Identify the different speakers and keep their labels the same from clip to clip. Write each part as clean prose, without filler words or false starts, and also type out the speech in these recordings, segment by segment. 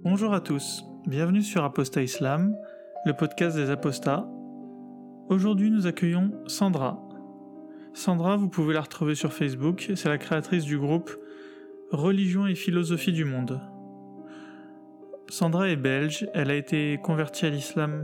Speaker 1: Bonjour à tous, bienvenue sur Apostat Islam, le podcast des apostats. Aujourd'hui nous accueillons Sandra. Sandra, vous pouvez la retrouver sur Facebook, c'est la créatrice du groupe Religion et philosophie du monde. Sandra est belge, elle a été convertie à l'islam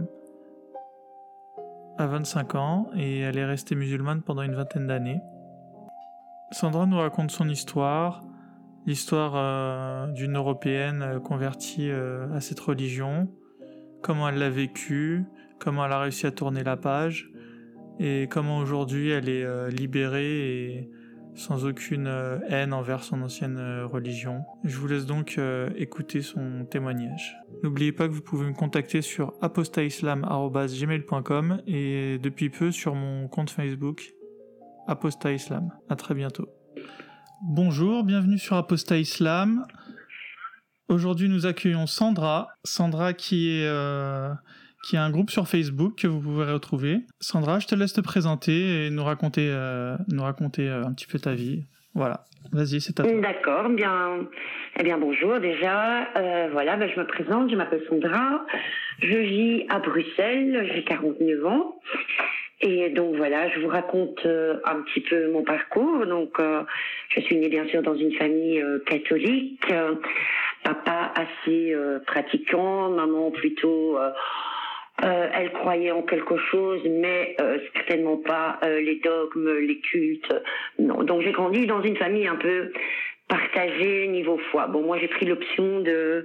Speaker 1: à 25 ans et elle est restée musulmane pendant une vingtaine d'années. Sandra nous raconte son histoire, l'histoire d'une Européenne convertie à cette religion, comment elle l'a vécu, comment elle a réussi à tourner la page, et comment aujourd'hui elle est libérée et sans aucune haine envers son ancienne religion. Je vous laisse donc écouter son témoignage. N'oubliez pas que vous pouvez me contacter sur apostatislam@gmail.com et depuis peu sur mon compte Facebook Apostat Islam. À très bientôt. Bonjour, bienvenue sur Apostat Islam. Aujourd'hui, nous accueillons Sandra. Sandra qui a un groupe sur Facebook que vous pouvez retrouver. Sandra, je te laisse te présenter et nous raconter un petit peu ta vie. Voilà, vas-y, c'est à toi.
Speaker 2: D'accord, bien. Eh bien, bonjour déjà. Je me présente, je m'appelle Sandra. Je vis à Bruxelles, j'ai 49 ans. Et donc voilà, je vous raconte un petit peu mon parcours. Donc, je suis née bien sûr dans une famille catholique. Papa assez pratiquant, maman plutôt. Elle croyait en quelque chose, mais certainement pas les dogmes, les cultes. Non. Donc j'ai grandi dans une famille un peu partagée niveau foi. Bon, moi j'ai pris l'option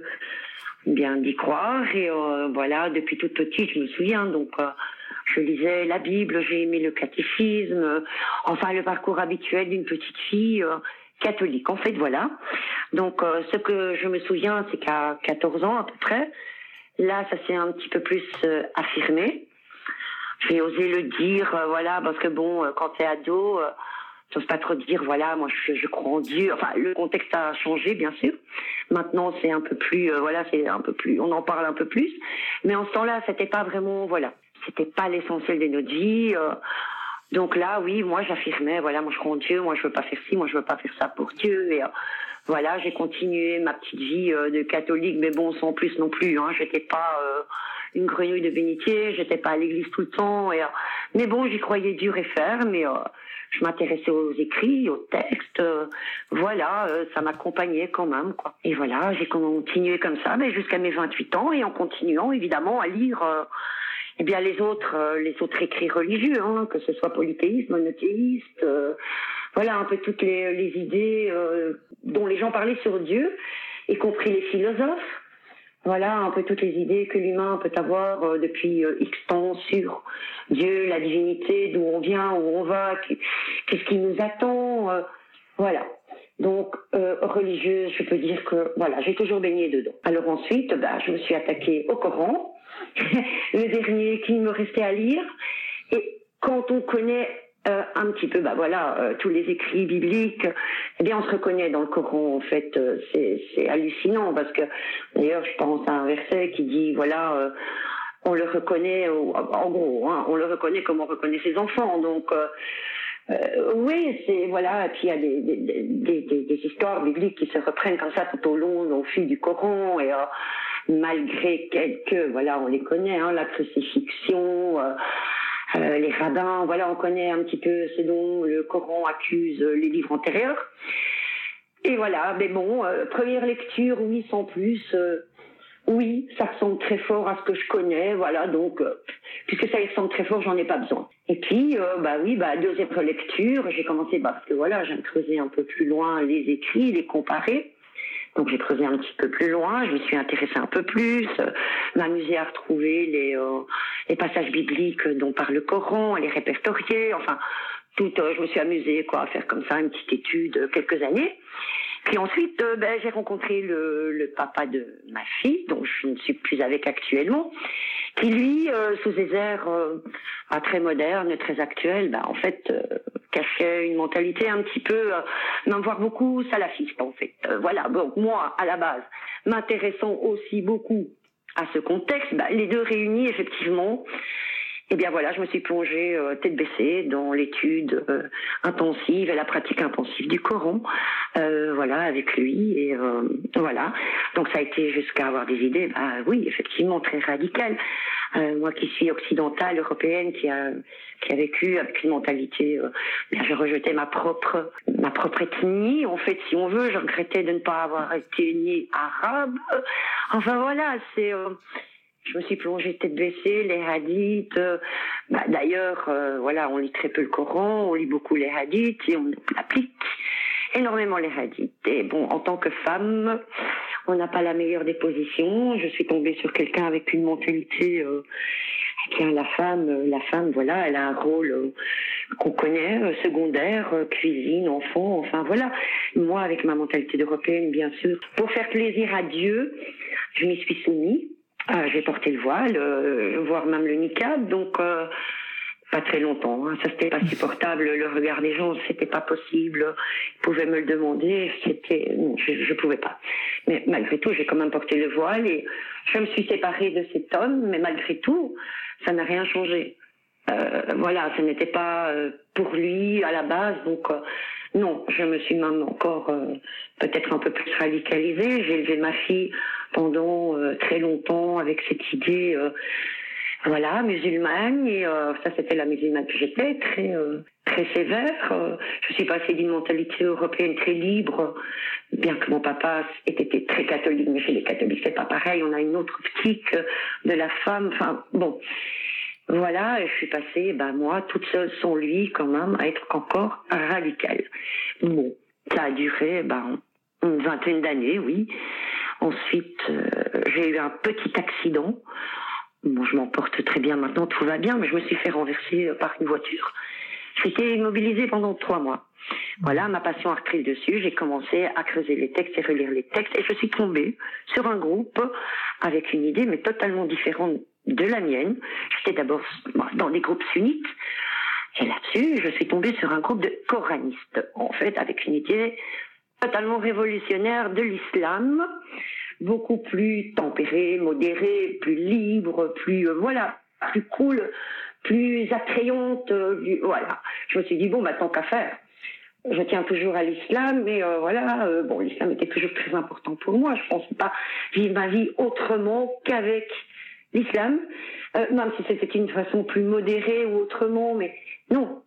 Speaker 2: d'y croire et depuis toute petite, je me souviens. Donc je lisais la Bible, j'ai aimé le catéchisme, enfin le parcours habituel d'une petite fille catholique. En fait, voilà. Donc ce que je me souviens, c'est qu'à 14 ans à peu près, là, ça s'est un petit peu plus affirmé. J'ai osé le dire, parce que quand t'es ado, t'oses pas trop dire, moi je crois en Dieu. Enfin, le contexte a changé, bien sûr. Maintenant, c'est un peu plus, on en parle un peu plus. Mais en ce temps-là, c'était pas vraiment, c'était pas l'essentiel de notre vie. Donc là, oui, moi j'affirmais, moi je crois en Dieu, moi je veux pas faire ci, moi je veux pas faire ça pour Dieu. Et j'ai continué ma petite vie de catholique, mais bon, sans plus non plus. J'étais pas une grenouille de bénitier, j'étais pas à l'église tout le temps. Mais bon, j'y croyais dur et ferme, mais je m'intéressais aux écrits, aux textes. Ça m'accompagnait quand même, quoi. Et voilà, j'ai continué comme ça, mais jusqu'à mes 28 ans, et en continuant évidemment à lire les autres écrits religieux, que ce soit polythéiste, monothéiste, un peu toutes les idées dont les gens parlaient sur Dieu, y compris les philosophes. Voilà un peu toutes les idées que l'humain peut avoir depuis X temps sur Dieu, la divinité, d'où on vient, où on va, qu'est-ce qui nous attend, voilà. Donc religieuse, je peux dire que j'ai toujours baigné dedans. Alors ensuite, je me suis attaquée au Coran, le dernier qu'il me restait à lire. Et quand on connaît un petit peu, tous les écrits bibliques, on se reconnaît dans le Coran. En fait, c'est hallucinant parce que, d'ailleurs, je pense à un verset qui dit, on le reconnaît, en gros, on le reconnaît comme on reconnaît ses enfants. Donc, oui, et puis il y a des histoires bibliques qui se reprennent comme ça tout au fil du Coran, et malgré quelques, on les connaît, la crucifixion, les rabbins, on connaît un petit peu ce dont le Coran accuse les livres antérieurs. Et mais bon, première lecture, oui, sans plus. Oui, ça ressemble très fort à ce que je connais, donc puisque ça y ressemble très fort, j'en ai pas besoin. Et puis, deuxième lecture, j'ai commencé parce que j'aime creuser un peu plus loin les écrits, les comparer. Donc j'ai creusé un petit peu plus loin, je me suis intéressée un peu plus, m'amuser à retrouver les passages bibliques dont parle le Coran, à les répertorier, je me suis amusée à faire comme ça une petite étude quelques années. Puis ensuite, j'ai rencontré le papa de ma fille, dont je ne suis plus avec actuellement, qui lui, sous des airs pas très modernes, très actuels, cachait une mentalité un petit peu, voire beaucoup salafiste en fait. Donc moi, à la base, m'intéressant aussi beaucoup à ce contexte, les deux réunis effectivement. Je me suis plongée tête baissée dans l'étude intensive et la pratique intensive du Coran. voilà, avec lui, et voilà. Donc ça a été jusqu'à avoir des idées, oui, effectivement, très radicales. Moi qui suis occidentale, européenne, qui a vécu avec une mentalité, je rejetais ma propre ethnie, en fait, si on veut. Je regrettais de ne pas avoir été née arabe. Enfin voilà, je me suis plongée tête baissée, les hadiths. D'ailleurs, voilà, on lit très peu le Coran, on lit beaucoup les hadiths et on applique énormément les hadiths. Et bon, en tant que femme, on n'a pas la meilleure des positions. Je suis tombée sur quelqu'un avec une mentalité la femme, voilà, elle a un rôle qu'on connaît, secondaire, cuisine, enfant, enfin voilà. Moi, avec ma mentalité d'européenne, bien sûr, pour faire plaisir à Dieu, je m'y suis soumise. J'ai porté le voile, voire même le niqab, donc pas très longtemps. Ça, c'était pas supportable. Le regard des gens, c'était pas possible. Ils pouvaient me le demander, non, je pouvais pas. Mais malgré tout, j'ai quand même porté le voile et je me suis séparée de cet homme, mais malgré tout, ça n'a rien changé. Voilà, ce n'était pas pour lui à la base, donc non, je me suis même encore peut-être un peu plus radicalisée. J'ai élevé ma fille pendant très longtemps avec cette idée musulmane, et ça c'était la musulmane que j'étais, très sévère. Je suis passée d'une mentalité européenne très libre, bien que mon papa était très catholique, mais chez les catholiques c'est pas pareil, on a une autre optique de la femme, enfin bon. Voilà, et je suis passée, moi, toute seule sans lui, quand même, à être encore radicale. Bon, ça a duré, une vingtaine d'années, oui. Ensuite, j'ai eu un petit accident. Bon, je m'en porte très bien maintenant, tout va bien, mais je me suis fait renverser par une voiture. J'ai été immobilisée pendant 3 mois. Voilà, ma passion a repris le dessus. J'ai commencé à creuser les textes et relire les textes, et je suis tombée sur un groupe avec une idée, mais totalement différente de la mienne. J'étais d'abord dans des groupes sunnites, et là-dessus, je suis tombée sur un groupe de coranistes, en fait, avec une idée totalement révolutionnaire de l'islam, beaucoup plus tempérée, modérée, plus libre, plus plus cool, plus attrayante, voilà. Je me suis dit, tant qu'à faire. Je tiens toujours à l'islam, mais l'islam était toujours très important pour moi. Je ne pensais pas vivre ma vie autrement qu'avec l'islam, même si c'était une façon plus modérée ou autrement, mais non,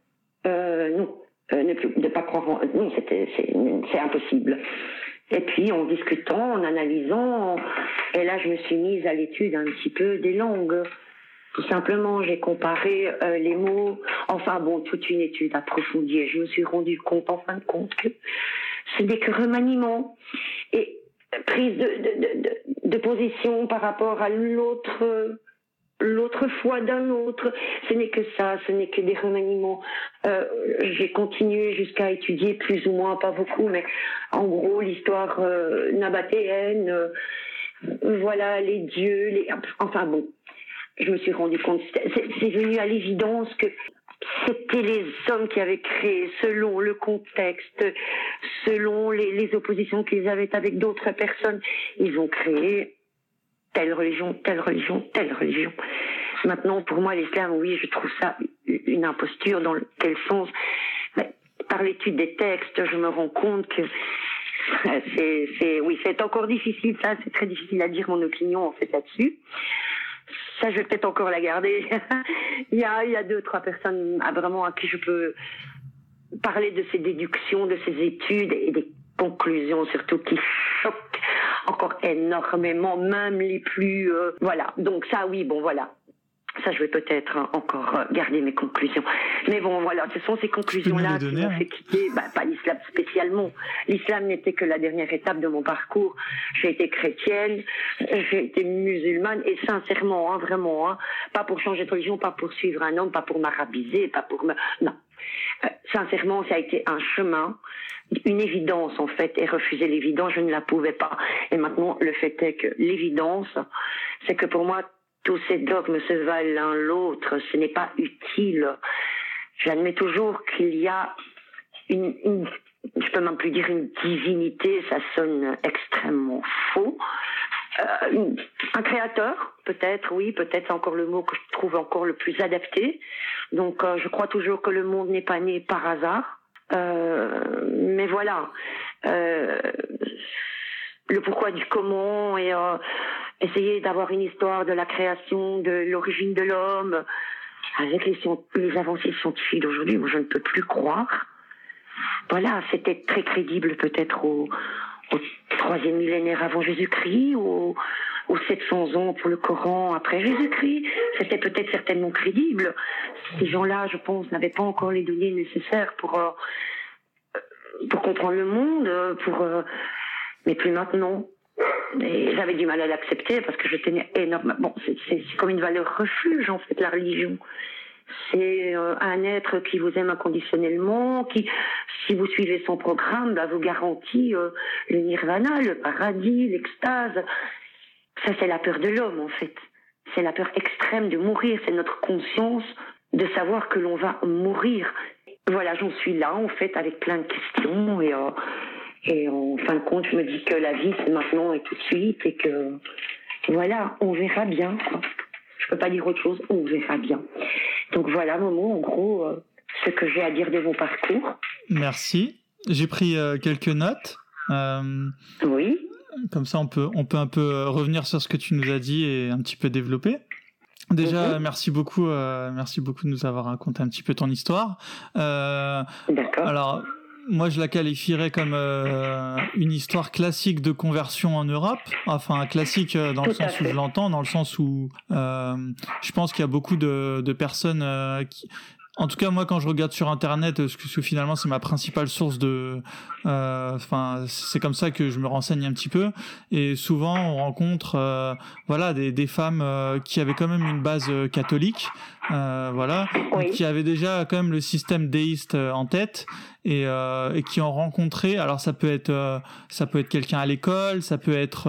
Speaker 2: ne pas croire en... Non, c'est impossible. Et puis, en discutant, en analysant, et là, je me suis mise à l'étude un petit peu des langues. Tout simplement, j'ai comparé les mots, toute une étude approfondie, et je me suis rendu compte, en fin de compte, que ce n'est que remaniement et prise de position par rapport à l'autre foi d'un autre. Ce n'est que ça, ce n'est que des remaniements. J'ai continué jusqu'à étudier plus ou moins, pas beaucoup, mais en gros l'histoire nabatéenne, les dieux, je me suis rendu compte, c'est venu à l'évidence que c'était les hommes qui avaient créé, selon le contexte, selon les oppositions qu'ils avaient avec d'autres personnes, ils ont créé telle religion, telle religion, telle religion. Maintenant, pour moi, l'islam, oui, je trouve ça une imposture. Dans quel sens? Par l'étude des textes, je me rends compte que c'est encore difficile, ça, c'est très difficile à dire mon opinion, en fait, là-dessus. Ça, je vais peut-être encore la garder. il y a 2-3 personnes à qui je peux parler de ces déductions, de ces études et des conclusions surtout qui choquent encore énormément, même les plus... Donc ça, oui, ça, je vais peut-être encore garder mes conclusions. Mais ce sont ces conclusions-là qui m'ont fait quitter, pas l'islam spécialement. L'islam n'était que la dernière étape de mon parcours. J'ai été chrétienne, j'ai été musulmane, et sincèrement, vraiment, pas pour changer de religion, pas pour suivre un homme, pas pour m'arabiser, pas pour me... Non. Sincèrement, ça a été un chemin, une évidence en fait, et refuser l'évidence, je ne la pouvais pas. Et maintenant, le fait est que l'évidence, c'est que pour moi, tous ces dogmes se valent l'un l'autre, ce n'est pas utile. J'admets toujours qu'il y a je peux même plus dire une divinité, ça sonne extrêmement faux. Un créateur, peut-être, oui, peut-être encore le mot que je trouve encore le plus adapté. Donc, je crois toujours que le monde n'est pas né par hasard. Mais voilà, le pourquoi du comment et essayer d'avoir une histoire de la création, de l'origine de l'homme. Avec les avancées scientifiques d'aujourd'hui, moi je ne peux plus croire. Voilà, c'était très crédible peut-être au 3e millénaire avant Jésus-Christ, aux 700 ans pour le Coran après Jésus-Christ. C'était peut-être certainement crédible. Ces gens-là, je pense, n'avaient pas encore les données nécessaires pour comprendre le monde, mais plus maintenant. Et j'avais du mal à l'accepter parce que je tenais énormément. Bon, c'est comme une valeur refuge en fait, la religion. C'est un être qui vous aime inconditionnellement, qui, si vous suivez son programme, vous garantit le nirvana, le paradis, l'extase. Ça, c'est la peur de l'homme, en fait. C'est la peur extrême de mourir. C'est notre conscience de savoir que l'on va mourir. Voilà, j'en suis là, en fait, avec plein de questions. Et en fin de compte, je me dis que la vie, c'est maintenant et tout de suite. Et que, voilà, on verra bien, quoi. Je peux pas dire autre chose, on verra bien. Donc voilà, Momo, en gros, ce que j'ai à dire de mon parcours.
Speaker 1: Merci. J'ai pris quelques notes.
Speaker 2: Oui.
Speaker 1: Comme ça, on peut un peu revenir sur ce que tu nous as dit et un petit peu développer. Déjà, merci beaucoup de nous avoir raconté un petit peu ton histoire.
Speaker 2: D'accord.
Speaker 1: Alors, moi, je la qualifierais comme une histoire classique de conversion en Europe. Enfin, classique dans le sens où je l'entends, dans le sens où je pense qu'il y a beaucoup de personnes qui... En tout cas, moi, quand je regarde sur Internet, parce que finalement, c'est ma principale source de... c'est comme ça que je me renseigne un petit peu. Et souvent, on rencontre des femmes qui avaient quand même une base catholique,
Speaker 2: oui.
Speaker 1: qui avaient déjà quand même le système déiste en tête et qui ont rencontré... Alors, ça peut être quelqu'un à l'école, ça peut être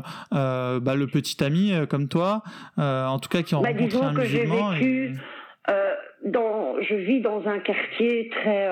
Speaker 1: le petit ami comme toi, en tout cas, qui ont rencontré un musulman.
Speaker 2: Je vis dans un quartier très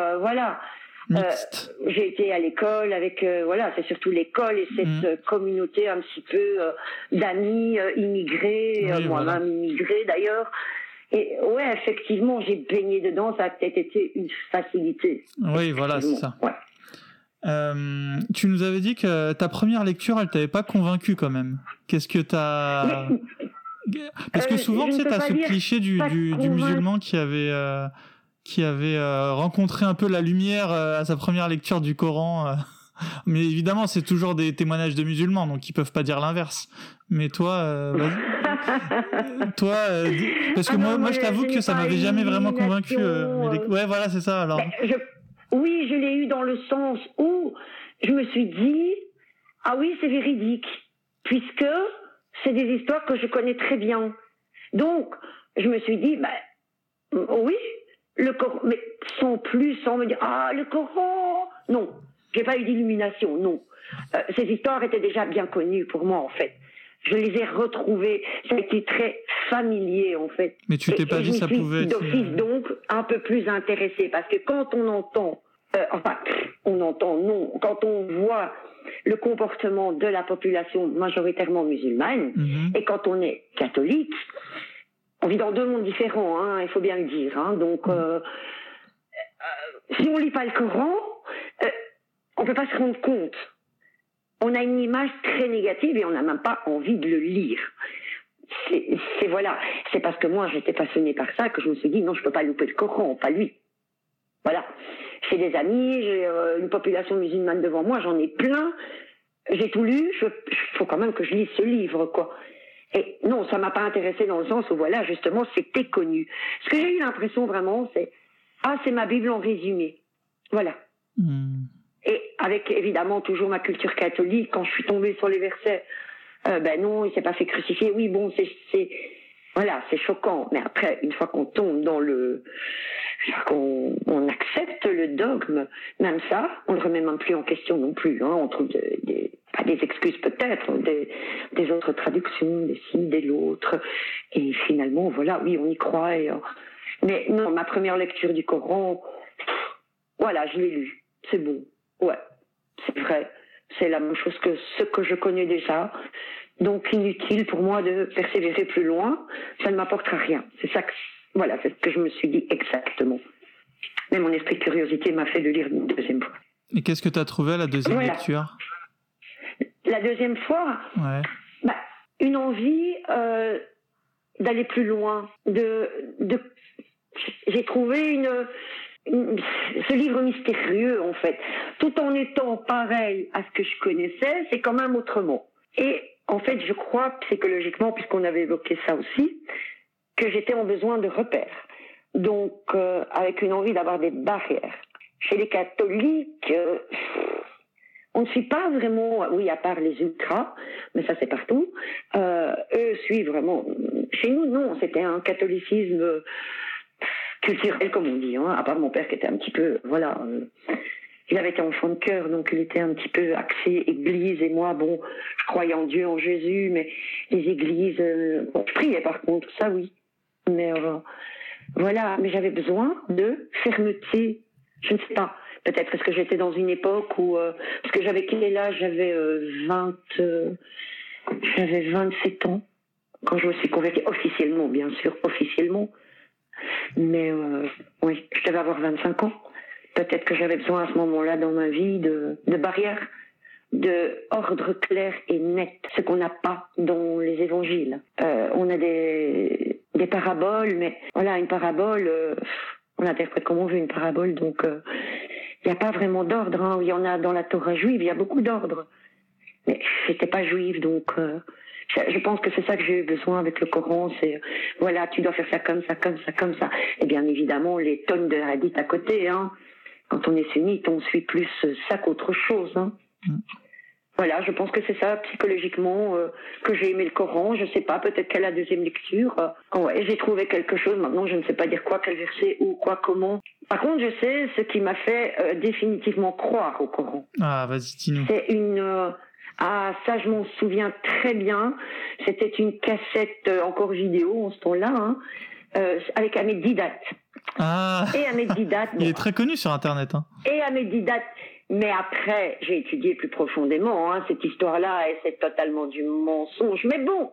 Speaker 2: j'ai été à l'école avec c'est surtout l'école et cette communauté un petit peu d'amis immigrés, moi-même immigrée d'ailleurs. Et ouais, effectivement, j'ai baigné dedans, ça a peut-être été une facilité.
Speaker 1: Oui, voilà, c'est ça.
Speaker 2: Ouais.
Speaker 1: Tu nous avais dit que ta première lecture, elle t'avait pas convaincu quand même. Qu'est-ce que t'as... Parce que souvent, tu sais, t'as ce cliché du musulman qui avait rencontré un peu la lumière à sa première lecture du Coran. Mais évidemment, c'est toujours des témoignages de musulmans, donc ils peuvent pas dire l'inverse. Mais toi, toi, parce que moi, je t'avoue que ça m'avait jamais vraiment convaincu. Ouais, voilà, c'est ça. Alors.
Speaker 2: Oui, je l'ai eu dans le sens où je me suis dit, ah oui, c'est véridique, puisque c'est des histoires que je connais très bien. Donc, je me suis dit, oui, le Coran, mais sans me dire, le Coran, non, j'ai pas eu d'illumination, non. Ces histoires étaient déjà bien connues pour moi, en fait. Je les ai retrouvées, ça a été très familier, en fait.
Speaker 1: Mais tu t'es pas dit ça pouvait être...
Speaker 2: d'office, donc, un peu plus intéressée, parce que quand on entend, quand on voit le comportement de la population majoritairement musulmane, et quand on est catholique, on vit dans deux mondes différents, il faut bien le dire. Donc, si on lit pas le Coran, on peut pas se rendre compte. On a une image très négative et on n'a même pas envie de le lire. C'est parce que moi j'étais passionnée par ça que je me suis dit non, je peux pas louper le Coran, pas lui. Voilà. J'ai des amis, j'ai une population musulmane devant moi, j'en ai plein. J'ai tout lu, faut quand même que je lise ce livre, quoi. Et non, ça m'a pas intéressée dans le sens où justement, c'était connu. Ce que j'ai eu l'impression vraiment, c'est ma Bible en résumé. Voilà. Et avec évidemment toujours ma culture catholique, quand je suis tombée sur les versets, non, il s'est pas fait crucifier. Oui, bon, c'est choquant. Mais après, une fois qu'on tombe dans on accepte le dogme, même ça, on le remet même plus en question non plus. On trouve pas des excuses peut-être, des autres traductions, des ci, des l'autre. Et finalement, oui, on y croit. Mais non, ma première lecture du Coran, je l'ai lu. C'est bon. Ouais, c'est vrai. C'est la même chose que ce que je connais déjà. Donc, inutile pour moi de persévérer plus loin. Ça ne m'apportera rien. C'est ça c'est ce que je me suis dit exactement. Mais mon esprit de curiosité m'a fait le lire une deuxième fois.
Speaker 1: Et qu'est-ce que tu as trouvé à la deuxième lecture ?
Speaker 2: La deuxième fois, une envie d'aller plus loin. J'ai trouvé ce livre mystérieux, en fait. Tout en étant pareil à ce que je connaissais, c'est quand même autrement. Et en fait, je crois psychologiquement, puisqu'on avait évoqué ça aussi, que j'étais en besoin de repères. Donc, avec une envie d'avoir des barrières. Chez les catholiques, on ne suit pas vraiment, oui, à part les ultras, mais ça c'est partout, eux suivent vraiment. Chez nous, non, c'était un catholicisme culturel, comme on dit, à part mon père qui était un petit peu, il avait été enfant de cœur, donc il était un petit peu axé église, et moi, je croyais en Dieu, en Jésus, mais les églises, je priais par contre, ça oui, mais mais j'avais besoin de fermeté, je ne sais pas. Peut-être parce que j'étais dans une époque où... parce que j'avais quel âge ? J'avais 27 ans quand je me suis convertie, officiellement, bien sûr, officiellement. Mais oui, je devais avoir 25 ans. Peut-être que j'avais besoin à ce moment-là dans ma vie de barrières, de ordre clair et net, ce qu'on n'a pas dans les évangiles. On a des paraboles, mais voilà, une parabole... on interprète comme on veut une parabole, donc... il n'y a pas vraiment d'ordre. Il y en a dans la Torah juive, il y a beaucoup d'ordre. Mais je n'étais pas juive, donc je pense que c'est ça que j'ai eu besoin avec le Coran. C'est, tu dois faire ça comme ça, comme ça, comme ça. Et bien évidemment, les tonnes de hadiths à côté. Quand on est sunnite, on suit plus ça qu'autre chose. Voilà, je pense que c'est ça, psychologiquement, que j'ai aimé le Coran. Je ne sais pas, peut-être qu'à la deuxième lecture, j'ai trouvé quelque chose. Maintenant, je ne sais pas dire quoi, quel verset, où, quoi, comment. Par contre, je sais ce qui m'a fait définitivement croire au Coran.
Speaker 1: Ah, vas-y, dis-nous.
Speaker 2: C'est ça, je m'en souviens très bien. C'était une cassette, encore vidéo, en ce temps-là, avec Ahmed Didat.
Speaker 1: Ah.
Speaker 2: Et Ahmed Didat.
Speaker 1: Il est très connu sur Internet.
Speaker 2: Et Ahmed Didat. Mais après, j'ai étudié plus profondément cette histoire-là, et c'est totalement du mensonge. Mais bon,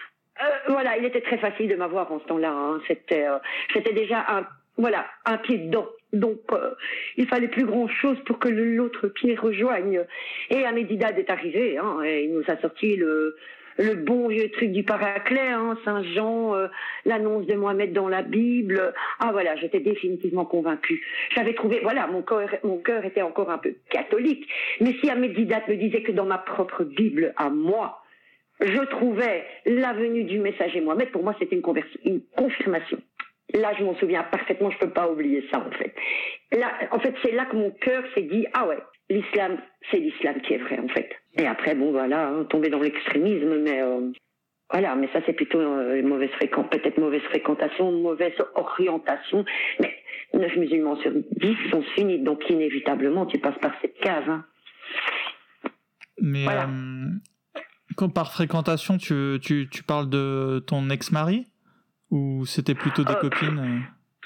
Speaker 2: il était très facile de m'avoir en ce temps-là. J'étais déjà un pied dedans. Donc, il fallait plus grand-chose pour que l'autre pied rejoigne. Et Ahmed Didat est arrivé, et il nous a sorti le bon vieux truc du Paraclet, Saint Jean, l'annonce de Mohamed dans la Bible. J'étais définitivement convaincue. J'avais trouvé, mon cœur était encore un peu catholique. Mais si Ahmed Didat me disait que dans ma propre Bible, à moi, je trouvais la venue du messager Mohamed, pour moi, c'était une confirmation. Là, je m'en souviens parfaitement, je peux pas oublier ça, en fait. Là, en fait, c'est là que mon cœur s'est dit, l'islam, c'est l'islam qui est vrai, en fait. Et après, tomber dans l'extrémisme, mais mais ça, c'est plutôt peut-être mauvaise fréquentation, mauvaise orientation. Mais 9 musulmans sur 10 sont sunnites, donc inévitablement, tu passes par cette case.
Speaker 1: Mais quand par fréquentation, tu parles de ton ex-mari ? Ou c'était plutôt des copines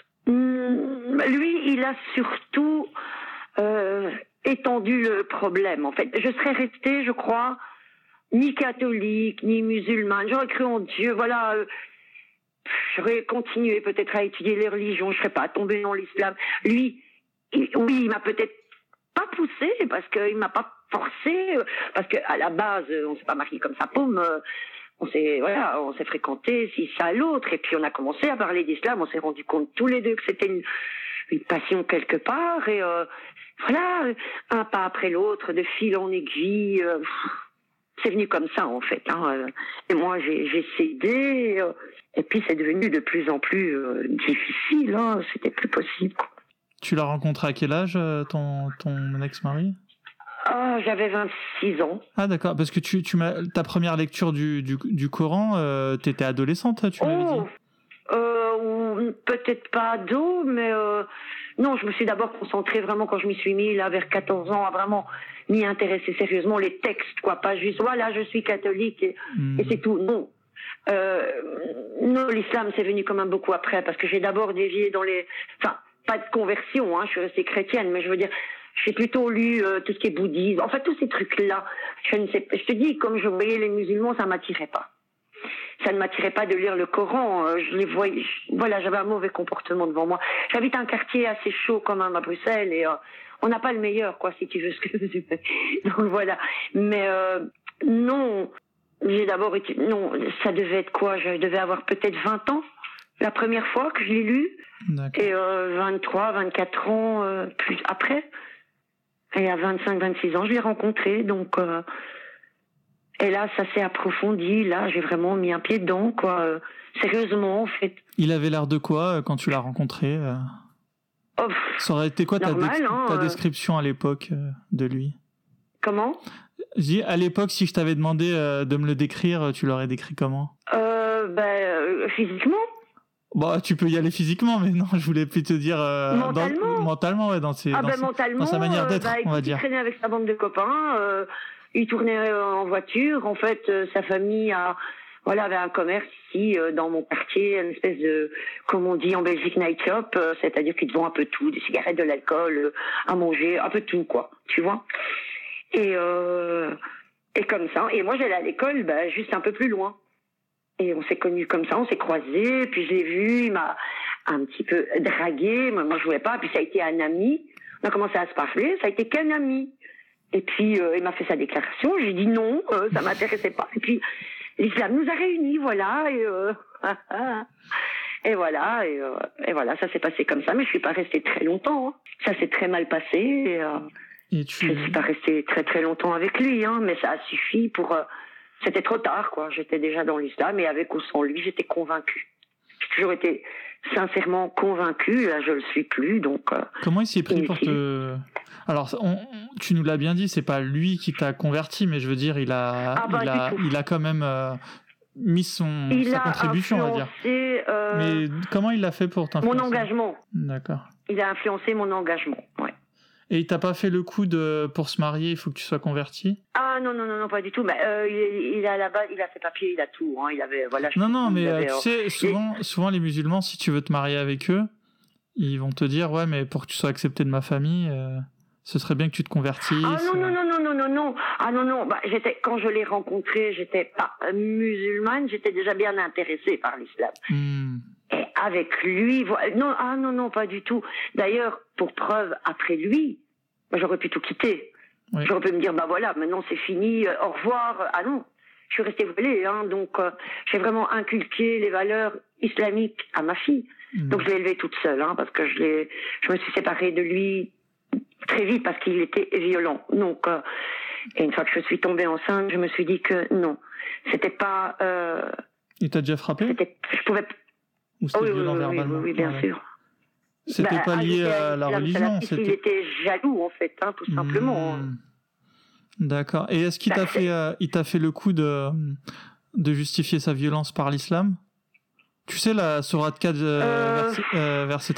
Speaker 2: Lui, il a surtout étendu le problème, en fait. Je serais restée, je crois, ni catholique, ni musulmane. J'aurais cru en Dieu, j'aurais continué peut-être à étudier les religions, je serais pas tombée dans l'islam. Lui, il m'a peut-être pas poussé parce qu'il m'a pas forcé, parce qu'à la base, on s'est pas marié comme ça, poum. On s'est fréquenté, si ça l'autre, et puis on a commencé à parler d'islam, on s'est rendu compte tous les deux que c'était une passion quelque part, et un pas après l'autre, de fil en aiguille, c'est venu comme ça en fait, et moi j'ai cédé, et puis c'est devenu de plus en plus difficile, c'était plus possible.
Speaker 1: Tu l'as rencontré à quel âge, ton ex-mari ?
Speaker 2: J'avais 26 ans.
Speaker 1: Ah d'accord, parce que ta première lecture du Coran, t'étais adolescente, tu m'avais dit.
Speaker 2: Peut-être pas ado, mais non, je me suis d'abord concentrée vraiment quand je m'y suis mis, là, vers 14 ans, à vraiment m'y intéresser sérieusement, les textes, pas juste, je suis catholique et c'est tout, non. Non, l'islam, c'est venu quand même beaucoup après, parce que j'ai d'abord dévié dans pas de conversion, je suis restée chrétienne, mais je veux dire, j'ai plutôt lu tout ce qui est bouddhisme, tous ces trucs-là. Je te dis, comme je voyais les musulmans, ça m'attirait pas. Ça ne m'attirait pas de lire le Coran. Je les voyais, j'avais un mauvais comportement devant moi. J'habite un quartier assez chaud quand même à Bruxelles, et on n'a pas le meilleur, quoi, si tu veux ce que je veux. Donc voilà. Mais non, j'ai d'abord été... Non, ça devait être quoi? Je devais avoir peut-être 20 ans la première fois que je l'ai lu.
Speaker 1: D'accord.
Speaker 2: Et 23, 24 ans plus après. Et à 25, 26 ans, je l'ai rencontré. Donc, et là, ça s'est approfondi. Là, j'ai vraiment mis un pied dedans, quoi. Sérieusement, en fait.
Speaker 1: Il avait l'air de quoi quand tu l'as rencontré
Speaker 2: Oh,
Speaker 1: Ça aurait été quoi
Speaker 2: normal,
Speaker 1: ta description à l'époque de lui?
Speaker 2: Comment?
Speaker 1: Je dis, à l'époque, si je t'avais demandé de me le décrire, tu l'aurais décrit comment?
Speaker 2: Physiquement.
Speaker 1: Bah, tu peux y aller physiquement, mais non, je voulais plus te dire mentalement, ouais, dans sa manière d'être, on va dire.
Speaker 2: Il traînait avec sa bande de copains, il tournait en voiture. En fait, sa famille avait un commerce ici dans mon quartier, une espèce de, comme on dit en Belgique, night shop, c'est-à-dire qu'ils te vendent un peu tout, des cigarettes, de l'alcool, à manger, un peu tout, quoi, tu vois. Et comme ça. Et moi, j'allais à l'école, juste un peu plus loin. Et on s'est connus comme ça, on s'est croisés, puis je l'ai vu, il m'a un petit peu dragué, moi je voulais pas, puis ça a été un ami, on a commencé à se parler, ça a été qu'un ami. Et puis il m'a fait sa déclaration, j'ai dit non, ça m'intéressait pas, et puis l'islam nous a réunis, voilà, et voilà, et voilà, ça s'est passé comme ça, mais je suis pas restée très longtemps, hein. Ça s'est très mal passé, je suis pas restée très très longtemps avec lui, hein, mais ça a suffi pour... C'était trop tard, quoi. J'étais déjà dans l'islam et avec ou sans lui, j'étais convaincue. J'ai toujours été sincèrement convaincue. Là, je le suis plus, donc...
Speaker 1: Comment il s'y est pris pour te... Alors, tu nous l'as bien dit, c'est pas lui qui t'a converti, mais je veux dire, il a quand même mis sa contribution, on va dire. Mais comment il l'a fait pour t'influencer? Mon
Speaker 2: engagement.
Speaker 1: D'accord.
Speaker 2: Il a influencé mon engagement, ouais.
Speaker 1: Et il t'a pas fait le coup pour se marier, il faut que tu sois converti?
Speaker 2: Ah non, pas du tout. Mais il a là-bas, il a ses papiers, il a tout. Hein. Il avait, voilà.
Speaker 1: Non, mais tu sais, souvent les musulmans, si tu veux te marier avec eux, ils vont te dire, ouais, mais pour que tu sois accepté de ma famille, ce serait bien que tu te convertisses.
Speaker 2: Ah non. Ah non. Quand je l'ai rencontré, j'étais pas musulmane, j'étais déjà bien intéressée par l'islam. Et avec lui, non, pas du tout. D'ailleurs, pour preuve, après lui, j'aurais pu tout quitter. Oui. J'aurais pu me dire, voilà, maintenant c'est fini, au revoir. Ah non, je suis restée voilée, hein, donc j'ai vraiment inculqué les valeurs islamiques à ma fille. Donc je l'ai élevée toute seule, hein, parce que je me suis séparée de lui très vite parce qu'il était violent. Donc, et une fois que je suis tombée enceinte, je me suis dit que non, c'était pas...
Speaker 1: Il t'a déjà frappé?
Speaker 2: Je pouvais...
Speaker 1: Ou c'était violent verbalement?
Speaker 2: Oui, bien sûr.
Speaker 1: C'était pas lié à la religion?
Speaker 2: Il était jaloux, en fait, hein, tout simplement.
Speaker 1: D'accord. Et est-ce qu'il t'a fait le coup de justifier sa violence par l'islam? Tu sais, la sourate 4, verset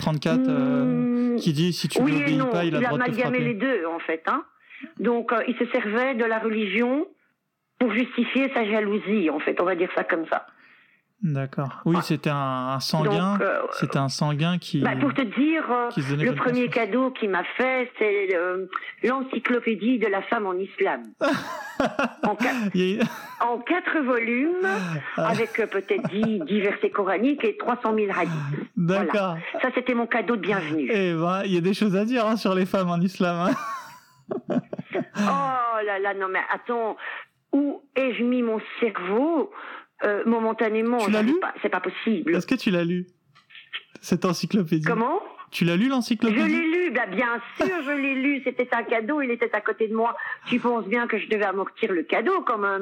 Speaker 1: 34, qui dit, si tu ne l'obéis pas, il a le droit de te frapper. Il a amalgamé
Speaker 2: les deux, en fait. Hein. Donc, il se servait de la religion pour justifier sa jalousie, en fait. On va dire ça comme ça.
Speaker 1: D'accord. Oui, c'était un sanguin. Donc, c'était un sanguin qui...
Speaker 2: pour te dire, le premier cadeau qu'il m'a fait, c'est l'encyclopédie de la femme en islam. en 4 volumes, avec peut-être 10 versets coraniques et 300 000 hadiths.
Speaker 1: D'accord.
Speaker 2: Voilà. Ça, c'était mon cadeau de bienvenue.
Speaker 1: Eh ben, il y a des choses à dire, hein, sur les femmes en islam. Hein.
Speaker 2: Oh là là, non mais attends, où ai-je mis mon cerveau momentanément?
Speaker 1: Tu l'as lu?
Speaker 2: C'est pas possible.
Speaker 1: Est-ce que tu l'as lu, cette encyclopédie?
Speaker 2: Comment?
Speaker 1: Tu l'as lu, l'encyclopédie?
Speaker 2: Je l'ai lu, bien sûr, je l'ai lu. C'était un cadeau, il était à côté de moi. Tu penses bien que je devais amortir le cadeau, quand même.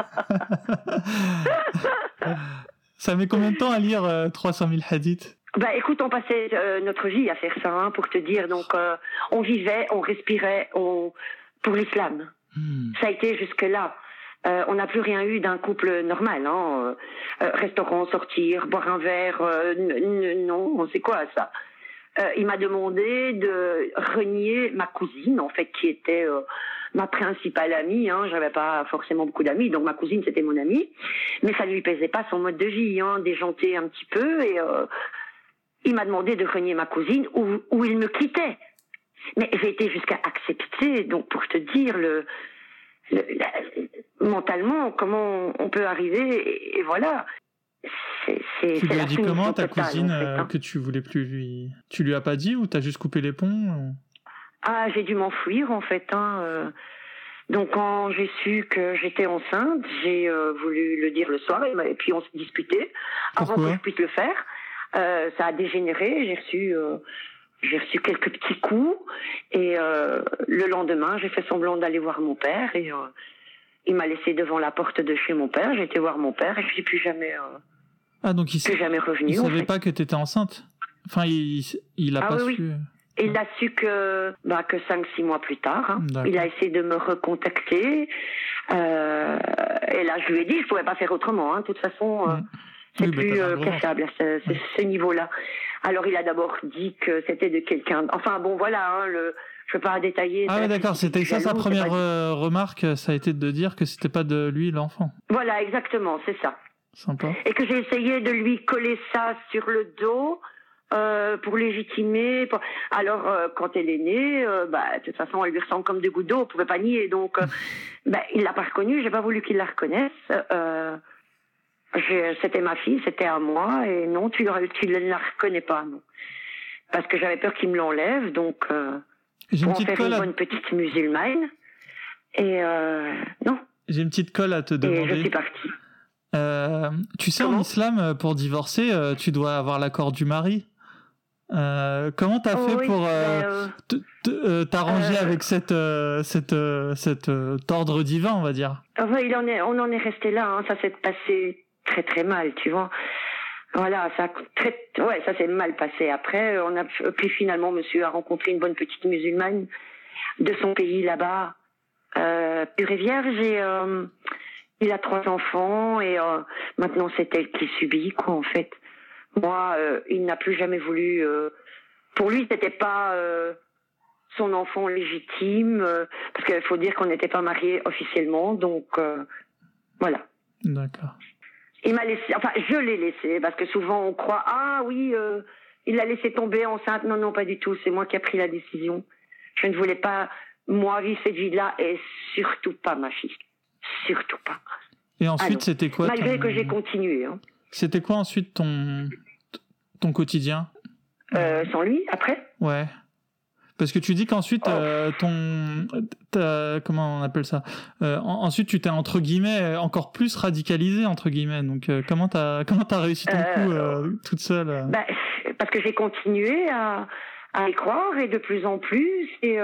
Speaker 1: Ça met combien de temps à lire 300 000 hadiths?
Speaker 2: Écoute, on passait notre vie à faire ça, hein, pour te dire. Donc, on vivait, on respirait pour l'islam. Ça a été jusque-là. On n'a plus rien eu d'un couple normal, hein. Restaurant, sortir, boire un verre, non, c'est quoi ça? Il m'a demandé de renier ma cousine, en fait, qui était ma principale amie, hein. J'avais pas forcément beaucoup d'amis, donc ma cousine c'était mon amie, mais ça ne lui plaisait pas son mode de vie, hein, déjanté un petit peu, et il m'a demandé de renier ma cousine ou il me quittait. Mais j'ai été jusqu'à accepter, donc pour te dire mentalement, comment on peut arriver, et voilà.
Speaker 1: Tu lui as dit comment à ta cousine, en fait, hein, que tu voulais plus lui... Tu lui as pas dit, ou t'as juste coupé les ponts?
Speaker 2: Ah, j'ai dû m'enfuir en fait. Donc quand j'ai su que j'étais enceinte, j'ai voulu le dire le soir et puis on s'est disputé avant que je puisse le faire. Ça a dégénéré. J'ai reçu quelques petits coups et le lendemain, j'ai fait semblant d'aller voir mon père et il m'a laissé devant la porte de chez mon père. J'ai été voir mon père et je suis plus jamais
Speaker 1: donc il
Speaker 2: jamais revenu.
Speaker 1: Il savait pas que tu étais enceinte. Enfin, il a pas su.
Speaker 2: Oui. Il n'a su que 5-6 mois plus tard. Il a essayé de me recontacter. Et là, je lui ai dit, je pouvais pas faire autrement. De toute façon, c'est plus cassable à ce niveau-là. Alors, il a d'abord dit que c'était de quelqu'un. Enfin, bon, voilà. Je peux pas détailler.
Speaker 1: Ah, ouais, d'accord. C'était ça sa première remarque. Ça a été de dire que c'était pas de lui l'enfant.
Speaker 2: Voilà, exactement. C'est ça.
Speaker 1: Sympa.
Speaker 2: Et que j'ai essayé de lui coller ça sur le dos. Pour légitimer. Alors, quand elle est née, de toute façon, elle lui ressemble comme des gouttes d'eau, on pouvait pas nier. Donc, il l'a pas reconnue, j'ai pas voulu qu'il la reconnaisse. C'était ma fille, c'était à moi, et non, tu ne la reconnais pas, non. Parce que j'avais peur qu'il me l'enlève, donc, pour en faire une bonne petite musulmane. Et non.
Speaker 1: J'ai une petite colle à te demander.
Speaker 2: Et je suis partie.
Speaker 1: Tu sais, en islam, pour divorcer, tu dois avoir l'accord du mari. Comment t'as fait pour t'arranger avec cet ordre divin, on va dire?
Speaker 2: On en est resté là. Ça s'est passé très très mal, tu vois. Voilà, ça s'est mal passé. Après, puis finalement, monsieur a rencontré une bonne petite musulmane de son pays là-bas, pure et vierge, et il a 3 enfants, et maintenant c'est elle qui subit, quoi, en fait. Moi, il n'a plus jamais voulu. Pour lui, c'était pas son enfant légitime, parce qu'il faut dire qu'on n'était pas mariés officiellement, donc voilà.
Speaker 1: D'accord.
Speaker 2: Il m'a laissé. Enfin, je l'ai laissé, parce que souvent on croit il l'a laissé tomber enceinte. Non, pas du tout. C'est moi qui ai pris la décision. Je ne voulais pas moi vivre cette vie-là, et surtout pas ma fille. Surtout pas.
Speaker 1: Et ensuite, c'était quoi?
Speaker 2: Malgré que j'ai continué.
Speaker 1: C'était quoi ensuite ton quotidien
Speaker 2: sans lui, après?
Speaker 1: Ouais. Parce que tu dis qu'ensuite, comment on appelle ça, ensuite, tu t'es, entre guillemets, encore plus radicalisé, entre guillemets. Donc, comment t'as réussi ton coup toute seule
Speaker 2: parce que j'ai continué à y croire, et de plus en plus, et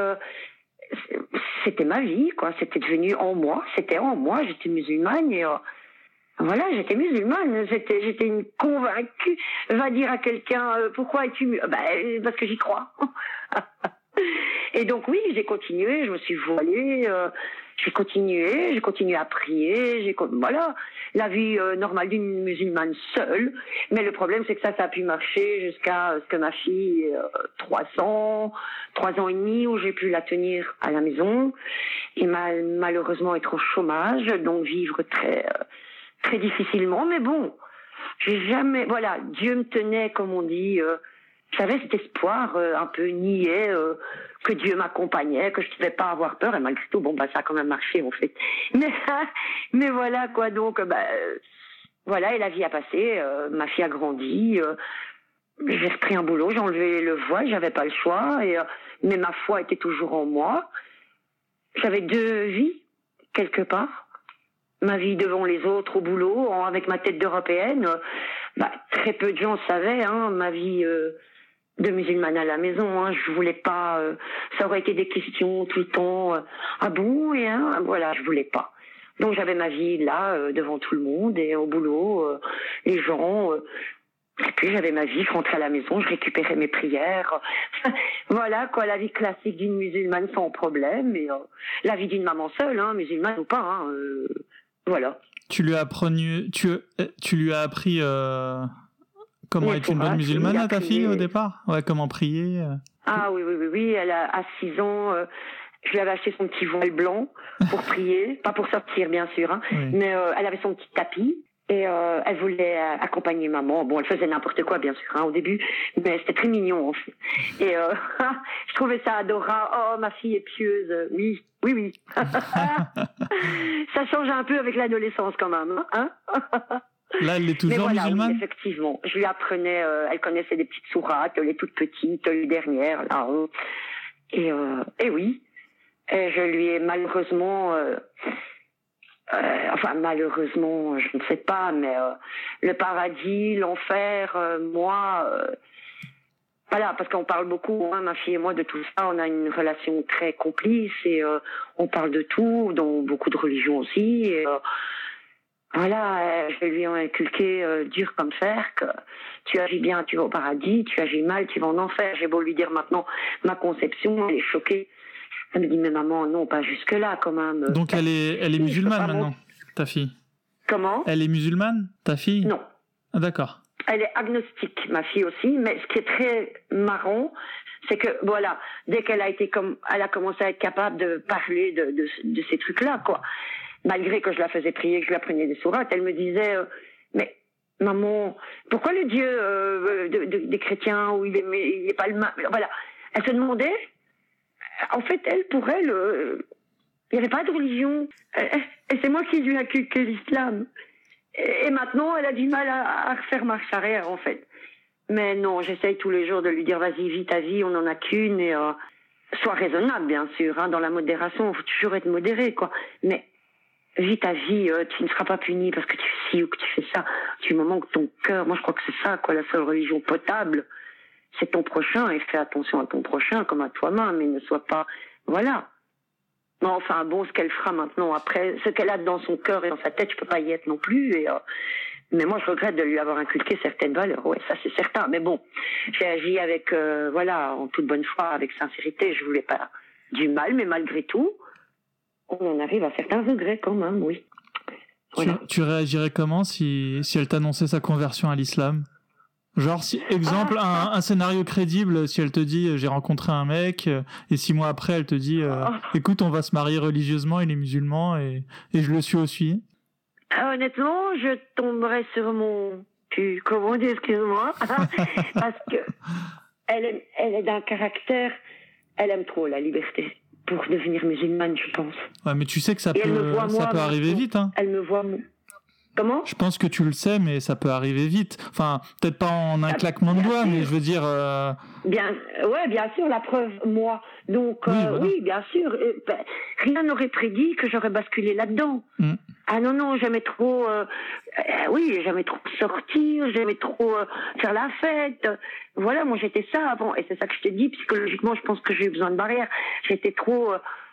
Speaker 2: c'était ma vie, quoi. C'était devenu en moi. J'étais musulmane, et voilà, j'étais musulmane, j'étais une convaincue. Va dire à quelqu'un, pourquoi es-tu parce que j'y crois. Et donc oui, j'ai continué, je me suis voilée, j'ai continué à prier, voilà, la vie normale d'une musulmane seule. Mais le problème, c'est que ça a pu marcher jusqu'à ce que ma fille ait 3 ans et demi, où j'ai pu la tenir à la maison, et malheureusement être au chômage, donc vivre très très difficilement. Mais bon, j'ai jamais, voilà, Dieu me tenait, comme on dit. J'avais cet espoir un peu niais que Dieu m'accompagnait, que je ne devais pas avoir peur, et malgré tout, ça a quand même marché, en fait. Mais voilà, quoi, donc, voilà, et la vie a passé, ma fille a grandi, j'ai repris un boulot, j'ai enlevé le voile, j'avais pas le choix, mais ma foi était toujours en moi. J'avais 2 vies, quelque part. Ma vie devant les autres au boulot, avec ma tête d'européenne. Très peu de gens savaient, ma vie de musulmane à la maison. Je voulais pas. Ça aurait été des questions tout le temps. Ah bon, et voilà, je voulais pas. Donc j'avais ma vie là devant tout le monde, et au boulot, les gens. Et puis j'avais ma vie, je rentrais à la maison, je récupérais mes prières. Voilà, quoi, la vie classique d'une musulmane sans problème, et la vie d'une maman seule, musulmane ou pas. Voilà.
Speaker 1: Tu lui as appris comment être une bonne musulmane à ta fille au départ? Ouais, comment prier?
Speaker 2: Ah oui. Elle a, à 6 ans, je lui avais acheté son petit voile blanc pour prier, pas pour sortir bien sûr, oui. Mais elle avait son petit tapis. Et elle voulait accompagner maman. Bon, elle faisait n'importe quoi, bien sûr, au début, mais c'était très mignon, en fait. Et je trouvais ça adorable. Oh, ma fille est pieuse. Oui. Ça change un peu avec l'adolescence, quand même.
Speaker 1: Là, elle est toujours musulmane?
Speaker 2: Oui, effectivement. Je lui apprenais, elle connaissait des petites sourates, les toutes petites, les dernières, là. Et oui, et je lui ai malheureusement, malheureusement, je ne sais pas, mais le paradis, l'enfer, voilà, parce qu'on parle beaucoup, hein, ma fille et moi, de tout ça. On a une relation très complice et on parle de tout, dans beaucoup de religions aussi. Et, je lui ai inculqué dur comme fer que tu agis bien, tu vas au paradis, tu agis mal, tu vas en enfer. J'ai beau lui dire maintenant ma conception, elle est choquée. Elle me dit, mais maman, non, pas jusque-là quand même.
Speaker 1: Donc elle est musulmane maintenant, ta fille?
Speaker 2: Comment?
Speaker 1: Elle est musulmane, ta fille?
Speaker 2: Non.
Speaker 1: Ah, d'accord.
Speaker 2: Elle est agnostique, ma fille aussi, mais ce qui est très marrant, c'est que, voilà, dès qu'elle elle a commencé à être capable de parler de ces trucs-là, quoi. Malgré que je la faisais prier, que je lui apprenais des sourates, elle me disait, mais, maman, pourquoi le Dieu des chrétiens, où il est pas le même, voilà. Elle se demandait, en fait, pour elle, il n'y avait pas de religion. Et c'est moi qui lui ai inculqué l'islam. Et maintenant, elle a du mal à refaire marche arrière, en fait. Mais non, j'essaye tous les jours de lui dire, vas-y, vis ta vie, on n'en a qu'une, et sois raisonnable, bien sûr, hein, dans la modération, il faut toujours être modéré, quoi. Mais vis ta vie, tu ne seras pas puni parce que tu fais ci ou que tu fais ça. Du moment que ton cœur, moi je crois que c'est ça, quoi, la seule religion potable, c'est ton prochain, et fais attention à ton prochain comme à toi-même, mais ne sois pas, voilà. Non, enfin bon, ce qu'elle fera maintenant après, ce qu'elle a dans son cœur et dans sa tête, je peux pas y être non plus. Mais moi, je regrette de lui avoir inculqué certaines valeurs. Ouais, ça c'est certain. Mais bon, j'ai agi avec, en toute bonne foi, avec sincérité. Je voulais pas du mal, mais malgré tout, on en arrive à certains regrets quand même, oui.
Speaker 1: Voilà. Tu réagirais comment si elle t'annonçait sa conversion à l'islam? Genre, exemple, un scénario crédible, si elle te dit j'ai rencontré un mec et 6 mois après elle te dit écoute, on va se marier religieusement, il est musulman et je le suis aussi.
Speaker 2: Honnêtement, je tomberais sur mon cul, comment dire, excuse-moi, parce que elle est d'un caractère, elle aime trop la liberté pour devenir musulmane, je pense.
Speaker 1: Ouais, mais tu sais que ça peut arriver vite, hein.
Speaker 2: Elle me voit. Comment ?
Speaker 1: Je pense que tu le sais, mais ça peut arriver vite. Enfin, peut-être pas en un claquement de doigts, mais je veux dire...
Speaker 2: Bien sûr, la preuve, moi. Donc, oui, bien sûr. Rien n'aurait prédit que j'aurais basculé là-dedans. Mm. Ah non, j'aimais trop... j'aimais trop sortir, j'aimais trop faire la fête. Voilà, moi j'étais ça avant. Et c'est ça que je te dis, psychologiquement, je pense que j'ai eu besoin de barrières. J'étais trop...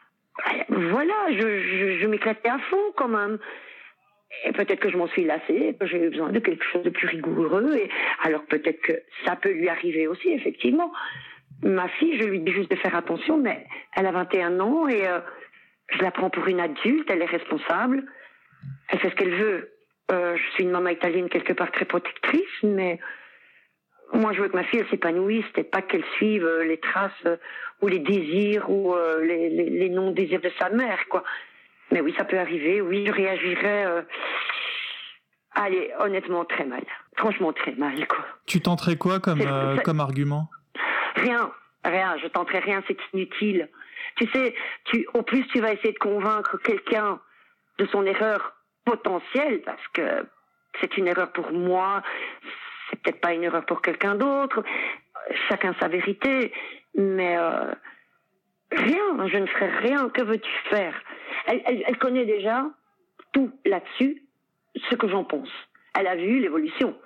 Speaker 2: je m'éclatais à fond quand même. Et peut-être que je m'en suis lassée, que j'ai eu besoin de quelque chose de plus rigoureux. Et alors peut-être que ça peut lui arriver aussi, effectivement. Ma fille, je lui dis juste de faire attention, mais elle a 21 ans et je la prends pour une adulte, elle est responsable, elle fait ce qu'elle veut. Je suis une maman italienne quelque part très protectrice, mais moi je veux que ma fille elle s'épanouisse, et pas qu'elle suive les traces ou les désirs ou les non-désirs de sa mère, quoi. Mais oui, ça peut arriver. Oui, je réagirais, honnêtement, très mal. Franchement, très mal, quoi.
Speaker 1: Tu tenterais quoi comme argument ?
Speaker 2: Rien. Je tenterais rien, c'est inutile. Tu sais, au plus, tu vas essayer de convaincre quelqu'un de son erreur potentielle, parce que c'est une erreur pour moi, c'est peut-être pas une erreur pour quelqu'un d'autre. Chacun sa vérité. Mais rien, je ne ferai rien. Que veux-tu faire ? Elle connaît déjà tout là-dessus, ce que j'en pense. Elle a vu l'évolution.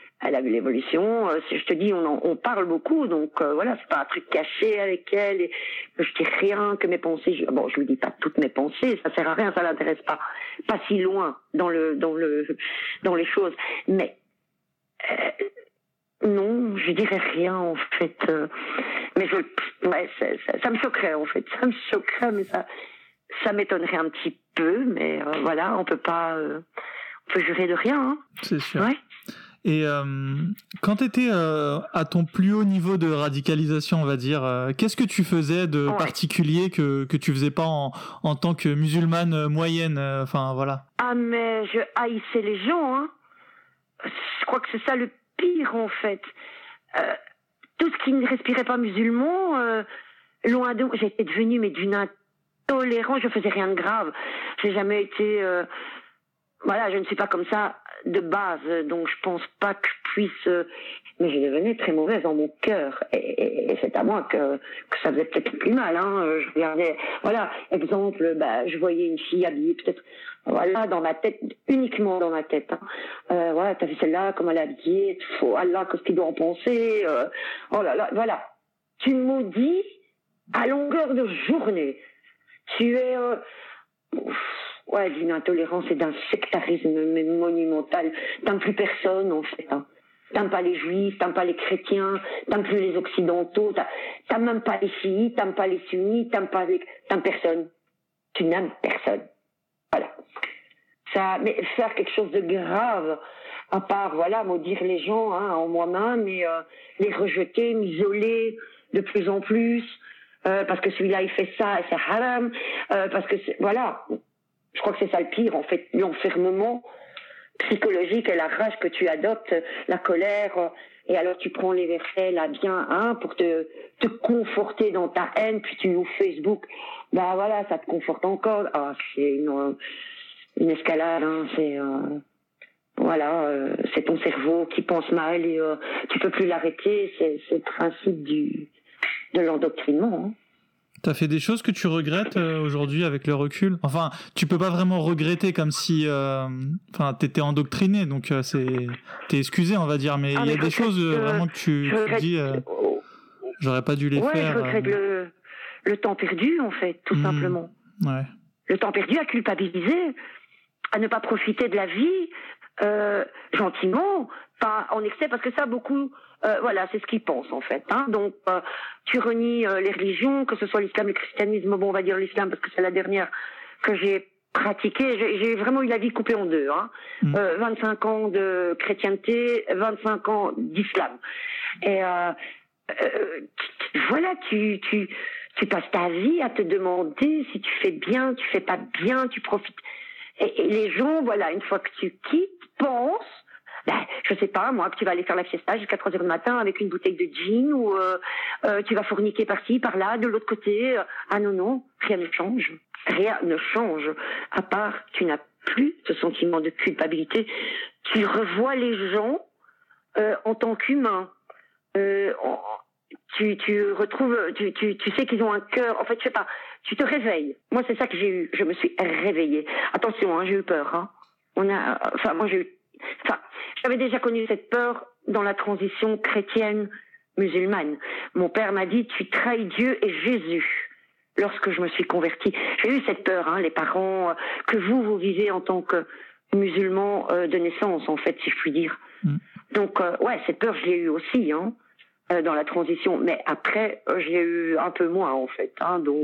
Speaker 2: Si je te dis, on parle beaucoup, donc c'est pas un truc caché avec elle. Et que je dis rien, que mes pensées. Je lui dis pas toutes mes pensées, ça sert à rien, ça l'intéresse pas si loin dans les choses. Mais non, je dirais rien en fait. Mais ça me choquerait en fait. Ça me choquerait, mais ça m'étonnerait un petit peu, mais on peut jurer de rien. Hein.
Speaker 1: C'est sûr.
Speaker 2: Ouais.
Speaker 1: Et quand tu étais à ton plus haut niveau de radicalisation, on va dire, qu'est-ce que tu faisais de particulier que tu faisais pas en tant que musulmane moyenne, voilà.
Speaker 2: Ah, mais je haïssais les gens, hein. Je crois que c'est ça le pire, en fait. Tout ce qui ne respirait pas musulman, loin de moi, j'étais devenue d'une intolérance, je faisais rien de grave. J'ai jamais été... je ne suis pas comme ça de base, donc je pense pas que je puisse mais je devenais très mauvaise dans mon cœur. Et c'est à moi que ça faisait peut-être le plus mal. Je regardais, voilà, exemple, je voyais une fille habillée peut-être, voilà, dans ma tête, uniquement dans ma tête. Voilà, t'as vu celle-là, comment elle est habillée, oh Allah, qu'est-ce qu'il doit en penser, oh là là, voilà. Tu me maudis à longueur de journée. Tu es d'une intolérance et d'un sectarisme monumental. T'aimes plus personne, en fait. T'aimes pas les juifs, t'aimes pas les chrétiens, t'aimes plus les occidentaux, t'aimes même pas les chiites, t'aimes pas les sunnites, t'aimes personne. Tu n'aimes personne. Voilà. Ça, mais faire quelque chose de grave, à part, voilà, maudire les gens, en moi-même, et les rejeter, m'isoler de plus en plus, parce que celui-là, il fait ça, et c'est haram, parce que, voilà, je crois que c'est ça le pire, en fait, l'enfermement psychologique et la rage que tu adoptes, la colère, et alors tu prends les versets là bien, pour te conforter dans ta haine, puis tu ouvres Facebook, voilà, ça te conforte encore. C'est une escalade, c'est c'est ton cerveau qui pense mal et tu peux plus l'arrêter, c'est le principe de l'endoctrinement.
Speaker 1: T'as fait des choses que tu regrettes aujourd'hui avec le recul? Enfin, tu peux pas vraiment regretter comme si t'étais endoctriné, donc t'es excusé, on va dire, mais il y a des choses vraiment que tu dis j'aurais pas dû les faire.
Speaker 2: Je regrette le temps perdu, en fait, tout simplement.
Speaker 1: Ouais.
Speaker 2: Le temps perdu à culpabiliser, à ne pas profiter de la vie gentiment, pas en excès, parce que ça, beaucoup... c'est ce qu'ils pensent en fait. Donc, tu renies les religions, que ce soit l'islam, le christianisme. Bon, on va dire l'islam parce que c'est la dernière que j'ai pratiquée. J'ai vraiment eu la vie coupée en deux. 25 ans de chrétienté, 25 ans d'islam. Et tu passes ta vie à te demander si tu fais bien, tu fais pas bien, tu profites. Et les gens, voilà, une fois que tu quittes, pensent. Je sais pas, moi, que tu vas aller faire la fiesta jusqu'à 3h du matin avec une bouteille de gin ou tu vas fourniquer par-ci, par-là, de l'autre côté. Non, rien ne change. Rien ne change. À part, tu n'as plus ce sentiment de culpabilité. Tu revois les gens en tant qu'humains. Tu retrouves, tu sais qu'ils ont un cœur. En fait, je sais pas, tu te réveilles. Moi, c'est ça que j'ai eu. Je me suis réveillée. Attention, j'ai eu peur. J'avais déjà connu cette peur dans la transition chrétienne musulmane. Mon père m'a dit, tu trahis Dieu et Jésus. Lorsque je me suis convertie, j'ai eu cette peur, les parents que vous vivez en tant que musulman de naissance, en fait, si je puis dire. Donc, cette peur, je l'ai eue aussi, dans la transition. Mais après, j'ai eu un peu moins, en fait.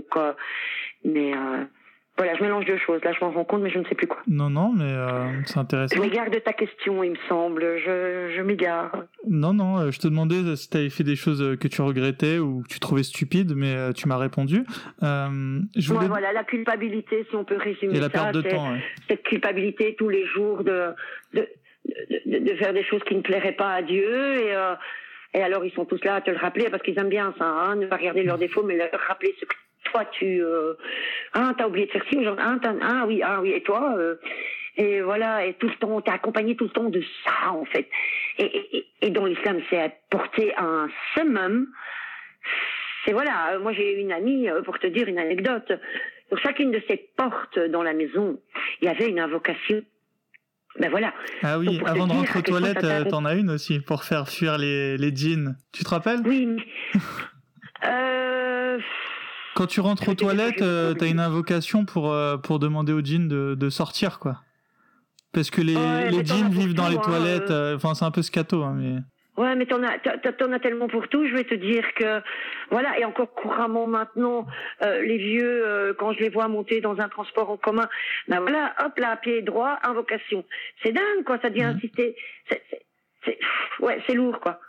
Speaker 2: Voilà, je mélange deux choses. Là, je m'en rends compte, mais je ne sais plus quoi.
Speaker 1: Non, mais c'est intéressant.
Speaker 2: Je m'égare de ta question, il me semble. Je m'égare.
Speaker 1: Non, je te demandais si tu avais fait des choses que tu regrettais ou que tu trouvais stupides, mais tu m'as répondu.
Speaker 2: Voilà, la culpabilité, si on peut résumer ça.
Speaker 1: Et la perte de temps, ouais.
Speaker 2: Cette culpabilité tous les jours de faire des choses qui ne plairaient pas à Dieu. Et alors, ils sont tous là à te le rappeler parce qu'ils aiment bien ça, ne pas regarder leurs défauts, mais leur rappeler ce que toi, t'as oublié de faire ci aujourd'hui, oui, et toi, et voilà, et tout le temps, t'es accompagné tout le temps de ça, en fait. Et dans l'islam, c'est porté à un summum. C'est voilà, moi j'ai une amie, pour te dire une anecdote, sur chacune de ces portes dans la maison, il y avait une invocation. Voilà.
Speaker 1: Ah oui, avant de rentrer aux toilettes, t'en as une aussi, pour faire fuir les djinns. Tu te rappelles?
Speaker 2: Oui.
Speaker 1: Quand tu rentres aux toilettes, t'as une invocation pour demander aux djinns de sortir, quoi. Parce que les djinns vivent dans les toilettes. C'est un peu scato, mais...
Speaker 2: Ouais, mais t'en as tellement pour tout. Je vais te dire que, voilà, et encore couramment maintenant, les vieux, quand je les vois monter dans un transport en commun, voilà, hop là, pied droit, invocation. C'est dingue, quoi. Ça devient insister. C'est lourd, quoi.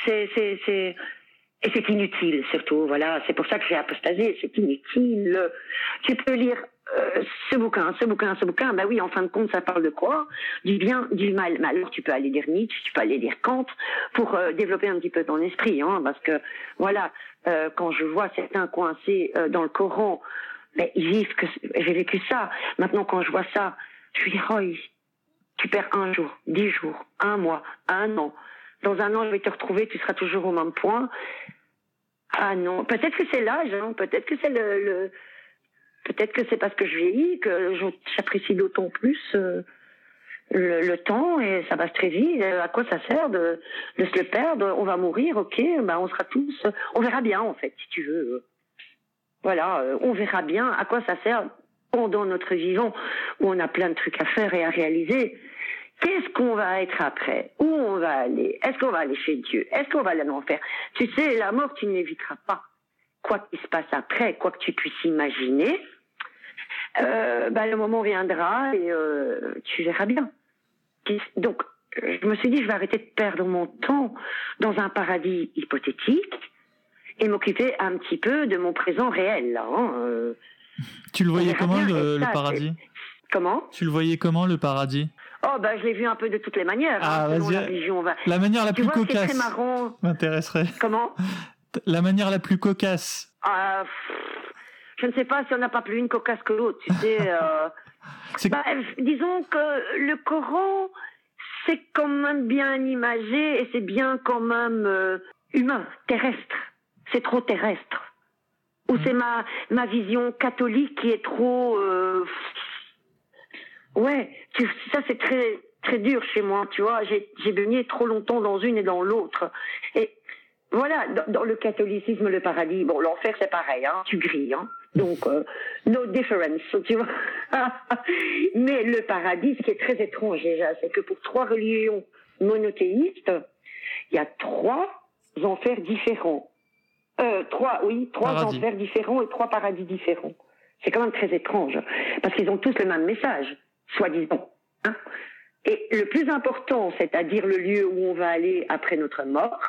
Speaker 2: Et c'est inutile, surtout, voilà. C'est pour ça que j'ai apostasé. C'est inutile. Tu peux lire ce bouquin. Oui, en fin de compte, ça parle de quoi? Du bien, du mal. Mais alors, tu peux aller lire Nietzsche, tu peux aller lire Kant pour développer un petit peu ton esprit, parce que, voilà, quand je vois certains coincés dans le Coran, ils vivent que j'ai vécu ça. Maintenant, quand je vois ça, je me dis, tu perds un jour, 10 jours, un mois, un an. Dans un an, je vais te retrouver, tu seras toujours au même point. Ah non, peut-être que c'est l'âge, hein. Peut-être que c'est peut-être que c'est parce que je vieillis que j'apprécie d'autant plus le temps et ça passe très vite. À quoi ça sert de se le perdre? On va mourir, ok, on sera tous, on verra bien en fait, si tu veux. Voilà, on verra bien à quoi ça sert pendant notre vivant où on a plein de trucs à faire et à réaliser. Qu'est-ce qu'on va être après? Où on va aller? Est-ce qu'on va aller chez Dieu? Est-ce qu'on va aller en enfer? Tu sais, la mort, tu ne l'éviteras pas. Quoi qu'il se passe après, quoi que tu puisses imaginer, le moment viendra et tu verras bien. Donc, je me suis dit, je vais arrêter de perdre mon temps dans un paradis hypothétique et m'occuper un petit peu de mon présent réel. Là, hein.
Speaker 1: Tu le voyais comment le paradis?
Speaker 2: Comment?
Speaker 1: Tu le voyais comment le paradis?
Speaker 2: Oh, je l'ai vu un peu de toutes les manières.
Speaker 1: Ah,
Speaker 2: selon
Speaker 1: vas-y.
Speaker 2: la religion.
Speaker 1: La manière la plus cocasse.
Speaker 2: C'est très marrant.
Speaker 1: M'intéresserait.
Speaker 2: Comment?
Speaker 1: La manière la plus cocasse.
Speaker 2: Je ne sais pas si on n'a pas plus une cocasse que l'autre, tu sais. Disons que le Coran, c'est quand même bien imagé et c'est bien quand même humain, terrestre. C'est trop terrestre. Ou c'est ma vision catholique qui est trop... ça c'est très très dur chez moi, tu vois. J'ai baigné trop longtemps dans une et dans l'autre. Et voilà, dans le catholicisme, le paradis, bon, l'enfer c'est pareil, hein, tu grilles, hein. Donc, no difference, tu vois. Mais le paradis, ce qui est très étrange déjà, c'est que pour 3 religions monothéistes, il y a 3 enfers différents. 3 enfers différents et 3 paradis différents. C'est quand même très étrange, parce qu'ils ont tous le même message, soi-disant. Hein. Et le plus important, c'est-à-dire le lieu où on va aller après notre mort,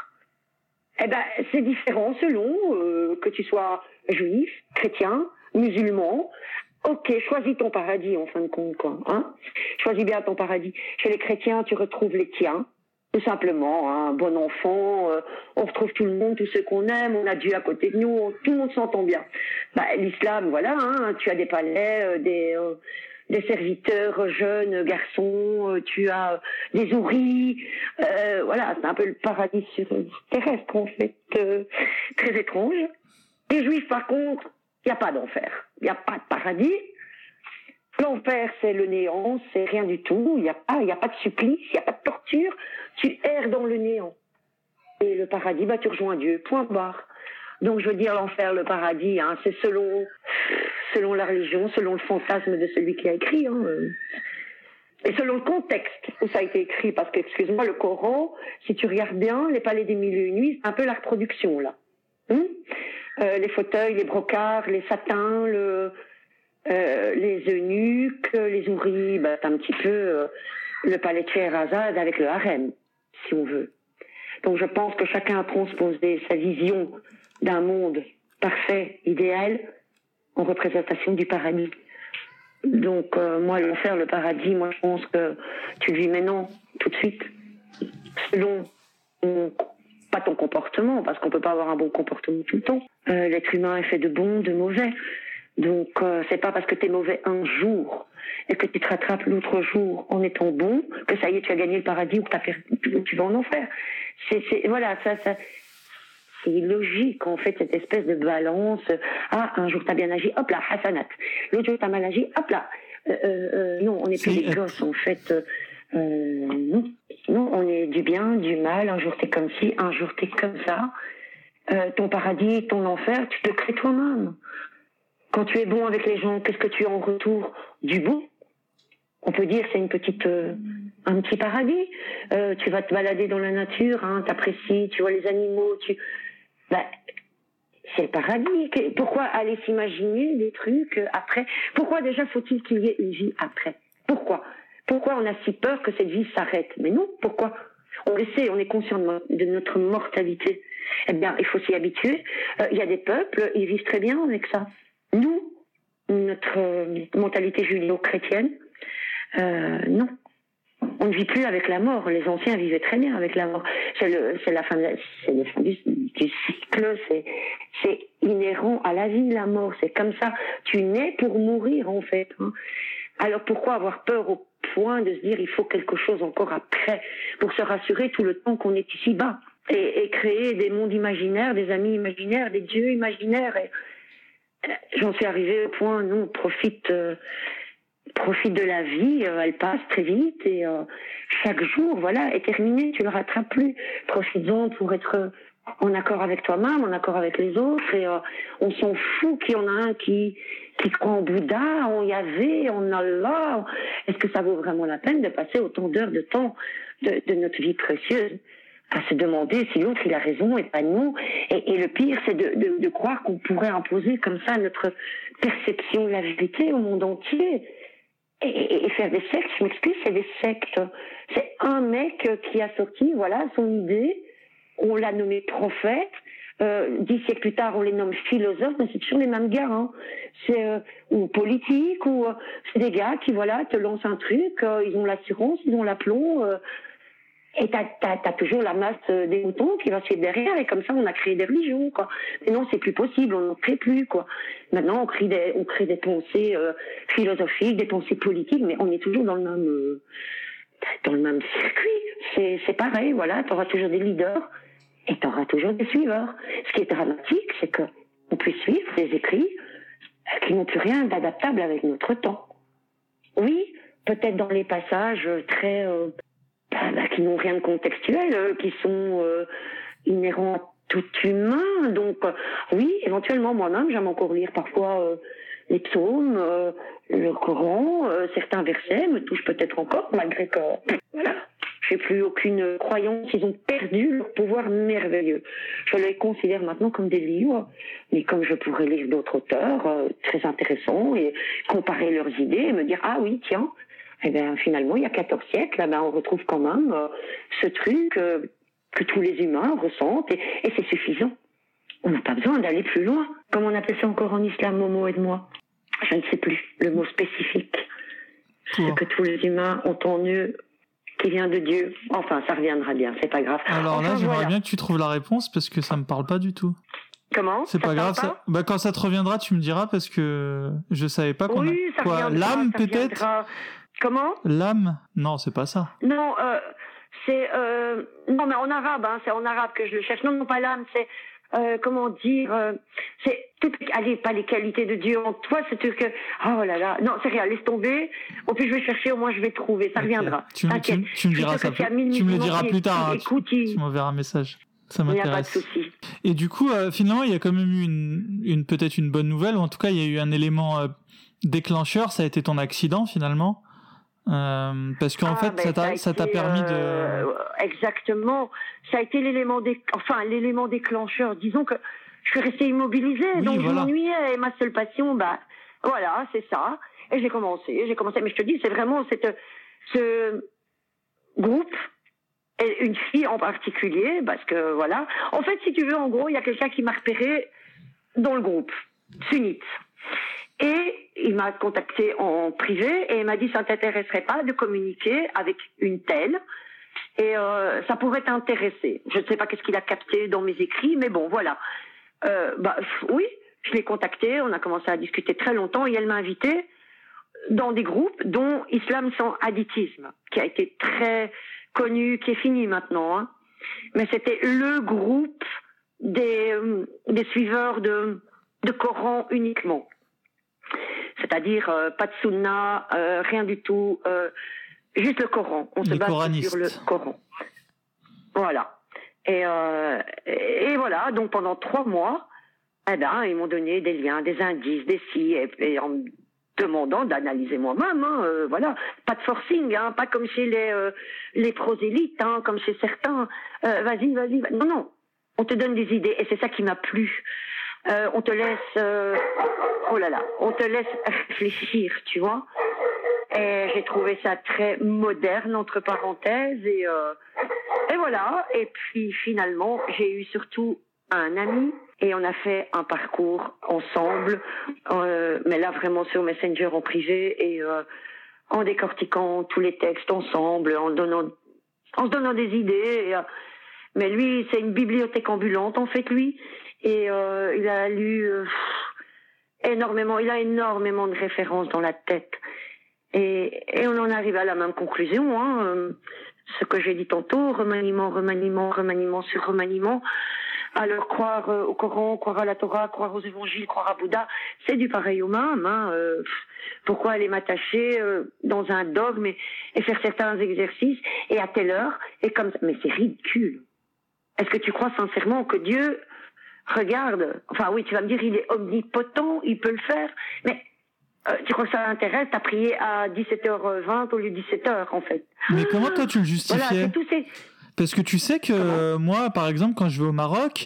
Speaker 2: c'est différent selon que tu sois juif, chrétien, musulman. Ok, choisis ton paradis en fin de compte, quoi. Hein. Choisis bien ton paradis. Chez les chrétiens, tu retrouves les tiens. Tout simplement, un bon enfant, on retrouve tout le monde, tous ceux qu'on aime, on a Dieu à côté de nous, tout le monde s'entend bien. L'islam, voilà, hein, tu as des palais, des serviteurs jeunes garçons, tu as des houris, voilà, c'est un peu le paradis terrestre en fait, très étrange. Les juifs par contre, il n'y a pas d'enfer, il n'y a pas de paradis. L'enfer, c'est le néant, c'est rien du tout. Il y a pas de supplice, il n'y a pas de torture. Tu erres dans le néant. Et le paradis, tu rejoins Dieu. Point barre. Donc, je veux dire, l'enfer, le paradis, hein, c'est selon la religion, selon le fantasme de celui qui a écrit. Hein. Et selon le contexte où ça a été écrit. Parce que, excuse-moi, le Coran, si tu regardes bien, les palais des mille et une nuits, c'est un peu la reproduction, là. Les fauteuils, les brocards, les satins, les eunuques, les houris, c'est un petit peu le palais de Scheherazade avec le harem, si on veut. Donc je pense que chacun a transposé sa vision d'un monde parfait, idéal, en représentation du paradis. Donc moi, l'enfer, le paradis, moi je pense que tu le vis maintenant, tout de suite, selon pas ton comportement, parce qu'on peut pas avoir un bon comportement tout le temps. L'être humain est fait de bon, de mauvais. Donc, c'est pas parce que t'es mauvais un jour et que tu te rattrapes l'autre jour en étant bon que ça y est, tu as gagné le paradis ou que tu vas en enfer. Voilà, ça, c'est illogique, en fait, cette espèce de balance. Ah, un jour t'as bien agi, hop là, hasanat. L'autre jour t'as mal agi, hop là. Non, on n'est plus des gosses, en fait. Non, on est du bien, du mal. Un jour t'es comme ci, un jour t'es comme ça. Ton paradis, ton enfer, tu te crées toi-même. Quand tu es bon avec les gens, qu'est-ce que tu as en retour? Du bon. On peut dire c'est un petit paradis. Tu vas te balader dans la nature, hein, t'apprécies, tu vois les animaux, c'est le paradis. Pourquoi aller s'imaginer des trucs après? Pourquoi déjà faut-il qu'il y ait une vie après? Pourquoi on a si peur que cette vie s'arrête? Mais non, pourquoi? On le sait, on est conscient de notre mortalité. Eh bien, il faut s'y habituer. Il y a des peuples, ils vivent très bien avec ça. Nous, notre mentalité judéo-chrétienne, non. On ne vit plus avec la mort. Les anciens vivaient très bien avec la mort. C'est la fin du cycle. C'est inhérent à la vie, la mort. C'est comme ça. Tu nais pour mourir, en fait. Hein. Alors pourquoi avoir peur au point de se dire il faut quelque chose encore après pour se rassurer tout le temps qu'on est ici-bas et créer des mondes imaginaires, des amis imaginaires, des dieux imaginaires. Et j'en suis arrivée au point, non, profite de la vie, elle passe très vite et chaque jour, voilà, est terminé, tu le rattrapes plus. Profites-en pour être en accord avec toi-même, en accord avec les autres et on s'en fout qu'il y en a un qui croit en Bouddha, en Yahvé, en Allah. Est-ce que ça vaut vraiment la peine de passer autant d'heures de temps de notre vie précieuse à se demander si l'autre il a raison et pas nous. Et le pire, c'est de croire qu'on pourrait imposer comme ça notre perception de la vérité au monde entier. Et faire des sectes, je m'excuse, c'est des sectes. C'est un mec qui a sorti, voilà, son idée, on l'a nommé prophète, 10 siècles plus tard on les nomme philosophes, mais c'est toujours les mêmes gars, hein. C'est ou politique, ou c'est des gars qui, voilà, te lancent un truc, ils ont l'assurance, ils ont l'aplomb, et t'as toujours la masse des moutons qui va suivre derrière, et comme ça on a créé des religions, quoi. Mais non, c'est plus possible, on n'en crée plus, quoi. Maintenant on crée des pensées philosophiques, des pensées politiques, mais on est toujours dans le même circuit. C'est pareil, voilà, t'auras toujours des leaders et t'auras toujours des suiveurs. Ce qui est dramatique, c'est que on peut suivre des écrits qui n'ont plus rien d'adaptable avec notre temps. Oui, peut-être dans les passages très qui n'ont rien de contextuel, qui sont inhérents à tout humain. Donc, oui, éventuellement, moi-même, j'aime encore lire parfois les psaumes, le Coran, certains versets me touchent peut-être encore, malgré que, voilà, j'ai plus aucune croyance, ils ont perdu leur pouvoir merveilleux. Je les considère maintenant comme des livres, mais comme je pourrais lire d'autres auteurs très intéressants et comparer leurs idées et me dire, ah oui, tiens, eh bien, finalement, il y a 14 siècles, on retrouve quand même ce truc que tous les humains ressentent, et c'est suffisant. On n'a pas besoin d'aller plus loin. Comme on appelle ça encore en islam, Momo, aide-moi. Je ne sais plus le mot spécifique. Ce que tous les humains ont en eux, qui vient de Dieu. Enfin, ça reviendra bien, c'est pas grave.
Speaker 1: Alors là, j'aimerais bien que tu trouves la réponse, parce que ça me parle pas du tout.
Speaker 2: Comment ?
Speaker 1: C'est pas grave. Quand ça te reviendra, tu me diras, parce que je savais pas qu'on
Speaker 2: ça reviendra,
Speaker 1: l'âme, peut-être ?
Speaker 2: Comment ?
Speaker 1: L'âme ? Non, c'est pas ça.
Speaker 2: Non, c'est non, mais en arabe, hein, c'est en arabe que je le cherche. Non, pas l'âme, c'est comment dire, c'est tout. Allez, pas les qualités de Dieu en toi, c'est que oh là là, non, c'est rien, laisse tomber. Au plus je vais chercher, au moins je vais trouver, ça reviendra. T'inquiète.
Speaker 1: Tu me diras ça. Tu me le diras plus tard.
Speaker 2: Écoute,
Speaker 1: tu m'enverras un message. Ça m'intéresse.
Speaker 2: Il n'y a pas de souci.
Speaker 1: Et du coup, finalement, il y a quand même eu peut-être une bonne nouvelle, ou en tout cas, il y a eu un élément déclencheur. Ça a été ton accident finalement. Parce qu'en fait, ça t'a permis de...
Speaker 2: Exactement. Ça a été l'élément déclencheur. Disons que je suis restée immobilisée, oui, donc voilà. Je m'ennuyais. Et ma seule passion, voilà, c'est ça. Et j'ai commencé. Mais je te dis, c'est vraiment ce groupe, et une fille en particulier, parce que voilà. En fait, si tu veux, en gros, il y a quelqu'un qui m'a repéré dans le groupe, sunnite. Et il m'a contacté en privé et il m'a dit ça ne t'intéresserait pas de communiquer avec une telle et ça pourrait t'intéresser. Je ne sais pas qu'est-ce qu'il a capté dans mes écrits, mais bon, voilà. Oui, je l'ai contacté, on a commencé à discuter très longtemps et elle m'a invité dans des groupes dont Islam sans additisme, qui a été très connu, qui est fini maintenant, hein. Mais c'était le groupe des suiveurs de Coran uniquement. C'est-à-dire pas de sunna, rien du tout, juste le Coran. On se base sur le Coran. Voilà. Et voilà, donc pendant 3 mois, ils m'ont donné des liens, des indices, des si, et en me demandant d'analyser moi-même, hein, voilà. Pas de forcing, hein, pas comme chez les prosélytes, hein, comme chez certains. Vas-y. Non. On te donne des idées, et c'est ça qui m'a plu. On te laisse, on te laisse réfléchir, tu vois. Et j'ai trouvé ça très moderne, entre parenthèses, et voilà. Et puis finalement, j'ai eu surtout un ami, et on a fait un parcours ensemble, mais là vraiment sur Messenger en privé, et en décortiquant tous les textes ensemble, en se donnant des idées. Mais lui, c'est une bibliothèque ambulante, en fait, lui. Et il a lu énormément, il a énormément de références dans la tête. Et on en arrive à la même conclusion, hein. Ce que j'ai dit tantôt, remaniement sur remaniement. Alors croire au Coran, croire à la Torah, croire aux évangiles, croire à Bouddha, c'est du pareil au même. Hein. Pourquoi aller m'attacher dans un dogme et faire certains exercices et à telle heure et comme ça? Mais c'est ridicule. Est-ce que tu crois sincèrement que Dieu regarde? Enfin oui, tu vas me dire, il est omnipotent, il peut le faire, mais tu crois que ça l'intéresse? T'as prié à 17h20 au lieu de 17h, en fait.
Speaker 1: Mais comment toi tu le justifiais?
Speaker 2: Voilà, c'est tout,
Speaker 1: Parce que tu sais que moi, par exemple, quand je vais au Maroc,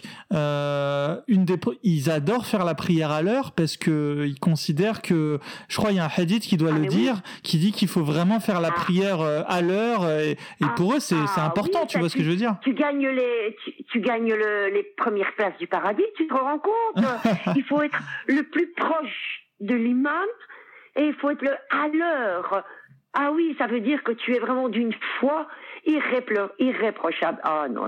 Speaker 1: ils adorent faire la prière à l'heure parce que ils considèrent que, je crois, il y a un hadith qui doit le dire, qui dit qu'il faut vraiment faire la prière à l'heure et pour eux c'est important. Oui, tu vois ce que je veux dire?
Speaker 2: Tu gagnes les premières places du paradis. Tu te rends compte? Il faut être le plus proche de l'imam et il faut être à l'heure. Ah oui, ça veut dire que tu es vraiment d'une foi irréprochable. Ah non.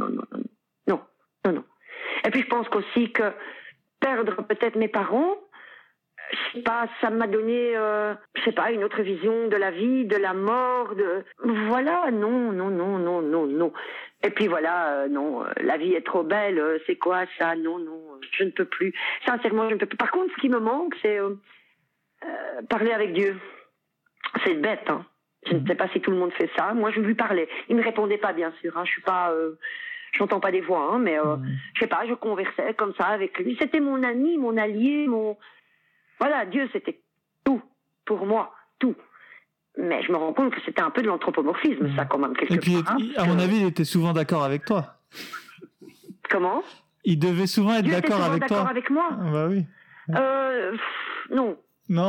Speaker 2: Et puis je pense qu'aussi que perdre peut-être mes parents, je sais pas, ça m'a donné, je sais pas, une autre vision de la vie, de la mort, voilà, non. Et puis voilà, non, la vie est trop belle, c'est quoi ça? Non, je ne peux plus. Sincèrement, je ne peux plus. Par contre, ce qui me manque, c'est parler avec Dieu. C'est bête, hein. Je ne sais pas si tout le monde fait ça. Moi, je lui parlais. Il me répondait pas, bien sûr. Hein. Je suis pas, je n'entends pas des voix, hein, mais je sais pas. Je conversais comme ça avec lui. C'était mon ami, mon allié, voilà, Dieu, c'était tout pour moi, tout. Mais je me rends compte que c'était un peu de l'anthropomorphisme, ça, quand même, quelque part. Et puis,
Speaker 1: à mon avis, il était souvent d'accord avec toi.
Speaker 2: Comment?
Speaker 1: Il devait souvent être
Speaker 2: Dieu
Speaker 1: d'accord avec toi.
Speaker 2: D'accord avec moi?
Speaker 1: Bah oui.
Speaker 2: Non.
Speaker 1: Non.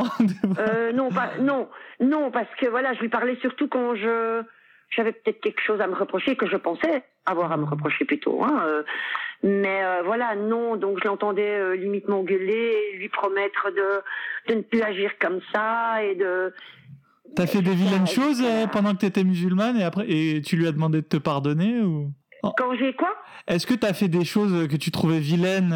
Speaker 2: Non, parce que voilà, je lui parlais surtout quand j'avais peut-être quelque chose à me reprocher, que je pensais avoir à me reprocher plutôt. Hein, mais voilà, non. Donc je l'entendais limite m'engueuler, lui promettre de ne plus agir comme ça et de.
Speaker 1: T'as fait des vilaines choses pendant que t'étais musulmane et tu lui as demandé de te pardonner ou?
Speaker 2: Quand j'ai quoi?
Speaker 1: Est-ce que t'as fait des choses que tu trouvais vilaines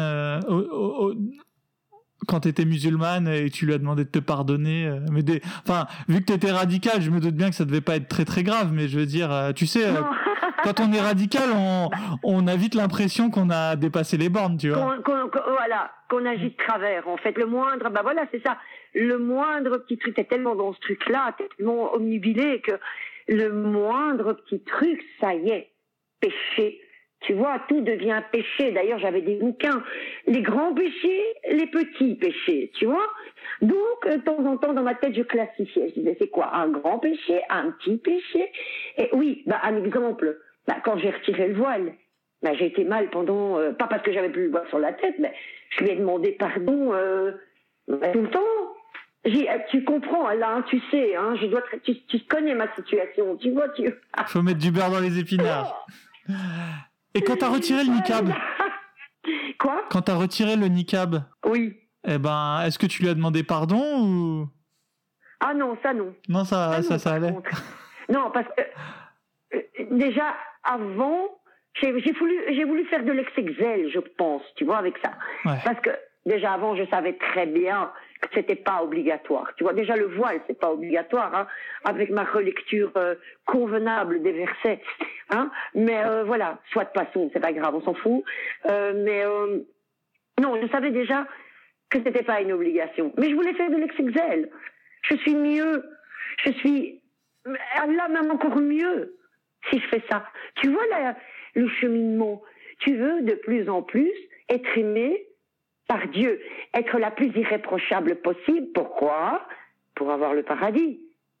Speaker 1: quand t'étais musulmane et tu lui as demandé de te pardonner, enfin, vu que t'étais radical, je me doute bien que ça devait pas être très très grave, mais je veux dire, tu sais, quand on est radical, on a vite l'impression qu'on a dépassé les bornes, tu vois.
Speaker 2: Voilà, qu'on agit de travers, en fait. Le moindre, voilà, c'est ça. Le moindre petit truc, t'es tellement dans ce truc-là, t'es tellement omnubilé que le moindre petit truc, ça y est, péché. Tu vois, tout devient péché. D'ailleurs, j'avais des bouquins. Les grands péchés, les petits péchés, tu vois. Donc, de temps en temps, dans ma tête, je classifiais. Je disais, c'est quoi? Un grand péché, un petit péché? Et oui, un exemple. Quand j'ai retiré le voile, j'ai été mal pendant... pas parce que j'avais plus le voile sur la tête, mais je lui ai demandé pardon tout le temps. Tu comprends, là, hein, tu sais, hein, tu connais ma situation, tu vois,
Speaker 1: Faut mettre du beurre dans les épinards. Et quand t'as retiré le niqab?
Speaker 2: Quoi?
Speaker 1: Quand t'as retiré le niqab?
Speaker 2: Oui.
Speaker 1: Eh ben, est-ce que tu lui as demandé pardon ou?
Speaker 2: Ah non, ça non.
Speaker 1: Non, ça allait.
Speaker 2: Non, parce que déjà avant, j'ai voulu faire de l'exegzèle, je pense, tu vois, avec ça.
Speaker 1: Ouais.
Speaker 2: Parce que déjà avant, je savais très bien que c'était pas obligatoire. Tu vois, déjà le voile, c'est pas obligatoire, hein, avec ma relecture convenable des versets, hein. Mais voilà, soit de façon, c'est pas grave, on s'en fout. Mais non, je savais déjà que c'était pas une obligation. Mais je voulais faire de l'exegzèle. Je suis mieux. Je suis là même encore mieux si je fais ça. Tu vois le cheminement. Tu veux de plus en plus être aimé par Dieu, être la plus irréprochable possible. Pourquoi? Pour avoir le paradis.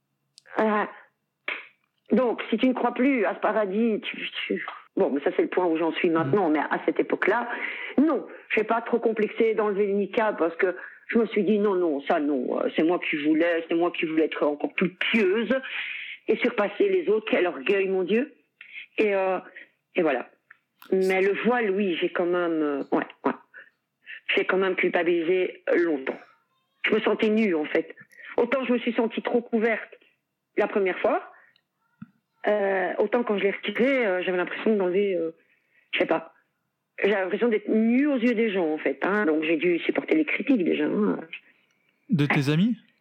Speaker 2: Donc, si tu ne crois plus à ce paradis, bon, mais ça c'est le point où j'en suis maintenant, mais à cette époque-là, non, je vais pas trop complexer d'enlever le niqab parce que je me suis dit non, c'est moi qui voulais être encore plus pieuse et surpasser les autres. Quel orgueil, mon Dieu. Et voilà. Mais le voile, oui, j'ai quand même, j'ai quand même culpabilisé longtemps. Je me sentais nue, en fait. Autant je me suis sentie trop couverte la première fois, autant quand je l'ai retiré, j'avais l'impression d'enlever, je sais pas, j'avais l'impression d'être nue aux yeux des gens, en fait. Hein, donc j'ai dû supporter les critiques déjà. Hein.
Speaker 1: De tes amis?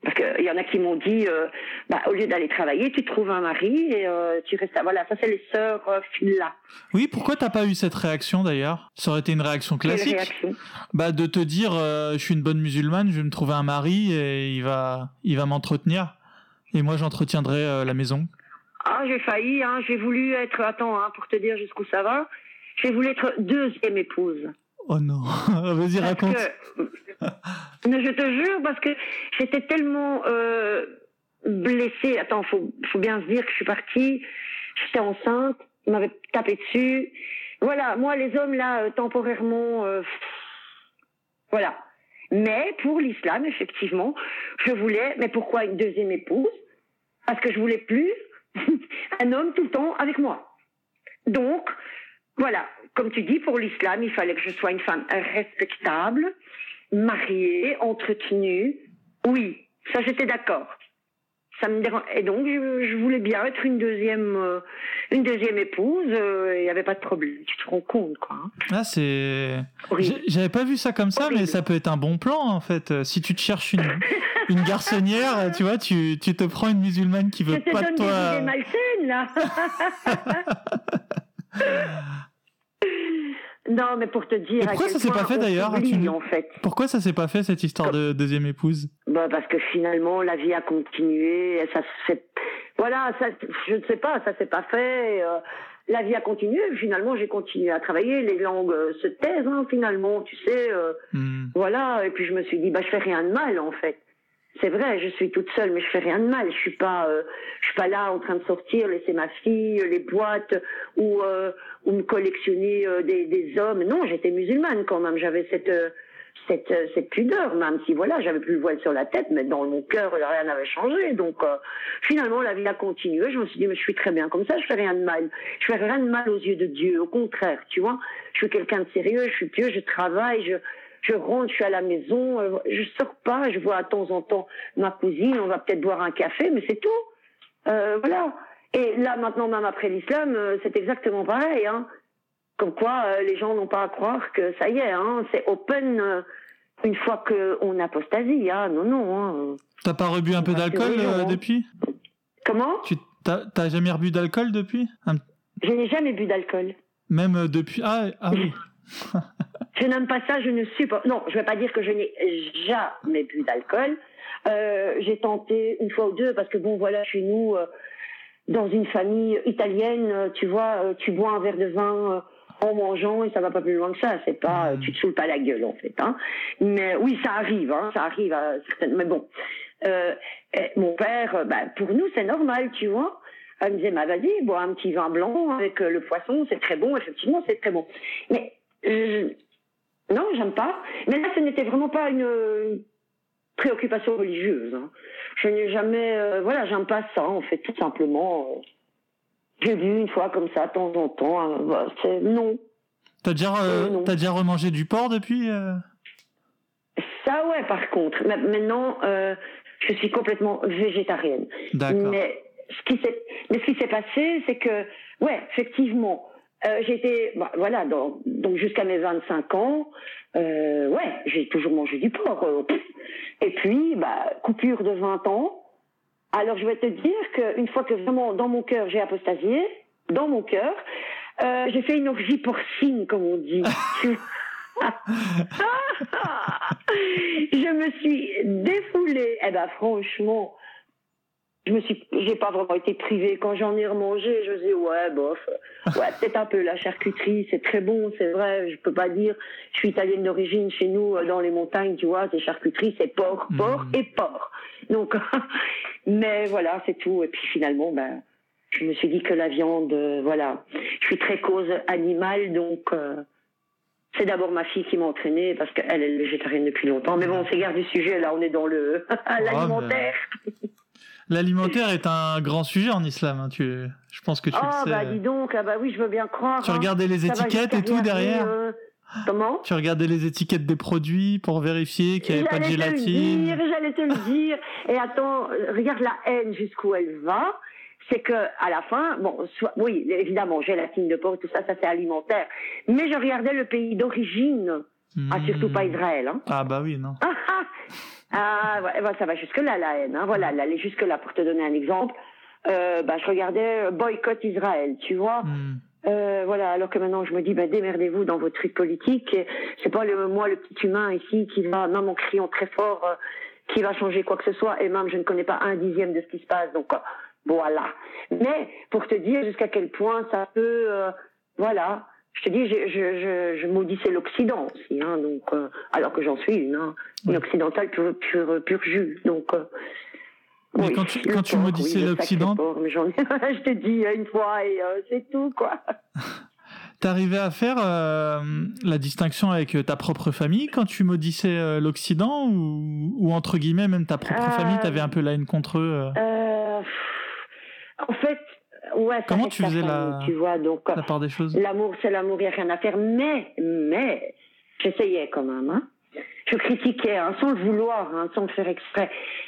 Speaker 2: Parce qu'il y en a qui m'ont dit, au lieu d'aller travailler, tu trouves un mari et tu restes là. Voilà, ça c'est les sœurs là.
Speaker 1: Oui, pourquoi t'as pas eu cette réaction d'ailleurs? Ça aurait été une réaction classique.
Speaker 2: Quelle réaction?
Speaker 1: De te dire, je suis une bonne musulmane, je vais me trouver un mari et il va m'entretenir. Et moi, j'entretiendrai la maison.
Speaker 2: Ah, j'ai failli, j'ai voulu être, pour te dire jusqu'où ça va, j'ai voulu être deuxième épouse.
Speaker 1: Oh non, vas-y, raconte.
Speaker 2: Mais je te jure, parce que j'étais tellement blessée. Attends, faut bien se dire que je suis partie, j'étais enceinte, ils m'avaient tapé dessus. Voilà, moi, les hommes, là, temporairement, voilà. Mais pour l'islam, effectivement, je voulais, mais pourquoi une deuxième épouse? Parce que je voulais plus un homme tout le temps avec moi. Donc, voilà, comme tu dis, pour l'islam, il fallait que je sois une femme respectable, mariée, entretenue. Oui, ça j'étais d'accord. Ça me dérange. Et donc, je voulais bien être une deuxième épouse. Il n'y avait pas de problème. Tu te rends compte, quoi.
Speaker 1: Ah, c'est... J'avais pas vu ça comme ça, mais ça peut être un bon plan, en fait. Si tu te cherches une garçonnière, tu vois, tu te prends une musulmane qui veut pas de toi.
Speaker 2: Je te donne des idées malsaines, là. Non, mais pour te dire.
Speaker 1: Et pourquoi ça s'est pas fait d'ailleurs? Pourquoi ça s'est pas fait cette histoire de deuxième épouse?
Speaker 2: Parce que finalement la vie a continué. Ça c'est voilà, ça, je ne sais pas, ça s'est pas fait. La vie a continué. Finalement, j'ai continué à travailler. Les langues se taisent, finalement, tu sais. Voilà. Et puis je me suis dit, je fais rien de mal en fait. C'est vrai, je suis toute seule, mais je fais rien de mal. Je suis pas là en train de sortir, laisser ma fille, les boîtes ou me collectionner des hommes. Non, j'étais musulmane quand même. J'avais cette pudeur, même si voilà, j'avais plus le voile sur la tête, mais dans mon cœur, rien n'avait changé. Donc finalement, la vie a continué. Je me suis dit, mais je suis très bien comme ça. Je fais rien de mal. Je fais rien de mal aux yeux de Dieu. Au contraire, tu vois. Je suis quelqu'un de sérieux. Je suis pieux. Je travaille. Je rentre, je suis à la maison, je sors pas, je vois de temps en temps ma cousine, on va peut-être boire un café, mais c'est tout. Voilà. Et là, maintenant, même après l'islam, c'est exactement pareil. Comme quoi, les gens n'ont pas à croire que ça y est, c'est open une fois qu'on apostasie. Non.
Speaker 1: T'as pas rebu un peu d'alcool depuis?
Speaker 2: Comment?
Speaker 1: T'as jamais rebu d'alcool depuis?
Speaker 2: Je n'ai jamais bu d'alcool.
Speaker 1: Même depuis... Ah oui.
Speaker 2: Je n'aime pas ça, je ne supporte. Non, je ne vais pas dire que je n'ai jamais bu d'alcool. J'ai tenté une fois ou deux parce que chez nous, dans une famille italienne, tu vois, tu bois un verre de vin en mangeant et ça va pas plus loin que ça. C'est pas, tu te saoules pas la gueule en fait. Mais oui, ça arrive à certaines. Mais bon, mon père, pour nous c'est normal, tu vois. Elle me disait, vas-y, bois un petit vin blanc avec le poisson, c'est très bon. Effectivement, c'est très bon. Mais non, j'aime pas. Mais là, ce n'était vraiment pas une préoccupation religieuse. Je n'ai jamais... j'aime pas ça, en fait, tout simplement. J'ai bu une fois comme ça, de temps en temps. Non.
Speaker 1: T'as déjà remangé du porc depuis
Speaker 2: Ça, ouais, par contre. Maintenant, je suis complètement végétarienne.
Speaker 1: D'accord.
Speaker 2: Mais ce qui s'est passé, c'est que, ouais, effectivement... j'étais, donc jusqu'à mes 25 ans, j'ai toujours mangé du porc. Et puis, coupure de 20 ans. Alors, je vais te dire qu'une fois que vraiment, dans mon cœur, j'ai apostasié, j'ai fait une orgie porcine, comme on dit. Je me suis défoulée. Franchement... j'ai pas vraiment été privée. Quand j'en ai remangé, je me dis, peut-être un peu la charcuterie, c'est très bon, c'est vrai, je peux pas dire, je suis italienne d'origine, chez nous, dans les montagnes, tu vois, c'est charcuterie, c'est porc et porc. Donc, mais voilà, c'est tout. Et puis finalement, je me suis dit que la viande, je suis très cause animale, donc, c'est d'abord ma fille qui m'a entraînée parce qu'elle est végétarienne depuis longtemps. Mais bon, on s'égare du sujet, là, on est dans l'alimentaire.
Speaker 1: L'alimentaire est un grand sujet en islam, je pense que tu le sais.
Speaker 2: Dis donc, oui, je veux bien croire.
Speaker 1: Tu regardais les étiquettes et tout derrière
Speaker 2: Comment?
Speaker 1: Tu regardais les étiquettes des produits pour vérifier qu'il n'y avait pas de gélatine.
Speaker 2: J'allais te le dire. Et attends, regarde la haine jusqu'où elle va. C'est que à la fin, oui, évidemment, gélatine de porc, tout ça c'est alimentaire. Mais je regardais le pays d'origine. Surtout pas Israël.
Speaker 1: Ah oui, non.
Speaker 2: Ah, ouais, ça va jusque-là, la haine. Hein. Voilà, elle allait jusque-là. Pour te donner un exemple, je regardais Boycott Israël, tu vois. Voilà, alors que maintenant je me dis, démerdez-vous dans votre truc politique. Et c'est pas moi, le petit humain ici, qui va, même en criant très fort, qui va changer quoi que ce soit. Et même, je ne connais pas 1/10 de ce qui se passe. Donc, voilà. Mais, pour te dire jusqu'à quel point ça peut, voilà. Je te dis, je maudissais l'Occident aussi, hein, donc, alors que j'en suis une occidentale pure jus, donc.
Speaker 1: Mais oui, quand tu maudissais l'Occident,
Speaker 2: je te dis une fois et c'est tout, quoi.
Speaker 1: T'arrivais à faire la distinction avec ta propre famille quand tu maudissais l'Occident ou entre guillemets même ta propre famille, t'avais un peu la haine contre eux
Speaker 2: En fait. Ouais,
Speaker 1: comment tu faisais
Speaker 2: tu vois, donc,
Speaker 1: la part des choses?
Speaker 2: L'amour, c'est l'amour, il n'y a rien à faire. Mais, j'essayais quand même. Hein. Je critiquais, sans le vouloir, sans le faire exprès.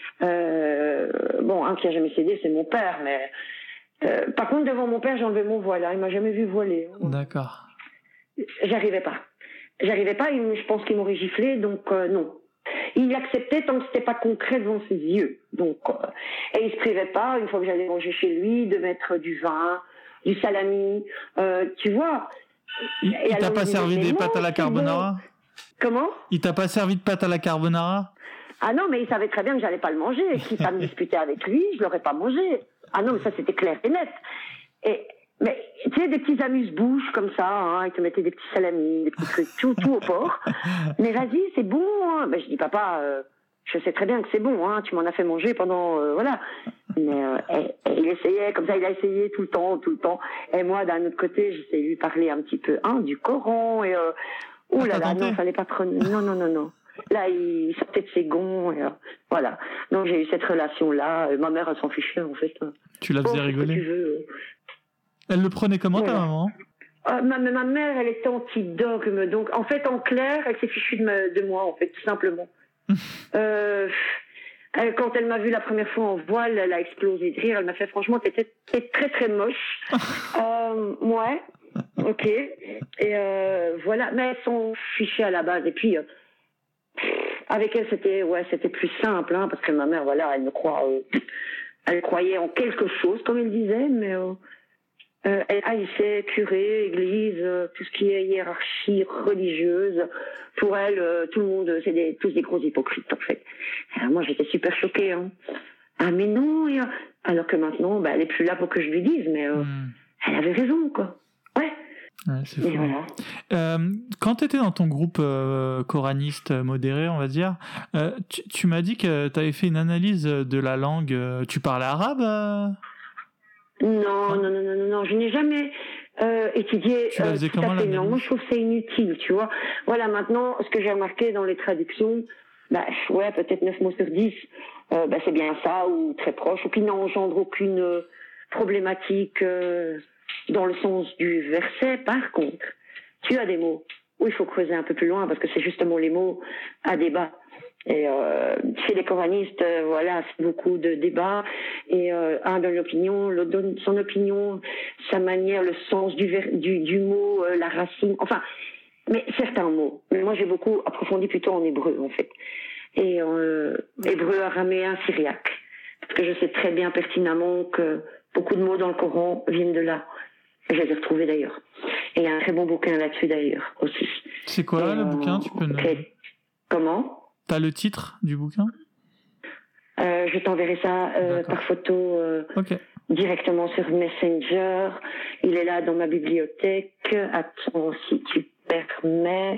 Speaker 2: Un qui a jamais cédé, c'est mon père. Mais par contre, devant mon père, j'enlevais mon voile. Il m'a jamais vu voiler. Hein.
Speaker 1: D'accord.
Speaker 2: J'arrivais pas. Je pense qu'il m'aurait giflé, donc non. Il l'acceptait tant que c'était pas concret devant ses yeux. Donc, et il se privait pas, une fois que j'allais manger chez lui, de mettre du vin, du salami, tu vois.
Speaker 1: Il t'a pas servi des pâtes à la carbonara?
Speaker 2: Comment?
Speaker 1: Il t'a pas servi de pâtes à la carbonara?
Speaker 2: Ah non, mais il savait très bien que j'allais pas le manger. Et quitte à me disputer avec lui, je l'aurais pas mangé. Ah non, mais ça c'était clair et net. Mais tu sais, des petits amuse-bouches comme ça, ils te mettaient des petits salamis, des petits trucs, tout au porc. Mais vas-y, c'est bon. Hein. Je dis, papa, je sais très bien que c'est bon, tu m'en as fait manger pendant, voilà. Mais il essayait, comme ça, il a essayé tout le temps. Et moi, d'un autre côté, j'essayais de lui parler un petit peu, du Coran, et non, fallait pas trop, non. Là, il sortait de ses gonds, et voilà. Donc, j'ai eu cette relation-là. Ma mère, elle s'en fichait, en fait.
Speaker 1: Tu la faisais rigoler?
Speaker 2: Tu veux.
Speaker 1: Elle le prenait comment, ta maman?
Speaker 2: Ma mère, elle était anti-dogme. Donc, en fait, en clair, elle s'est fichue de moi, en fait, tout simplement. Quand elle m'a vue la première fois en voile, elle a explosé de rire. Elle m'a fait, franchement, t'es très, très moche. Ouais. Ok. Et voilà. Mais elles sont fichées à la base. Et puis, avec elle, c'était plus simple, parce que ma mère, voilà, elle croyait en quelque chose, comme elle disait, mais elle haïssait curé, église, tout ce qui est hiérarchie religieuse. Pour elle, tout le monde, c'est tous des gros hypocrites, en fait. Alors, moi, j'étais super choquée. Ah, mais non, alors que maintenant, elle est plus là pour que je lui dise, mais elle avait raison, quoi.
Speaker 1: Ouais, c'est fou. Voilà. Quand tu étais dans ton groupe coraniste modéré, on va dire, tu m'as dit que tu avais fait une analyse de la langue. Tu parlais arabe
Speaker 2: Non, je n'ai jamais étudié
Speaker 1: tu la faisais
Speaker 2: tout à fait une langue. Moi, je trouve que c'est inutile, tu vois. Voilà, maintenant, ce que j'ai remarqué dans les traductions, peut-être 9 mots sur 10, c'est bien ça, ou très proche, ou qui n'engendre aucune problématique dans le sens du verset. Par contre, tu as des mots où il faut creuser un peu plus loin, parce que c'est justement les mots à débat. Et chez les coranistes, c'est beaucoup de débats. Et un donne l'opinion, l'autre donne son opinion, sa manière, le sens du mot, la racine. Enfin, mais certains mots. Mais moi, j'ai beaucoup approfondi plutôt en hébreu, en fait. Et hébreu, araméen, syriaque. Parce que je sais très bien pertinemment que beaucoup de mots dans le Coran viennent de là. Je les ai retrouvés d'ailleurs. Et il y a un très bon bouquin là-dessus d'ailleurs aussi.
Speaker 1: C'est quoi le bouquin? Tu peux
Speaker 2: Comment?
Speaker 1: T'as le titre du bouquin?
Speaker 2: Je t'enverrai ça par photo directement sur Messenger. Il est là dans ma bibliothèque. Attends, si tu permets.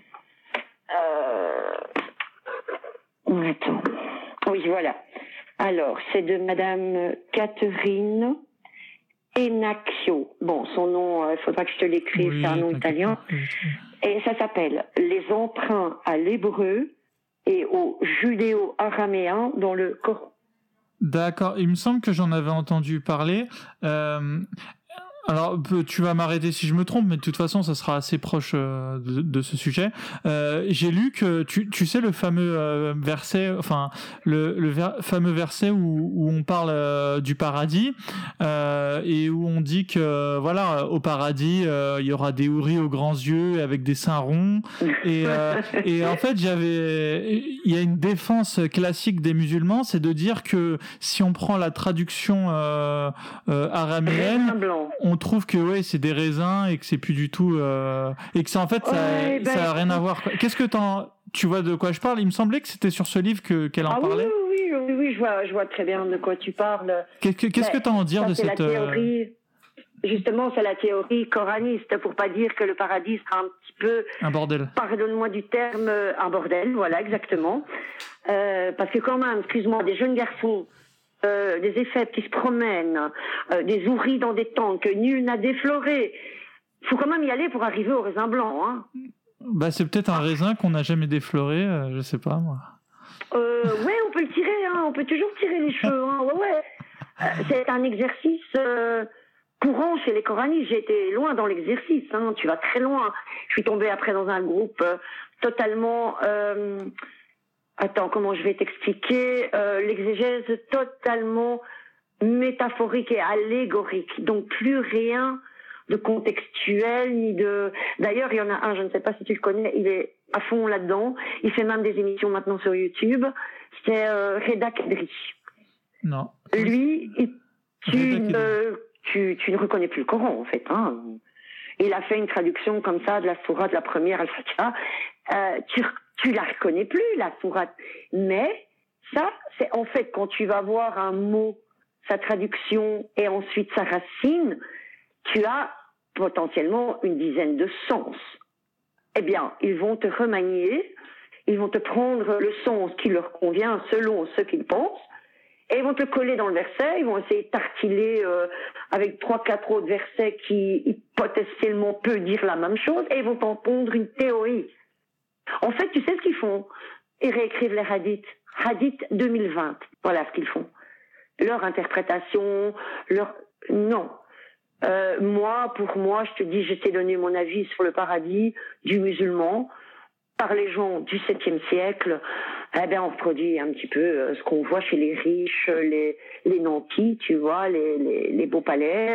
Speaker 2: Attends. Oui, voilà. Alors, c'est de Madame Catherine Enacchio. Bon, son nom, il faudra que je te l'écrive, c'est un nom italien. Et ça s'appelle « Les emprunts à l'hébreu et au judéo-araméen dans le Coran ».
Speaker 1: D'accord, il me semble que j'en avais entendu parler. Alors, tu vas m'arrêter si je me trompe, mais de toute façon, ça sera assez proche de ce sujet. J'ai lu que tu sais le fameux verset, enfin fameux verset où on parle du paradis et où on dit que voilà, au paradis, il y aura des houris aux grands yeux avec des seins ronds. Et en fait, il y a une défense classique des musulmans, c'est de dire que si on prend la traduction araméenne, on trouve que ouais, c'est des raisins et que c'est plus du tout et que ça en fait ça a rien à voir. Qu'est-ce que tu vois de quoi je parle? Il me semblait que c'était sur ce livre qu'elle en parlait.
Speaker 2: Oui, je vois très bien de quoi tu parles.
Speaker 1: Qu'est-ce que tu as à en dire de cette
Speaker 2: théorie? Justement, c'est la théorie coraniste, pour pas dire que le paradis sera un petit peu
Speaker 1: un bordel.
Speaker 2: Pardonne-moi du terme, un bordel, voilà, exactement. Parce que quand même, excuse-moi, des jeunes garçons, des éphèbes qui se promènent, des houris dans des temps que nul n'a défloré. Il faut quand même y aller pour arriver au raisin blanc, hein.
Speaker 1: Bah, c'est peut-être un raisin qu'on n'a jamais défloré, je sais pas, moi.
Speaker 2: Ouais, on peut le tirer, hein, on peut toujours tirer les cheveux, hein, ouais. C'est un exercice courant chez les coranistes. J'ai été loin dans l'exercice, hein, tu vas très loin. Je suis tombée après dans un groupe totalement... Attends, comment je vais t'expliquer l'exégèse totalement métaphorique et allégorique. Donc plus rien de contextuel ni de... D'ailleurs, il y en a un, je ne sais pas si tu le connais, il est à fond là-dedans. Il fait même des émissions maintenant sur YouTube. C'est Reda Kadri.
Speaker 1: Non.
Speaker 2: Lui, tu ne reconnais plus le Coran, en fait. Hein. Il a fait une traduction comme ça de la sourate, de la première Al-Fatiha. Tu la reconnais plus, la sourate. Mais ça, c'est en fait quand tu vas voir un mot, sa traduction et ensuite sa racine, tu as potentiellement une dizaine de sens. Eh bien, ils vont te remanier, ils vont te prendre le sens qui leur convient selon ce qu'ils pensent, et ils vont te coller dans le verset, ils vont essayer de t'artiler avec 3-4 autres versets qui potentiellement peuvent dire la même chose, et ils vont t'en pondre une théorie. En fait, tu sais ce qu'ils font? Ils réécrivent les hadiths. Hadith 2020. Voilà ce qu'ils font. Leur interprétation, non. Pour moi, je te dis, je t'ai donné mon avis sur le paradis du musulman par les gens du 7e siècle. Eh ben, on reproduit un petit peu ce qu'on voit chez les riches, les nantis, tu vois, les beaux palais,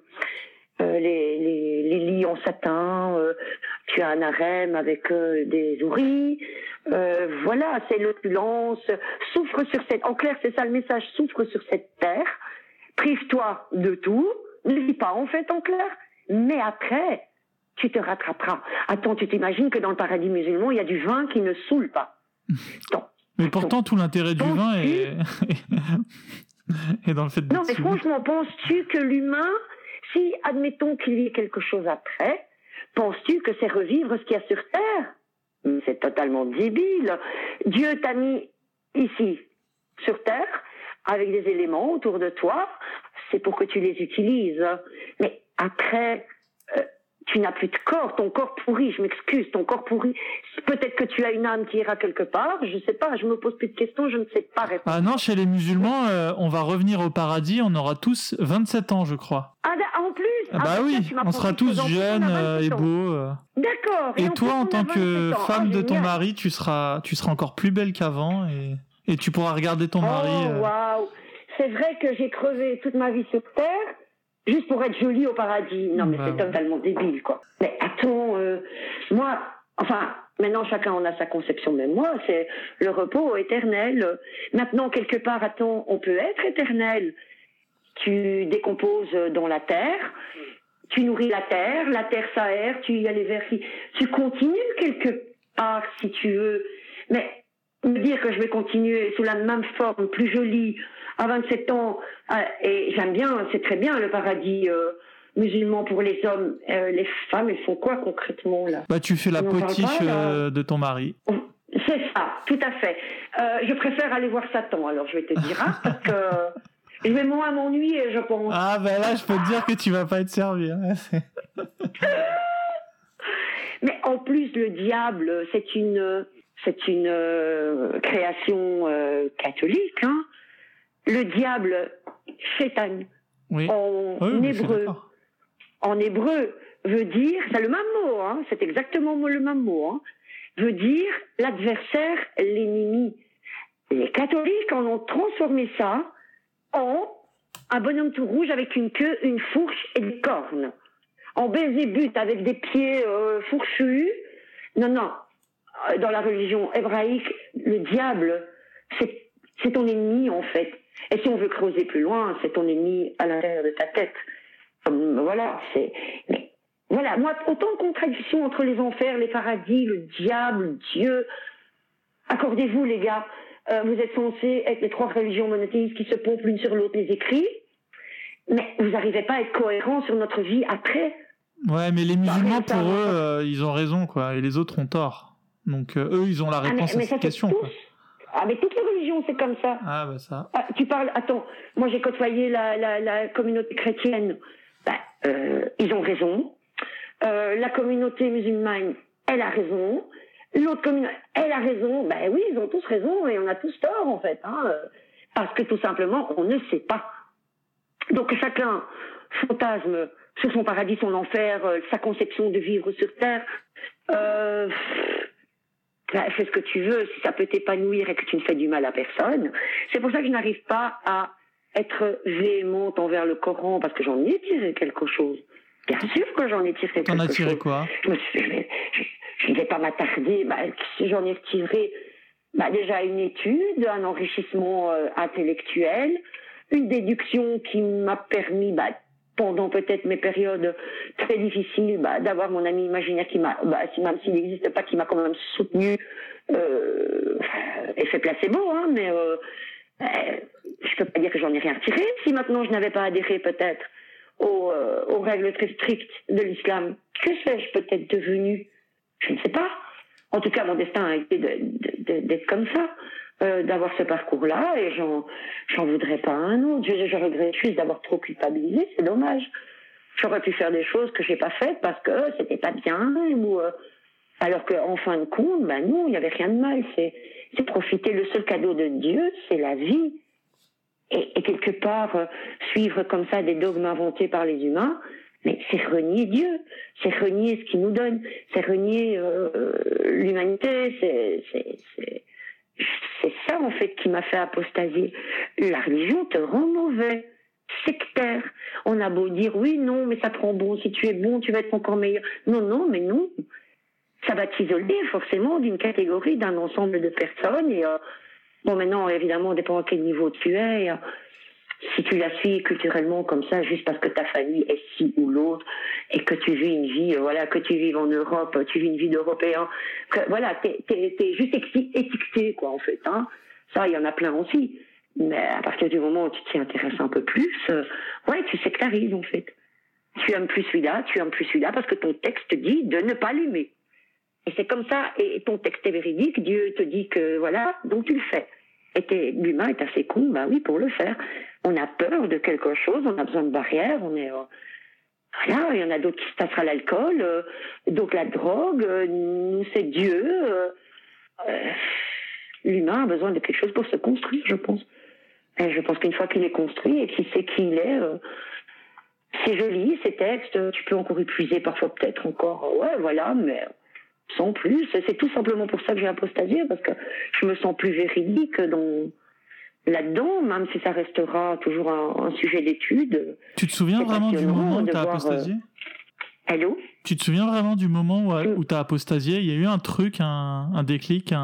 Speaker 2: les lits en satin, tu as un harem avec des houris, voilà, c'est l'opulence, souffre sur cette, en clair c'est ça le message, souffre sur cette terre, prive-toi de tout, ne vis pas en fait en clair, mais après, tu te rattraperas. Attends, tu t'imagines que dans le paradis musulman, il y a du vin qui ne saoule pas.
Speaker 1: Mais pourtant, tout l'intérêt du vin est dans le fait de...
Speaker 2: Non, mais franchement, penses-tu que l'humain, si, admettons qu'il y ait quelque chose après, penses-tu que c'est revivre ce qu'il y a sur Terre? C'est totalement débile. Dieu t'a mis ici, sur Terre, avec des éléments autour de toi, c'est pour que tu les utilises. Mais après, tu n'as plus de corps, ton corps pourri, je m'excuse, ton corps pourri. Peut-être que tu as une âme qui ira quelque part, je ne sais pas, je me pose plus de questions, je ne sais pas répondre.
Speaker 1: Ah non, chez les musulmans, on va revenir au paradis, on aura tous 27 ans, je crois.
Speaker 2: Ah, en plus?
Speaker 1: Bah oui, on sera tous jeunes et beaux.
Speaker 2: D'accord.
Speaker 1: Et toi, en tant que femme de ton mari, tu seras encore plus belle qu'avant et tu pourras regarder ton mari.
Speaker 2: Oh, waouh! C'est vrai que j'ai crevé toute ma vie sur Terre, juste pour être jolie au paradis. Non, mais c'est totalement débile, quoi. Mais attends, moi, enfin, maintenant chacun en a sa conception, mais moi, c'est le repos éternel. Maintenant, quelque part, attends, on peut être éternel. Tu décomposes dans la terre, tu nourris la terre s'aère, tu y as les vers qui... Tu continues quelque part, si tu veux. Mais me dire que je vais continuer sous la même forme, plus jolie, à 27 ans, et j'aime bien, c'est très bien le paradis musulman pour les hommes. Les femmes, elles font quoi concrètement là?
Speaker 1: Bah tu fais la potiche de ton mari.
Speaker 2: C'est ça, tout à fait. Je préfère aller voir Satan, alors je vais te dire, hein, parce que je vais moins m'ennuyer, je pense.
Speaker 1: Ah ben là, je peux te dire que tu vas pas être servi. Hein.
Speaker 2: Mais en plus, le diable, c'est une création catholique, hein. Le diable, Shaitan,
Speaker 1: oui.
Speaker 2: en hébreu. en hébreu, veut dire, c'est le même mot, hein, c'est exactement le même mot, hein, veut dire l'adversaire, l'ennemi. Les catholiques en ont transformé ça en un bonhomme tout rouge avec une queue, une fourche et des cornes. En Belzébuth avec des pieds fourchus. Non. Dans la religion hébraïque, le diable, c'est ton ennemi en fait. Et si on veut creuser plus loin, c'est ton ennemi à l'intérieur de ta tête. Voilà, mais voilà, moi, autant de contradictions entre les enfers, les paradis, le diable, Dieu. Accordez-vous, les gars, vous êtes censés être les trois religions monothéistes qui se pompent l'une sur l'autre les écrits, mais vous n'arrivez pas à être cohérents sur notre vie après.
Speaker 1: Ouais, mais les musulmans, pour eux, ils ont raison, quoi, et les autres ont tort. Donc, eux, ils ont la réponse à cette question, quoi.
Speaker 2: Ah, mais toutes les religions, c'est comme ça.
Speaker 1: Ah, bah ça.
Speaker 2: Ah, tu parles, attends, moi j'ai côtoyé la communauté chrétienne. Ils ont raison. La communauté musulmane, elle a raison. L'autre communauté, elle a raison. Ben oui, ils ont tous raison et on a tous tort, en fait. Hein, parce que tout simplement, on ne sait pas. Donc chacun fantasme sur son paradis, son enfer, sa conception de vivre sur Terre. Fais ce que tu veux, si ça peut t'épanouir et que tu ne fais du mal à personne. C'est pour ça que je n'arrive pas à être véhémente envers le Coran, parce que j'en ai tiré quelque chose. Bien sûr que j'en ai tiré quelque chose.
Speaker 1: T'en as tiré quoi?
Speaker 2: Je ne vais pas m'attarder. J'en ai tiré déjà une étude, un enrichissement intellectuel, une déduction qui m'a permis, pendant peut-être mes périodes très difficiles, d'avoir mon ami imaginaire qui m'a, même s'il n'existe pas, qui m'a quand même soutenu, effet placebo, hein, mais je peux pas dire que j'en ai rien tiré. Si maintenant je n'avais pas adhéré peut-être aux règles très strictes de l'islam, que serais-je peut-être devenue? Je ne sais pas. En tout cas, mon destin a été d'être comme ça. D'avoir ce parcours-là, et j'en voudrais pas un autre. Je regrette juste d'avoir trop culpabilisé, c'est dommage. J'aurais pu faire des choses que j'ai pas faites parce que c'était pas bien, ou alors qu'en fin de compte, non, il y avait rien de mal. C'est profiter. Le seul cadeau de Dieu, c'est la vie. Et quelque part, suivre comme ça des dogmes inventés par les humains, mais c'est renier Dieu, c'est renier ce qu'il nous donne, c'est renier l'humanité, c'est ça, en fait, qui m'a fait apostasier. La religion te rend mauvais, sectaire. On a beau dire, oui, non, mais ça te rend bon. Si tu es bon, tu vas être encore meilleur. Non, mais non. Ça va t'isoler, forcément, d'une catégorie, d'un ensemble de personnes. Et maintenant, évidemment, on dépend à quel niveau tu es. Si tu la suis culturellement comme ça, juste parce que ta famille est ci ou l'autre, et que tu vis une vie, que tu vives en Europe, tu vis une vie d'Européen, t'es juste étiqueté, quoi, en fait, hein. Ça, il y en a plein aussi. Mais à partir du moment où tu t'y intéresses un peu plus, tu sectarises, en fait. Tu aimes plus celui-là, parce que ton texte dit de ne pas l'aimer. Et c'est comme ça, et ton texte est véridique, Dieu te dit que, donc tu le fais. Et l'humain est assez con, oui, pour le faire. On a peur de quelque chose, on a besoin de barrières, on est... il y en a d'autres qui se passera l'alcool, donc la drogue, nous c'est Dieu. L'humain a besoin de quelque chose pour se construire, je pense. Et je pense qu'une fois qu'il est construit et qu'il sait qui il est, c'est joli, ces textes, tu peux encore épuiser parfois peut-être encore, mais sans plus. C'est tout simplement pour ça que j'ai apostasié, parce que je me sens plus véridique là-dedans, même si ça restera toujours un sujet d'étude.
Speaker 1: Tu te souviens vraiment du moment où tu as apostasié?
Speaker 2: Allô?
Speaker 1: Tu te souviens vraiment du moment où tu as apostasié? Il y a eu un truc, un déclic,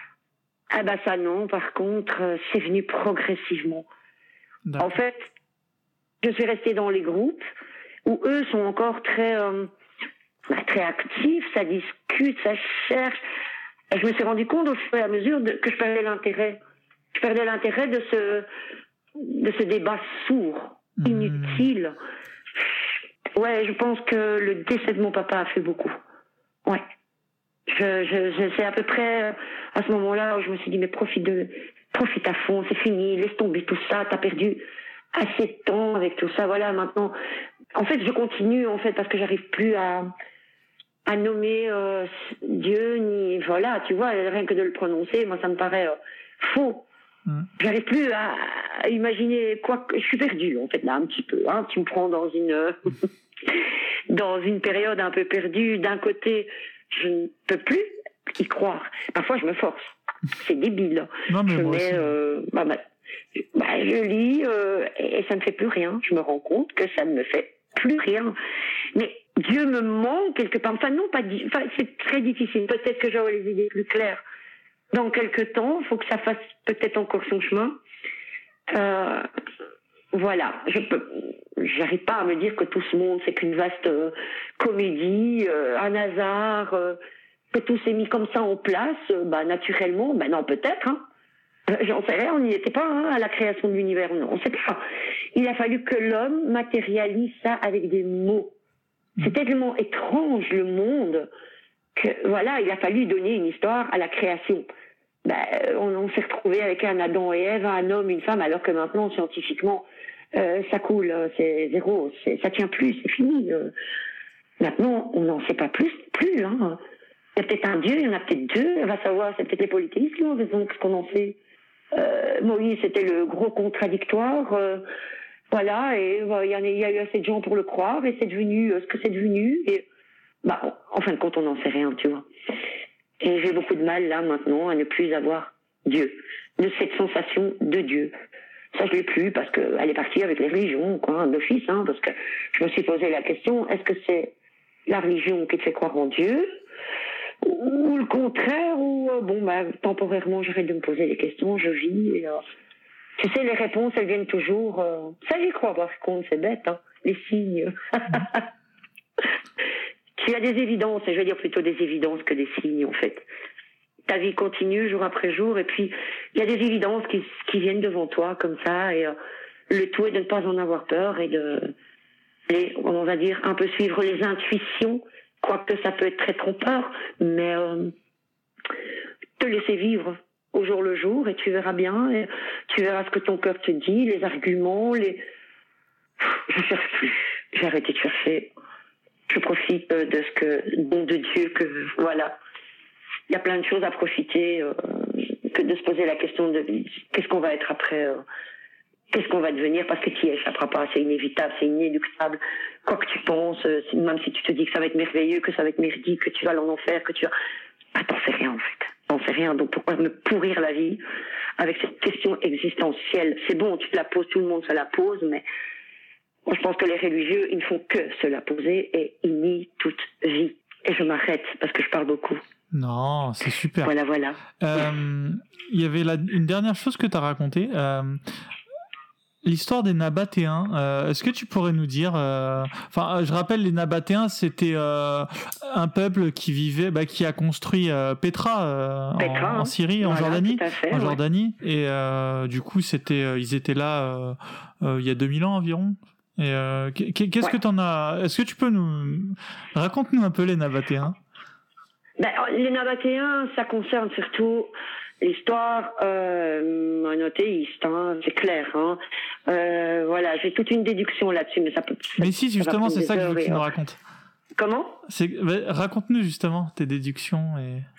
Speaker 2: ça non, par contre, c'est venu progressivement.
Speaker 1: D'accord.
Speaker 2: En fait, je suis restée dans les groupes où eux sont encore très actifs, ça discute, ça cherche. Et je me suis rendu compte au fur et à mesure que je perdais l'intérêt. Je perdais l'intérêt de ce débat sourd, inutile. Ouais, je pense que le décès de mon papa a fait beaucoup. Ouais. C'est à peu près à ce moment-là où je me suis dit, mais profite à fond, c'est fini, laisse tomber tout ça, t'as perdu assez de temps avec tout ça, maintenant. En fait, je continue, parce que j'arrive plus à nommer Dieu, ni, tu vois, rien que de le prononcer, moi, ça me paraît faux. J'arrive plus à imaginer quoi que... Je suis perdue, en fait, là, un petit peu, hein. Tu me prends dans une... dans une période un peu perdue. D'un côté, je ne peux plus y croire. Parfois, je me force. C'est débile.
Speaker 1: Non, mais moi aussi.
Speaker 2: Je lis et ça ne fait plus rien. Je me rends compte que ça ne me fait plus rien. Mais Dieu me manque quelque part. Enfin, non, c'est très difficile. Peut-être que j'aurai les idées plus claires dans quelques temps. Il faut que ça fasse peut-être encore son chemin. Voilà. J'arrive pas à me dire que tout ce monde, c'est qu'une vaste comédie, un hasard, que tout s'est mis comme ça en place, naturellement. Non, peut-être, hein. J'en sais rien, on n'y était pas à la création de l'univers, non, on sait pas. Il a fallu que l'homme matérialise ça avec des mots. C'est tellement étrange le monde que voilà, il a fallu donner une histoire à la création. On s'est retrouvé avec un Adam et Ève, un homme, une femme, alors que maintenant scientifiquement ça coule, c'est zéro, ça tient plus, c'est fini. Maintenant, on n'en sait pas plus. Hein. Il y a peut-être un Dieu, il y en a peut-être deux, on va savoir, c'est peut-être les polythéistes qui ont raison, qu'est-ce qu'on en sait. Moïse, c'était le gros contradictoire, voilà, et il y a eu assez de gens pour le croire, et c'est devenu ce que c'est devenu, et en fin de compte, on n'en sait rien, tu vois. Et j'ai beaucoup de mal, là, maintenant, à ne plus avoir Dieu, de cette sensation de Dieu. Ça, je l'ai plus, parce qu'elle est partie avec les religions, quoi, d'office, hein, parce que je me suis posé la question, est-ce que c'est la religion qui te fait croire en Dieu, ou le contraire, ou temporairement j'arrête de me poser des questions, je vis, et tu sais, les réponses, elles viennent toujours, ça j'y crois par contre, c'est bête, hein, les signes. Il y a des évidences, et je vais dire plutôt des évidences que des signes en fait. Ta vie continue jour après jour, et puis il y a des évidences qui viennent devant toi comme ça, et le tout est de ne pas en avoir peur, et on va dire, un peu suivre les intuitions, quoique ça peut être très trompeur, mais te laisser vivre au jour le jour, et tu verras bien, et tu verras ce que ton cœur te dit, les arguments, je cherche plus, j'ai arrêté de chercher, je profite de don de Dieu, que voilà, il y a plein de choses à profiter, que de se poser la question de qu'est-ce qu'on va être après, qu'est-ce qu'on va devenir, parce que tu y échapperas pas, c'est inévitable, c'est inéluctable. Quoi que tu penses, même si tu te dis que ça va être merveilleux, que ça va être merdique, que tu vas aller en enfer, que tu vas... t'en sais rien en fait. T'en sais rien, donc pourquoi me pourrir la vie avec cette question existentielle? C'est bon, tu te la poses, tout le monde se la pose, mais moi, je pense que les religieux, ils ne font que se la poser et ils nient toute vie. Et je m'arrête parce que je parle beaucoup.
Speaker 1: Non, c'est super.
Speaker 2: Voilà.
Speaker 1: Il y avait une dernière chose que tu as racontée. L'histoire des Nabatéens, est-ce que tu pourrais nous dire... je rappelle, les Nabatéens, c'était un peuple qui vivait, qui a construit Petra, en Syrie, en Jordanie.
Speaker 2: Fait,
Speaker 1: en Jordanie. Et du coup, ils étaient là il y a 2000 ans environ. Et qu'est-ce que t'en as... Est-ce que tu peux raconte-nous un peu les Nabatéens.
Speaker 2: Les Nabatéens, ça concerne surtout... l'histoire monothéiste, hein, c'est clair. Hein. Voilà, j'ai toute une déduction là-dessus, mais ça peut...
Speaker 1: Mais si, justement, c'est ça que je veux que tu nous racontes.
Speaker 2: Comment ?
Speaker 1: Raconte-nous justement tes déductions.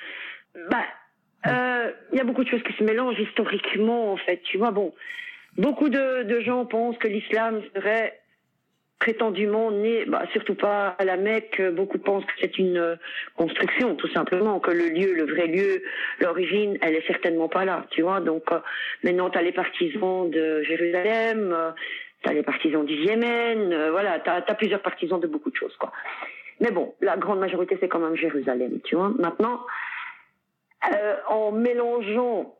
Speaker 2: Y a beaucoup de choses qui se mélangent historiquement, en fait. Tu vois, beaucoup de gens pensent que l'islam serait prétendument né, surtout pas à la Mecque. Beaucoup pensent que c'est une construction, tout simplement, que le vrai lieu, l'origine, elle est certainement pas là, tu vois. Donc maintenant, t'as les partisans de Jérusalem, t'as les partisans du Yémen, voilà, t'as plusieurs partisans de beaucoup de choses, quoi. Mais bon, la grande majorité, c'est quand même Jérusalem, tu vois. Maintenant, en mélangeant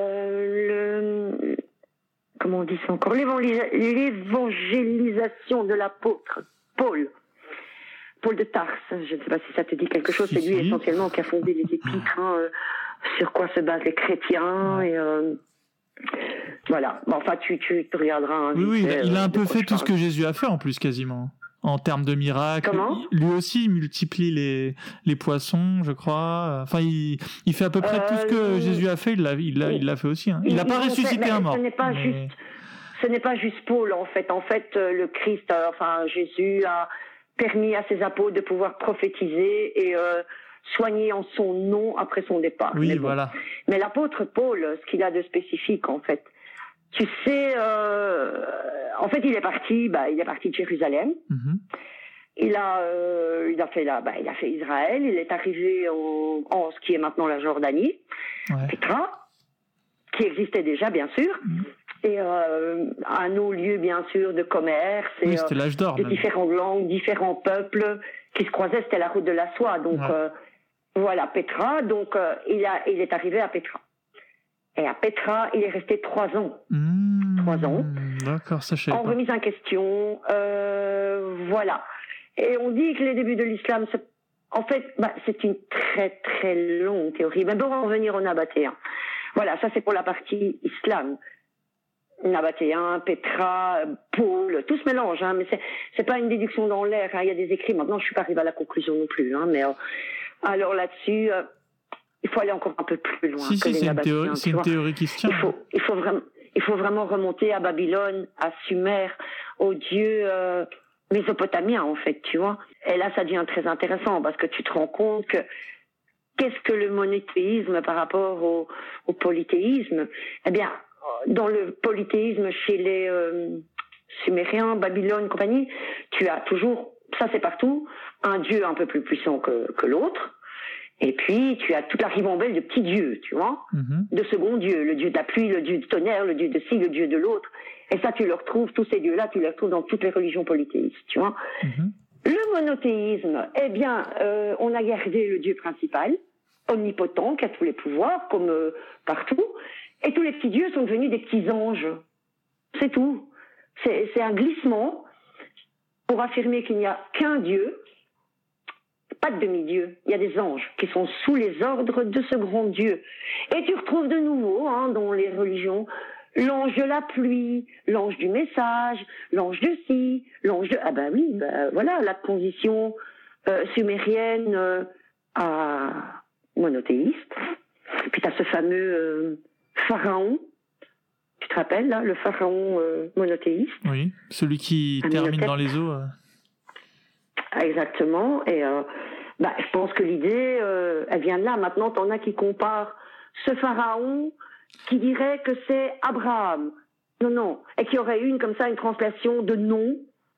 Speaker 2: comment on dit ça encore, l'évangélisation de l'apôtre Paul de Tarse, je ne sais pas si ça te dit quelque chose, c'est lui essentiellement qui a fondé les épîtres, sur quoi se basent les chrétiens, et voilà. Tu regarderas.
Speaker 1: Oui, il a un peu fait tout ce que Jésus a fait en plus, quasiment. En termes de miracles.
Speaker 2: Comment ?
Speaker 1: Lui aussi, il multiplie les poissons, je crois. Il fait à peu près tout ce que Jésus a fait, il l'a fait aussi. Hein. Il n'a pas ressuscité un mort.
Speaker 2: Ce n'est pas juste Paul, en fait. En fait, le Christ, Jésus a permis à ses apôtres de pouvoir prophétiser et soigner en son nom après son départ.
Speaker 1: Oui, voilà.
Speaker 2: Mais l'apôtre Paul, ce qu'il a de spécifique, en fait, tu sais, en fait, il est parti de Jérusalem. Mm-hmm. il a fait Israël, il est arrivé en ce qui est maintenant la Jordanie, Petra, qui existait déjà bien sûr, et un haut lieu bien sûr de commerce, et
Speaker 1: c'était l'âge d'or,
Speaker 2: de différentes langues, différents peuples qui se croisaient, c'était la route de la soie, donc voilà, Petra, donc il est arrivé à Petra. Et à Petra, il est resté 3 ans. 3 ans.
Speaker 1: D'accord, ça je sais pas.
Speaker 2: En remise en question, voilà. Et on dit que les débuts de l'islam, c'est une très très longue théorie. Mais bon, on va revenir aux Nabatéens. Voilà, ça c'est pour la partie islam. Nabatéens, Petra, Paul, tout se mélange, hein, mais c'est pas une déduction dans l'air. Hein, il y a des écrits. Maintenant, je suis pas arrivée à la conclusion non plus. Hein, mais alors là-dessus, il faut aller encore un peu plus loin que les Nabatéens.
Speaker 1: C'est une théorie qui se tient.
Speaker 2: Il faut vraiment remonter à Babylone, à Sumer, aux dieux mésopotamiens, en fait, tu vois. Et là, ça devient très intéressant parce que tu te rends compte que qu'est-ce que le monothéisme par rapport au polythéisme? Eh bien, dans le polythéisme chez les Sumériens, Babylone, compagnie, tu as toujours, ça c'est partout, un dieu un peu plus puissant que l'autre. Et puis, tu as toute la ribambelle de petits dieux, tu vois, de second dieu, le dieu de la pluie, le dieu du tonnerre, le dieu de ci, le dieu de l'autre. Et ça, tu le retrouves, tous ces dieux-là, tu les retrouves dans toutes les religions polythéistes, tu vois. Le monothéisme, eh bien, on a gardé le dieu principal, omnipotent, qui a tous les pouvoirs, comme partout, et tous les petits dieux sont devenus des petits anges. C'est tout. C'est un glissement pour affirmer qu'il n'y a qu'un dieu, pas de demi-dieu, il y a des anges qui sont sous les ordres de ce grand Dieu. Et tu retrouves de nouveau, dans les religions, l'ange de la pluie, l'ange du message, l'ange de ci, l'ange de... Ah ben oui, voilà, la position sumérienne monothéiste. Puis tu as ce fameux pharaon, tu te rappelles, là, le pharaon monothéiste.
Speaker 1: Oui, celui qui termine dans les eaux.
Speaker 2: Exactement, et je pense que l'idée, elle vient de là. Maintenant, t'en as qui comparent ce pharaon qui dirait que c'est Abraham. Non, et qui aurait eu comme ça une translation de nom.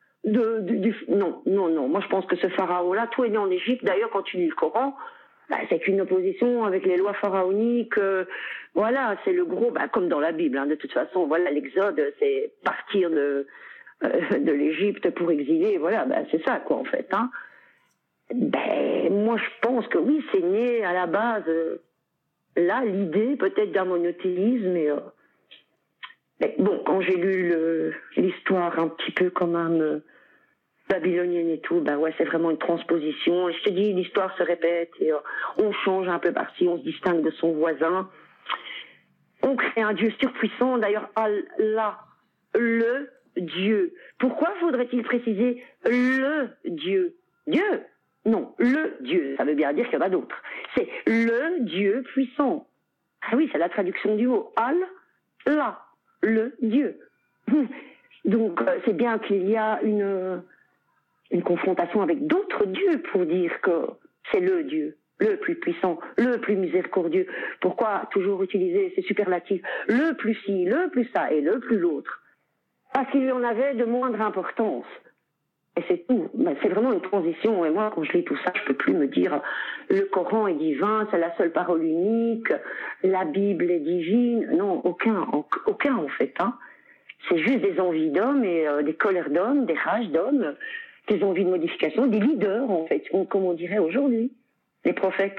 Speaker 2: Non. Moi, je pense que ce pharaon-là, tout est né en Égypte. D'ailleurs, quand tu lis le Coran, c'est qu'une opposition avec les lois pharaoniques. Voilà, c'est le gros, comme dans la Bible. Hein, de toute façon, voilà, l'Exode, c'est partir de l'Égypte pour exiler, voilà, c'est ça quoi en fait. Hein. Moi je pense que oui, c'est né à la base là l'idée peut-être d'un monothéisme, mais bon, quand j'ai lu l'histoire un petit peu quand même babylonienne et tout, c'est vraiment une transposition. Et je te dis, l'histoire se répète et on change un peu par-ci, on se distingue de son voisin, on crée un Dieu surpuissant. D'ailleurs, Allah, le Dieu. Pourquoi faudrait-il préciser le Dieu? Dieu? Non, le Dieu. Ça veut bien dire qu'il y en a d'autres. C'est le Dieu puissant. Ah oui, c'est la traduction du mot. Allah, le Dieu. Donc, c'est bien qu'il y a une confrontation avec d'autres dieux pour dire que c'est le Dieu, le plus puissant, le plus miséricordieux. Pourquoi toujours utiliser ces superlatifs? Le plus ci, le plus ça et le plus l'autre. Parce qu'il y en avait de moindre importance. Et c'est tout. C'est vraiment une transition. Et moi, quand je lis tout ça, je peux plus me dire le Coran est divin, c'est la seule parole unique, la Bible est divine. Non, aucun en fait. Hein. C'est juste des envies d'hommes et des colères d'hommes, des rages d'hommes, des envies de modification, des leaders en fait, comme on dirait aujourd'hui. Les prophètes,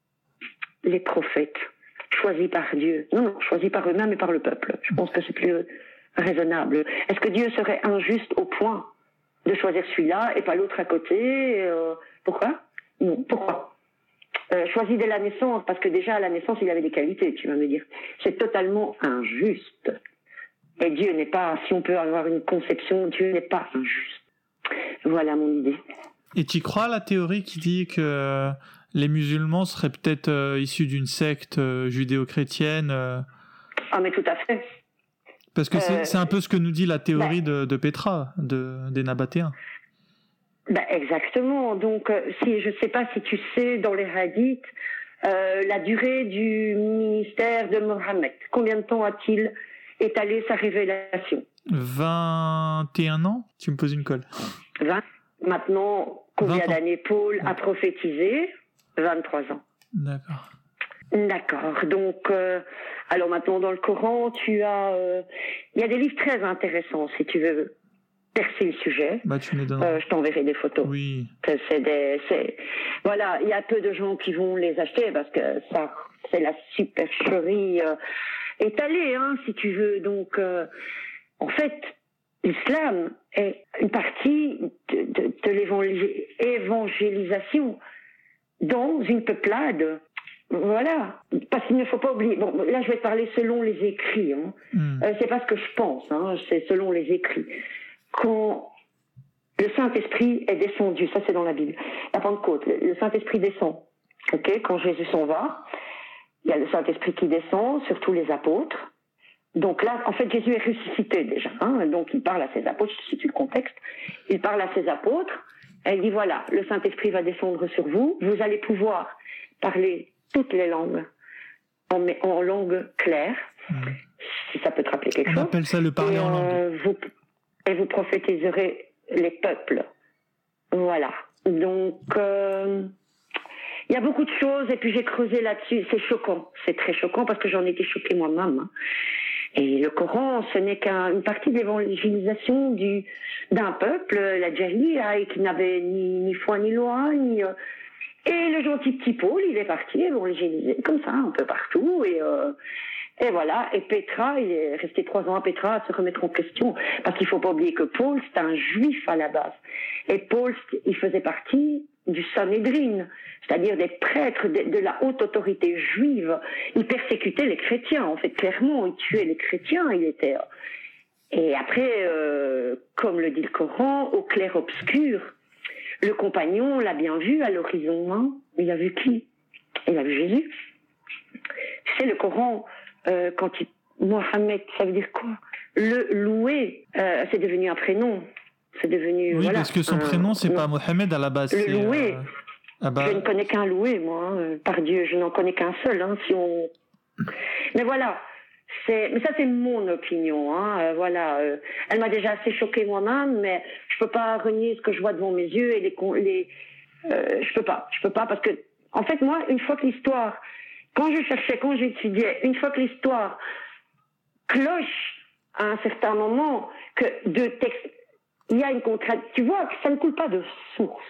Speaker 2: choisis par Dieu. Non, choisis par eux-mêmes et par le peuple. Je pense que c'est plus raisonnable. Est-ce que Dieu serait injuste au point de choisir celui-là et pas l'autre à côté? Pourquoi? Non, pourquoi? Choisis dès la naissance, parce que déjà à la naissance il avait des qualités, tu vas me dire. C'est totalement injuste. Et Dieu n'est pas, si on peut avoir une conception, Dieu n'est pas injuste. Voilà mon idée.
Speaker 1: Et tu crois à la théorie qui dit que les musulmans seraient peut-être issus d'une secte judéo-chrétienne
Speaker 2: Ah mais tout à fait.
Speaker 1: Parce que c'est un peu ce que nous dit la théorie de Petra, des Nabatéens.
Speaker 2: Exactement. Donc, je ne sais pas si tu sais, dans les hadiths, la durée du ministère de Mohammed. Combien de temps a-t-il étalé sa révélation?
Speaker 1: 21 ans? Tu me poses une colle.
Speaker 2: maintenant, combien d'années Paul a prophétisé? 23 ans.
Speaker 1: D'accord.
Speaker 2: D'accord. Donc, alors maintenant dans le Coran, il y a des livres très intéressants si tu veux percer le sujet.
Speaker 1: Tu me les donneras.
Speaker 2: Je t'enverrai des photos.
Speaker 1: Oui.
Speaker 2: Voilà, il y a peu de gens qui vont les acheter parce que ça, c'est la supercherie étalée, hein, si tu veux. Donc, en fait, l'islam est une partie de l'évangélisation dans une peuplade. Voilà, parce qu'il ne faut pas oublier. Bon, là, je vais te parler selon les écrits. Hein. C'est pas ce que je pense. Hein, c'est selon les écrits. Quand le Saint-Esprit est descendu, ça c'est dans la Bible. La Pentecôte, le Saint-Esprit descend. Ok, quand Jésus s'en va, il y a le Saint-Esprit qui descend sur tous les apôtres. Donc là, en fait, Jésus est ressuscité déjà. Hein, donc il parle à ses apôtres. Je situe le contexte. Il parle à ses apôtres. Et il dit voilà, le Saint-Esprit va descendre sur vous. Vous allez pouvoir parler toutes les langues en langue claire, si ça peut te rappeler quelque chose.
Speaker 1: On appelle ça le parler en langue.
Speaker 2: Et vous prophétiserez les peuples. Voilà. Donc, il y a beaucoup de choses, et puis j'ai creusé là-dessus. C'est choquant, c'est très choquant, parce que j'en étais choquée moi-même. Hein. Et le Coran, ce n'est qu'une partie de l'évangélisation d'un peuple, la Djahiliya, qui n'avait ni foi ni loi, Et le gentil petit Paul, il est parti évangéliser comme ça, un peu partout, et voilà. Et Pétra, il est resté 3 ans à Pétra à se remettre en question, parce qu'il faut pas oublier que Paul, c'est un juif à la base. Et Paul, il faisait partie du Sanhédrin, c'est-à-dire des prêtres de la haute autorité juive. Il persécutait les chrétiens, en fait, clairement, il tuait les chrétiens, il était... Et après, comme le dit le Coran, au clair-obscur, le compagnon l'a bien vu à l'horizon. Hein. Il a vu qui? Il a vu Jésus. Tu sais, le Coran, quand Mohammed, ça veut dire quoi? Le louer, c'est devenu un prénom. C'est devenu.
Speaker 1: Oui, parce que son prénom, c'est pas Mohammed à la base.
Speaker 2: Le louer. Je ne connais qu'un loué, moi. Hein. Par Dieu, je n'en connais qu'un seul. Hein, Mais voilà. Mais ça, c'est mon opinion. Hein. Voilà. Elle m'a déjà assez choquée moi-même, mais je peux pas renier ce que je vois devant mes yeux et je peux pas parce que, en fait, moi, une fois que l'histoire, quand j'étudiais, une fois que l'histoire cloche à un certain moment, que deux textes, il y a une contradiction, tu vois, que ça ne coule pas de source.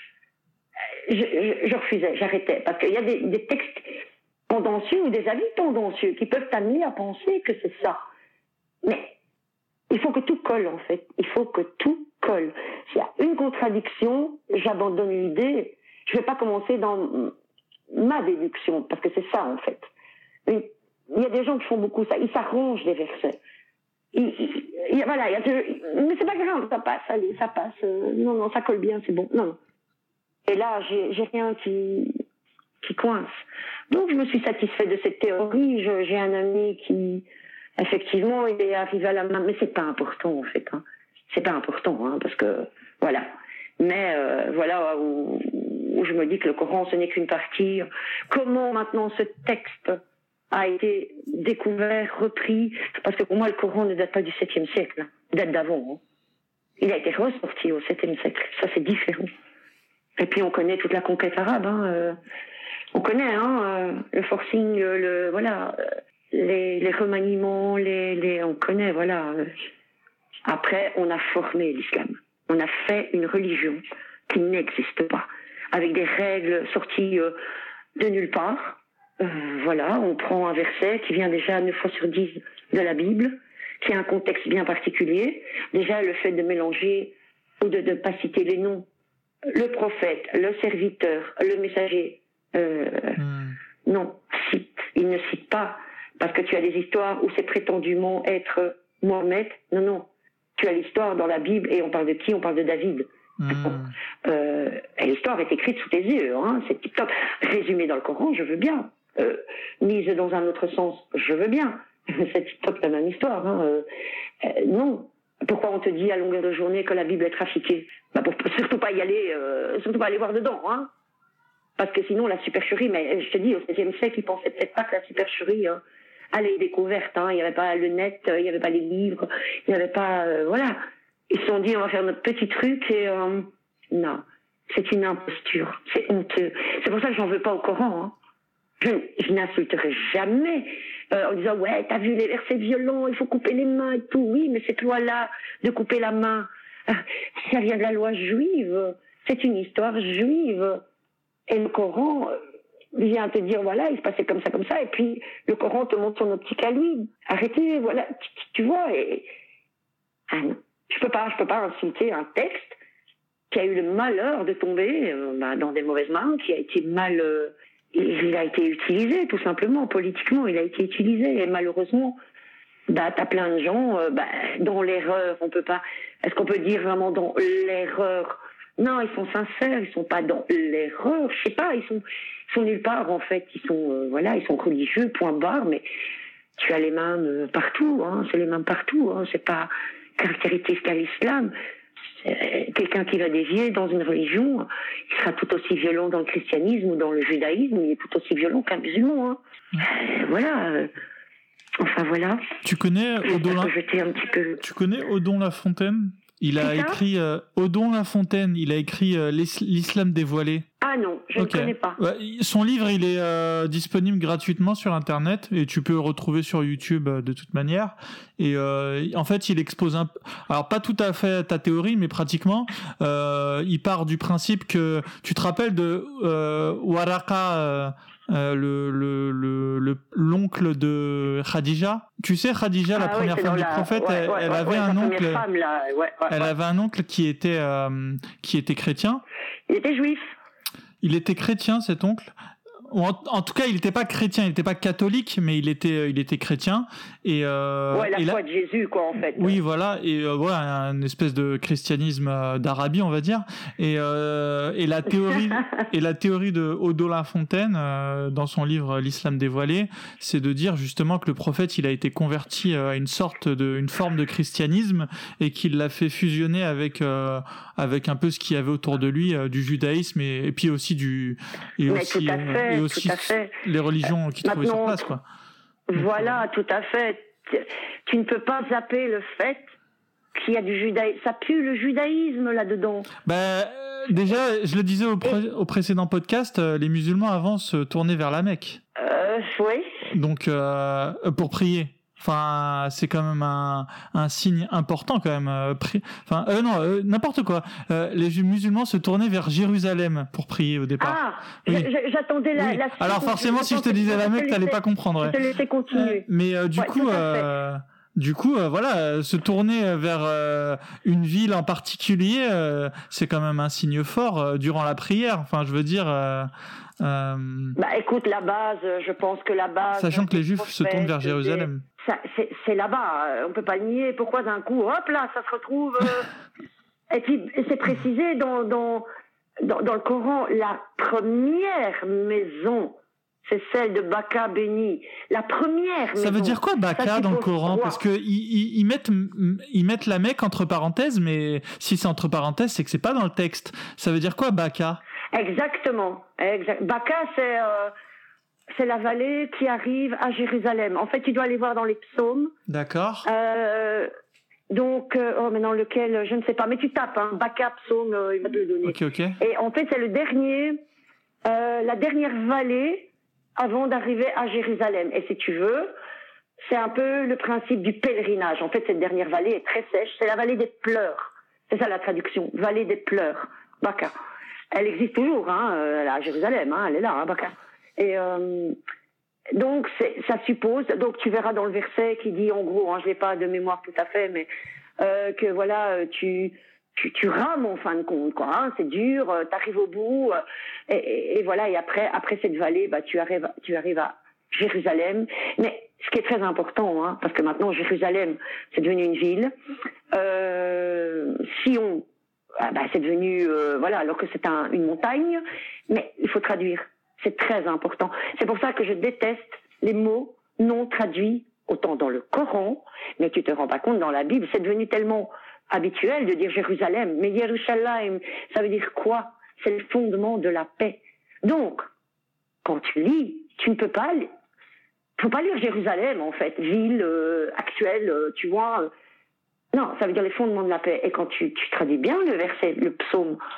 Speaker 2: Je refusais, j'arrêtais, parce qu'il y a des textes tendancieux ou des avis tendancieux qui peuvent t'amener à penser que c'est ça. Mais il faut que tout colle, en fait. Il faut que tout colle. S'il y a une contradiction, j'abandonne l'idée. Je ne vais pas commencer dans ma déduction, parce que c'est ça, en fait. Il y a des gens qui font beaucoup ça. Ils s'arrangent des versets. Mais c'est pas grave, ça passe, allez, ça passe. Non, ça colle bien, c'est bon. Non. Et là, j'ai rien qui coince. Donc, je me suis satisfait de cette théorie. J'ai un ami qui, effectivement, il est arrivé à la main. Mais c'est pas important, en fait. Hein. C'est pas important, hein, parce que, voilà. Mais, voilà où je me dis que le Coran, ce n'est qu'une partie. Comment, maintenant, ce texte a été découvert, repris, parce que pour moi, le Coran ne date pas du 7e siècle. Il date d'avant. Hein. Il a été ressorti au 7e siècle. Ça, c'est différent. Et puis, on connaît toute la conquête arabe, hein. On connaît le forcing, les remaniements, on connaît, voilà. Après, on a formé l'islam. On a fait une religion qui n'existe pas, avec des règles sorties de nulle part. Voilà, on prend un verset qui vient déjà 9 fois sur 10 de la Bible, qui a un contexte bien particulier. Déjà, le fait de mélanger ou de ne pas citer les noms, le prophète, le serviteur, le messager. Non, il ne cite pas, parce que tu as des histoires où c'est prétendument être Mohammed. Non, tu as l'histoire dans la Bible et on parle de qui? On parle de David. Et l'histoire est écrite sous tes yeux, hein, c'est tip-top. Résumé dans le Coran, je veux bien. Mise dans un autre sens, je veux bien. C'est tip-top la même histoire. Hein. Non. Pourquoi on te dit à longueur de journée que la Bible est trafiquée? Pour surtout pas y aller, surtout pas aller voir dedans, hein. Parce que sinon, la supercherie, mais je te dis, au 16e siècle, ils pensaient peut-être pas que la supercherie allait être découverte. Hein. Il n'y avait pas le net, il n'y avait pas les livres, il n'y avait pas... voilà. Ils se sont dit, on va faire notre petit truc et Non. C'est une imposture. C'est honteux. C'est pour ça que j'en veux pas au Coran. Hein. Je n'insulterai jamais en disant ouais, t'as vu les versets violents, il faut couper les mains et tout. Oui, mais cette loi-là de couper la main, ça vient de la loi juive. C'est une histoire juive. Et le Coran vient te dire voilà, il se passait comme ça. Et puis le Coran te montre son optique à lui. Arrêtez, voilà, tu vois. Ah non, je peux pas insulter un texte qui a eu le malheur de tomber dans des mauvaises mains, qui a été mal... il a été utilisé, tout simplement, politiquement, il a été utilisé. Et malheureusement, t'as plein de gens dans l'erreur. On peut pas... Est-ce qu'on peut dire vraiment dans l'erreur? Non, ils sont sincères, ils sont pas dans l'erreur. Je sais pas, ils sont nulle part, en fait. Ils sont, ils sont religieux, point barre, mais tu as les mains partout, hein. C'est les mains partout, hein. C'est pas caractéristique à l'islam. Quelqu'un qui va dévier dans une religion, il sera tout aussi violent dans le christianisme ou dans le judaïsme, il est tout aussi violent qu'un musulman. Hein. Enfin voilà.
Speaker 1: Tu connais Odon Lafontaine? Il a écrit Odon Lafontaine. Il a écrit l'islam dévoilé.
Speaker 2: Ah non, je ne connais pas.
Speaker 1: Son livre, il est disponible gratuitement sur Internet et tu peux le retrouver sur YouTube de toute manière. Et en fait, il expose alors pas tout à fait ta théorie, mais pratiquement. Il part du principe que tu te rappelles de Waraka. L'oncle de Khadija. Tu sais, Khadija, la première femme du prophète, elle avait un oncle. Elle avait un oncle qui était chrétien.
Speaker 2: Il était juif.
Speaker 1: Il était chrétien, cet oncle. En tout cas, il n'était pas chrétien, il n'était pas catholique, mais il était chrétien. Et
Speaker 2: la foi de Jésus, quoi, en fait.
Speaker 1: Oui, voilà, et une espèce de christianisme d'Arabie, on va dire. Et la théorie de Odon Lafontaine dans son livre L'Islam dévoilé, c'est de dire justement que le prophète, il a été converti à une forme de christianisme et qu'il l'a fait fusionner avec un peu ce qu'il y avait autour de lui, du judaïsme et puis aussi aussi les religions qui trouvaient sur place, quoi.
Speaker 2: Voilà, tout à fait. Tu ne peux pas zapper le fait qu'il y a du judaïsme. Ça pue le judaïsme là-dedans.
Speaker 1: Déjà, je le disais au précédent podcast, les musulmans avant se tournaient vers la Mecque.
Speaker 2: Oui.
Speaker 1: Donc, pour prier. Enfin, c'est quand même un signe important quand même. N'importe quoi. Les musulmans se tournaient vers Jérusalem pour prier au départ.
Speaker 2: Ah, oui. J'attendais la suite.
Speaker 1: Alors forcément, si je te disais la Mecque, t'allais pas comprendre. Ouais.
Speaker 2: Je te laissais continuer.
Speaker 1: Mais du coup, se tourner vers une ville en particulier, c'est quand même un signe fort durant la prière. Enfin, je veux dire.
Speaker 2: Écoute, la base, je pense que la base.
Speaker 1: Sachant que les Juifs se tournent vers Jérusalem.
Speaker 2: C'est là-bas, on peut pas le nier. Pourquoi d'un coup, hop là, ça se retrouve. Et puis c'est précisé dans le Coran, la première maison, c'est celle de Baka béni. La première maison.
Speaker 1: Ça veut dire quoi Baka dans le Coran? Parce que ils mettent la Mecque entre parenthèses, mais si c'est entre parenthèses, c'est que c'est pas dans le texte. Ça veut dire quoi Baka?
Speaker 2: Exactement. Baka, c'est la vallée qui arrive à Jérusalem. En fait, tu dois aller voir dans les psaumes.
Speaker 1: D'accord.
Speaker 2: Maintenant lequel, je ne sais pas, mais tu tapes, Baka, psaume, il va te le donner.
Speaker 1: Ok.
Speaker 2: Et en fait, c'est la dernière vallée avant d'arriver à Jérusalem. Et si tu veux, c'est un peu le principe du pèlerinage. En fait, cette dernière vallée est très sèche. C'est la vallée des pleurs. C'est ça la traduction. Vallée des pleurs. Baka. Elle existe toujours, à Jérusalem, elle est là, Baka. Et donc ça suppose, donc tu verras dans le verset qui dit en gros, je l'ai pas de mémoire tout à fait, mais que voilà, tu rames en fin de compte, quoi. C'est dur, t'arrives au bout, et voilà. Et après cette vallée, tu arrives à Jérusalem. Mais ce qui est très important, parce que maintenant Jérusalem, c'est devenu une ville. Sion, c'est devenu alors que c'est une montagne, mais il faut traduire. C'est très important. C'est pour ça que je déteste les mots non traduits, autant dans le Coran, mais tu te rends pas compte dans la Bible, c'est devenu tellement habituel de dire Jérusalem. Mais Yerushalayim, ça veut dire quoi? C'est le fondement de la paix. Donc, quand tu lis, tu ne peux pas lire Jérusalem, en fait, ville actuelle, tu vois. Non, ça veut dire les fondements de la paix. Et quand tu traduis bien le verset, le psaume,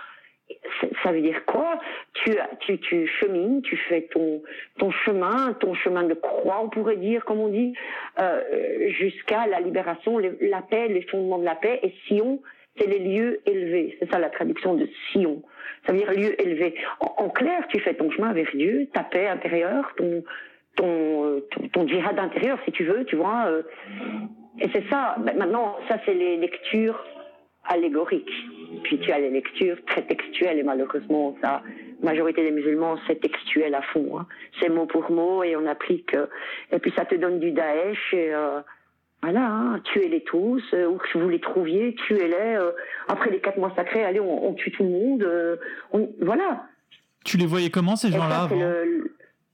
Speaker 2: ça veut dire quoi? Tu chemines, tu fais ton chemin de croix, on pourrait dire, comme on dit, jusqu'à la libération, la paix, les fondements de la paix. Et Sion, c'est les lieux élevés. C'est ça la traduction de Sion. Ça veut dire lieu élevé. En clair, tu fais ton chemin vers Dieu, ta paix intérieure, ton djihad intérieur, si tu veux, tu vois. Et c'est ça. Maintenant, ça, c'est les lectures allégoriques. Puis tu as les lectures très textuelles, et malheureusement, la majorité des musulmans, c'est textuel à fond. Hein. C'est mot pour mot, et on applique. Et puis ça te donne du Daesh, et voilà, hein, tuez-les tous, où que vous les trouviez, tuez-les. Après les 4 mois sacrés, allez, on tue tout le monde. Voilà.
Speaker 1: Tu les voyais comment, ces gens-là, avant ?
Speaker 2: Comment ?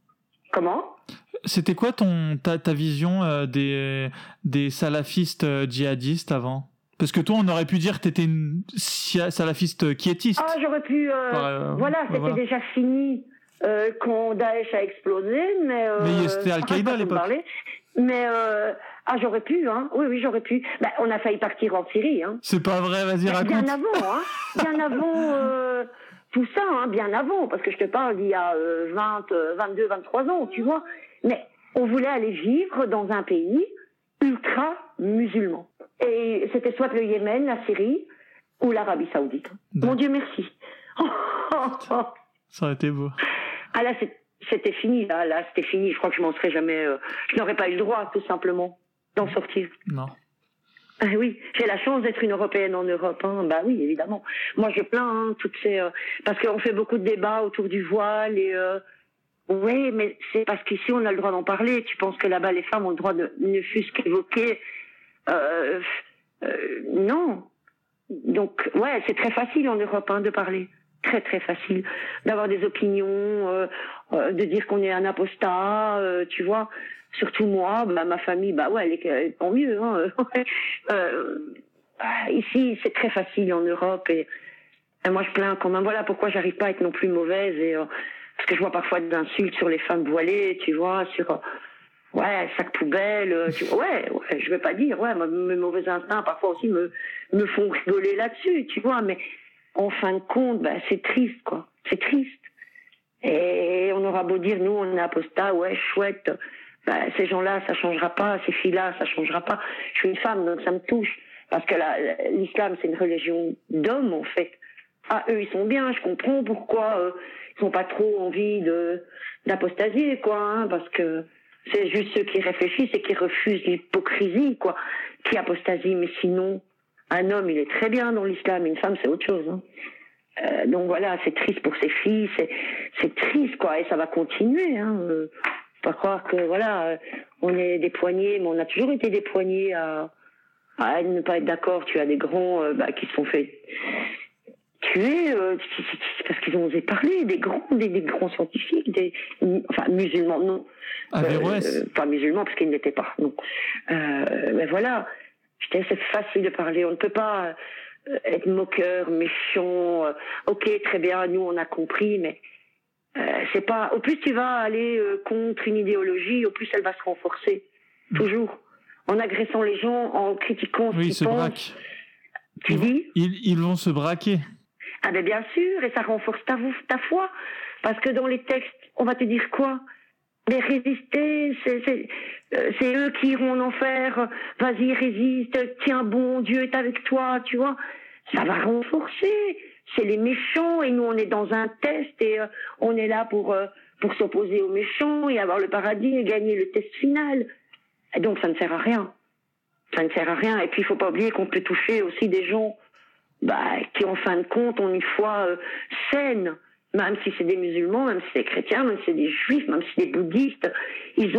Speaker 1: C'était quoi ta vision des salafistes djihadistes avant ? Parce que toi, on aurait pu dire que t'étais une salafiste quiétiste.
Speaker 2: Ah, j'aurais pu... voilà, c'était déjà fini quand Daesh a explosé, mais
Speaker 1: c'était Al-Qaïda à l'époque.
Speaker 2: Mais j'aurais pu, hein. Oui, j'aurais pu. On a failli partir en Syrie, hein.
Speaker 1: C'est pas vrai, vas-y, raconte.
Speaker 2: Bien avant, hein. Bien avant tout ça, hein, bien avant, parce que je te parle d'il y a 22, 23 ans, tu vois. Mais on voulait aller vivre dans un pays ultra musulman. Et c'était soit le Yémen, la Syrie ou l'Arabie Saoudite. Mon Dieu, merci.
Speaker 1: Ça aurait été beau.
Speaker 2: Ah là, c'était fini. Là, c'était fini. Je crois que je m'en serais jamais... je n'aurais pas eu le droit, tout simplement, d'en sortir.
Speaker 1: Non.
Speaker 2: Oui, j'ai la chance d'être une Européenne en Europe. Hein. Bah oui, évidemment. Moi, je plains toutes ces... parce qu'on fait beaucoup de débats autour du voile et... Oui, mais c'est parce qu'ici, on a le droit d'en parler. Tu penses que là-bas, les femmes ont le droit de ne fût-ce qu'évoquer... non. Donc, ouais, c'est très facile en Europe de parler. Très, très facile. D'avoir des opinions, de dire qu'on est un apostat, tu vois. Surtout moi, ma famille, ouais, elle est tant mieux. Hein. Ici, c'est très facile en Europe et moi, je plains quand même. Voilà pourquoi j'arrive pas à être non plus mauvaise. Parce que je vois parfois des insultes sur les femmes voilées, tu vois, sur... Ouais, sac poubelle, ouais, je vais pas dire, ouais, mes mauvais instincts parfois aussi me font rigoler là-dessus, tu vois, mais en fin de compte, c'est triste, quoi, c'est triste. Et on aura beau dire, nous, on est apostat, ouais, chouette, ces gens-là, ça changera pas, ces filles-là, ça changera pas. Je suis une femme, donc ça me touche, parce que l'islam, c'est une religion d'hommes, en fait. Ah, eux, ils sont bien, je comprends pourquoi ils n'ont pas trop envie d'apostasier, quoi, hein, parce que c'est juste ceux qui réfléchissent et qui refusent l'hypocrisie, quoi, qui apostasient. Mais sinon, un homme, il est très bien dans l'islam, une femme, c'est autre chose. Hein. Donc voilà, c'est triste pour ces filles, c'est triste, quoi, et ça va continuer. Hein. Faut pas croire que, voilà, on est des poignets, mais on a toujours été des poignets à ne pas être d'accord. Tu as des grands qui se sont fait tuer parce qu'ils ont osé parler, des grands scientifiques, musulmans, non. Pas musulmans parce qu'ils n'étaient pas, non. Mais voilà, c'est facile de parler, on ne peut pas être moqueur, méchant, ok, très bien, nous on a compris, mais c'est pas... Au plus tu vas aller contre une idéologie, au plus elle va se renforcer, toujours. En agressant les gens, en critiquant ce qu'ils pensent. Tu dis ?
Speaker 1: Ils vont se braquer.
Speaker 2: Ah ben bien sûr, et ça renforce ta foi, parce que dans les textes, on va te dire quoi ? Les résister, c'est eux qui iront en enfer, vas-y résiste, tiens bon, Dieu est avec toi, tu vois. Ça va renforcer, c'est les méchants, et nous on est dans un test, et on est là pour s'opposer aux méchants, et avoir le paradis, et gagner le test final. Et donc ça ne sert à rien. Ça ne sert à rien, et puis il faut pas oublier qu'on peut toucher aussi des gens qui en fin de compte ont une foi saine, même si c'est des musulmans, même si c'est des chrétiens, même si c'est des juifs, même si c'est des bouddhistes, ils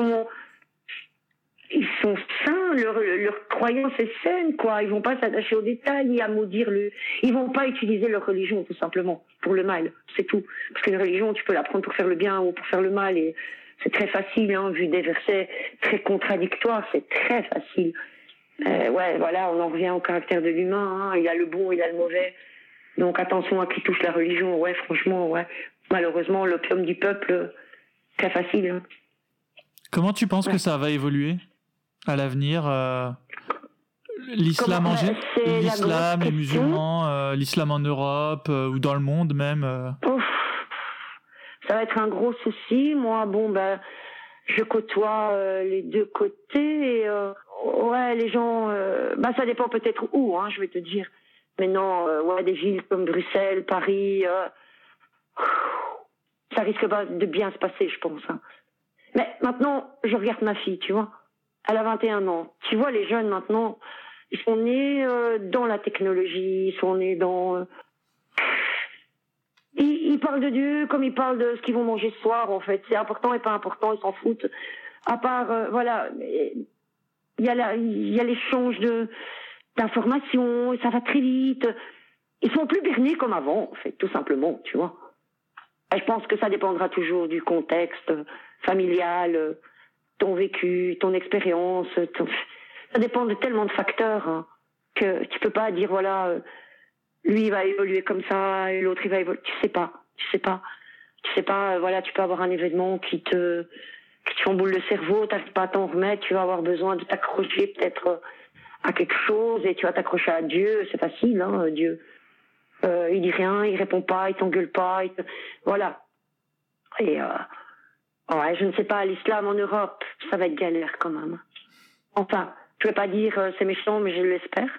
Speaker 2: sont sains, leur croyance est saine, quoi. Ils vont pas s'attacher aux détails ni à maudire ils vont pas utiliser leur religion tout simplement pour le mal, c'est tout. Parce qu'une religion, tu peux la prendre pour faire le bien ou pour faire le mal, et c'est très facile, hein, vu des versets très contradictoires, c'est très facile. Ouais, voilà, on en revient au caractère de l'humain, hein. Il y a le bon, il y a le mauvais. Donc attention à qui touche la religion, ouais, franchement, ouais. Malheureusement, l'opium du peuple, très facile. Hein.
Speaker 1: Comment tu penses que ça va évoluer à l'avenir L'islam
Speaker 2: c'est
Speaker 1: l'islam, les musulmans, l'islam en Europe ou dans le monde même.
Speaker 2: Ouf, ça va être un gros souci. Moi, je côtoie les deux côtés. Et, ouais, les gens, ça dépend peut-être où, hein, je vais te dire. Mais non, des villes comme Bruxelles, Paris, ça risque pas de bien se passer, je pense. Hein. Mais maintenant, je regarde ma fille, tu vois. Elle a 21 ans. Tu vois, les jeunes maintenant, ils sont nés dans la technologie, ils sont nés dans... Ils parlent de Dieu comme ils parlent de ce qu'ils vont manger ce soir, en fait. C'est important et pas important, ils s'en foutent. À part, il y a l'échange d'informations, et ça va très vite. Ils sont plus bernés comme avant, en fait, tout simplement, tu vois. Et je pense que ça dépendra toujours du contexte familial, ton vécu, ton expérience. Ça dépend de tellement de facteurs hein, que tu peux pas dire, lui il va évoluer comme ça et l'autre il va évoluer. Tu sais pas. Tu peux avoir un événement qui te chamboule le cerveau, t'arrives pas à t'en remettre, tu vas avoir besoin de t'accrocher peut-être à quelque chose et tu vas t'accrocher à Dieu, c'est facile, hein, Dieu. Il dit rien, il répond pas, il t'engueule pas, voilà. Et je ne sais pas, l'islam en Europe, ça va être galère quand même. Enfin, je vais pas dire c'est méchant, mais je l'espère.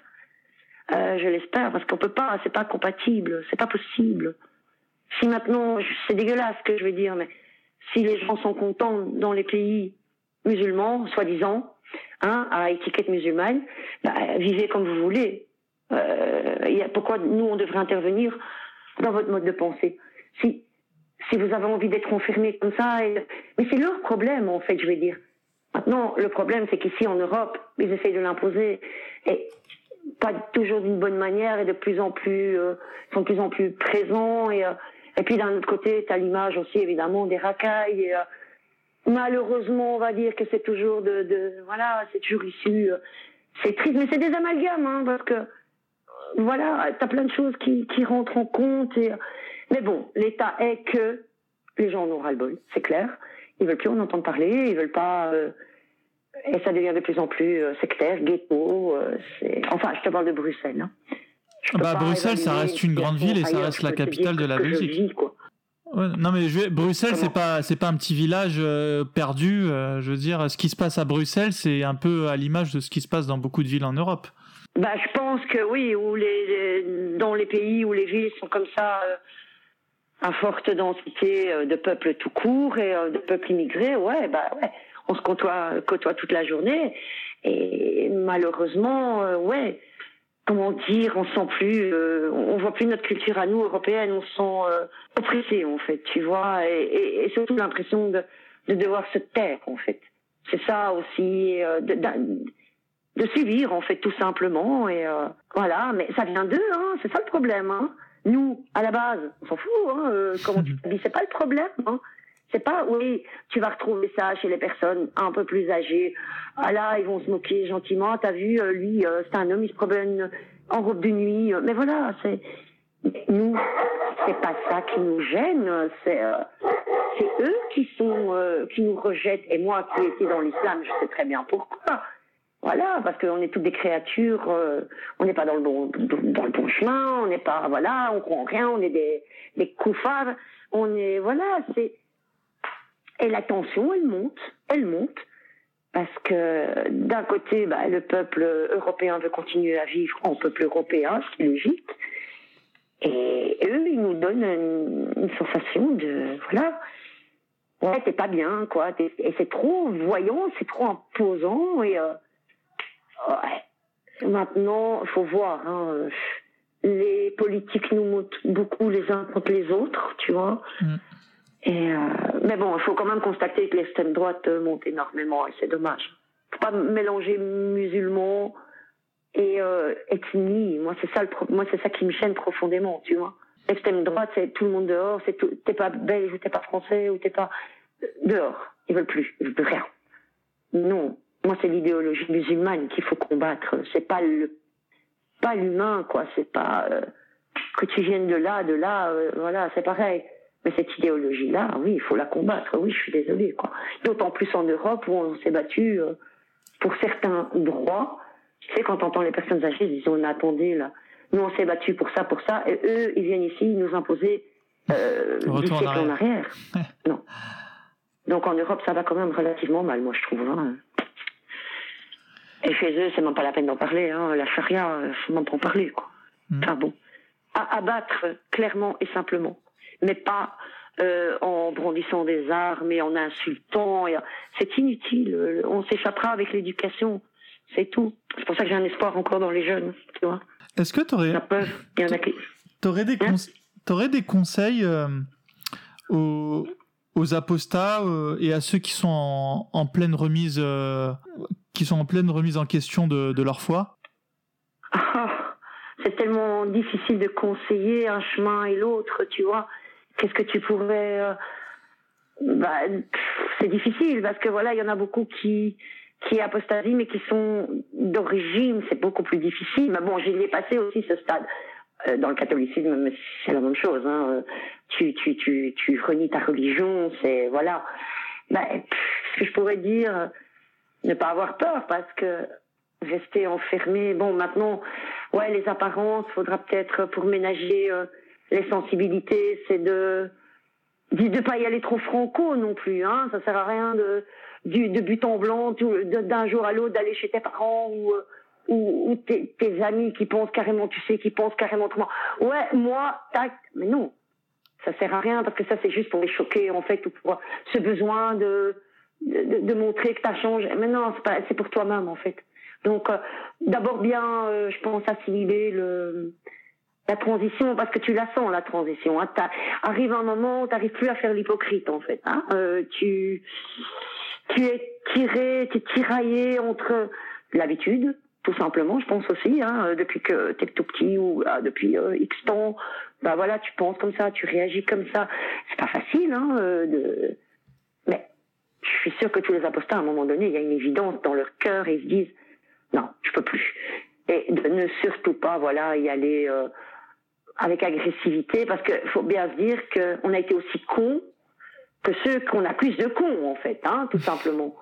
Speaker 2: Je l'espère parce qu'on peut pas, c'est pas compatible, c'est pas possible. Si maintenant, c'est dégueulasse ce que je vais dire, mais si les gens sont contents dans les pays musulmans, soi-disant, à étiquette musulmane, vivez comme vous voulez. Pourquoi nous on devrait intervenir dans votre mode de pensée si vous avez envie d'être enfermé comme ça mais c'est leur problème en fait, je vais dire. Maintenant le problème c'est qu'ici en Europe ils essayent de l'imposer et pas toujours d'une bonne manière et de plus en plus sont de plus en plus présents et puis d'un autre côté t'as l'image aussi évidemment des racailles et malheureusement on va dire que c'est toujours c'est toujours issu c'est triste mais c'est des amalgames hein, parce que t'as plein de choses qui rentrent en compte. Mais bon, l'état est que les gens en ont ras-le-bol, c'est clair. Ils veulent plus en entendre parler, ils veulent pas... et ça devient de plus en plus sectaire, ghetto. Enfin, je te parle de Bruxelles. Hein.
Speaker 1: Bruxelles, ça reste une grande ville et ça reste la capitale de la Belgique. Ouais, non mais Bruxelles, c'est pas un petit village perdu. Je veux dire, ce qui se passe à Bruxelles, c'est un peu à l'image de ce qui se passe dans beaucoup de villes en Europe.
Speaker 2: Je pense que oui, dans les pays où les villes sont comme ça, à forte densité de peuples tout court et de peuples immigrés, on se côtoie toute la journée et malheureusement, comment dire, on sent plus, on voit plus notre culture à nous européennes, on se sent oppressé en fait, tu vois, et surtout l'impression de devoir se taire en fait. C'est ça aussi, de subir en fait tout simplement et mais ça vient d'eux hein, c'est ça le problème hein. Nous à la base on s'en fout hein, comment tu t'habilles, c'est pas le problème hein. C'est pas tu vas retrouver ça chez les personnes un peu plus âgées, ils vont se moquer gentiment, t'as vu lui c'est un homme, il se promène en robe de nuit, mais voilà, nous c'est pas ça qui nous gêne, c'est eux qui nous rejettent et moi qui étais dans l'islam je sais très bien pourquoi. Voilà, parce qu'on est toutes des créatures, on n'est pas dans le bon chemin, on n'est pas, on croit en rien, on est des koufars, et la tension, elle monte, parce que d'un côté, le peuple européen veut continuer à vivre en peuple européen, c'est logique, et eux, ils nous donnent une sensation de, t'es pas bien, quoi, et c'est trop voyant, c'est trop imposant, et maintenant, il faut voir, hein, les politiques nous montent beaucoup les uns contre les autres, tu vois. Et mais bon, il faut quand même constater que l'extrême droite monte énormément et c'est dommage. Faut pas mélanger musulmans et ethnie. Moi, c'est ça qui me gêne profondément, tu vois. L'extrême droite, c'est tout le monde dehors, t'es pas belge ou t'es pas français ou t'es pas dehors. Ils veulent plus rien. Non. Moi, c'est l'idéologie musulmane qu'il faut combattre. C'est pas l'humain, quoi. C'est pas que tu viennes de là, c'est pareil. Mais cette idéologie-là, oui, il faut la combattre. Oui, je suis désolée, quoi. D'autant plus en Europe où on s'est battu pour certains droits Tu sais, quand t'entends les personnes âgées, ils disent, oh, mais attendez, là, nous on s'est battus pour ça, et eux, ils viennent ici nous imposer 10 siècles en arrière. Non. Donc en Europe, ça va quand même relativement mal, moi je trouve. Hein. Et chez eux, c'est même pas la peine d'en parler. Hein. La charia, faut même pas en parler. Quoi. Enfin bon. À abattre clairement et simplement. Mais pas en brandissant des armes et en insultant. C'est inutile. On s'échappera avec l'éducation. C'est tout. C'est pour ça que j'ai un espoir encore dans les jeunes. Tu vois.
Speaker 1: Est-ce que t'aurais des conseils aux apostats et à ceux qui sont en pleine remise en question de leur foi?
Speaker 2: C'est tellement difficile de conseiller un chemin et l'autre, tu vois. Qu'est-ce que tu pourrais... c'est difficile parce que voilà, il y en a beaucoup qui apostasient mais qui sont d'origine, c'est beaucoup plus difficile. Mais bon, j'y ai passé aussi ce stade. Dans le catholicisme, mais c'est la même chose. Hein. Tu renies ta religion, c'est voilà. Ce que je pourrais dire, ne pas avoir peur, parce que rester enfermé. Bon, maintenant, ouais, les apparences, faudra peut-être pour ménager les sensibilités, c'est de pas y aller trop franco non plus. Hein. Ça sert à rien de but en blanc, d'un jour à l'autre, d'aller chez tes parents ou tes amis qui pensent carrément, qui pensent carrément autrement. Ouais, moi, tac, mais non. Ça sert à rien parce que ça, c'est juste pour les choquer, en fait, ou pour ce besoin de montrer que t'as changé. Mais non, c'est pour toi-même, en fait. Donc, d'abord bien, je pense, assimiler la transition, parce que tu la sens, la transition. Hein. Arrive un moment où t'arrives plus à faire l'hypocrite, en fait. Hein. Tu es tiraillé entre l'habitude, tout simplement, je pense aussi, hein, depuis que t'es tout petit ou depuis X temps, voilà, tu penses comme ça, tu réagis comme ça. C'est pas facile, hein, mais je suis sûre que tous les apostats, à un moment donné, il y a une évidence dans leur cœur et ils se disent, non, je peux plus. Et de ne surtout pas, voilà, y aller avec agressivité, parce qu'il faut bien se dire qu'on a été aussi cons que ceux qu'on accuse de cons, en fait, hein, tout simplement.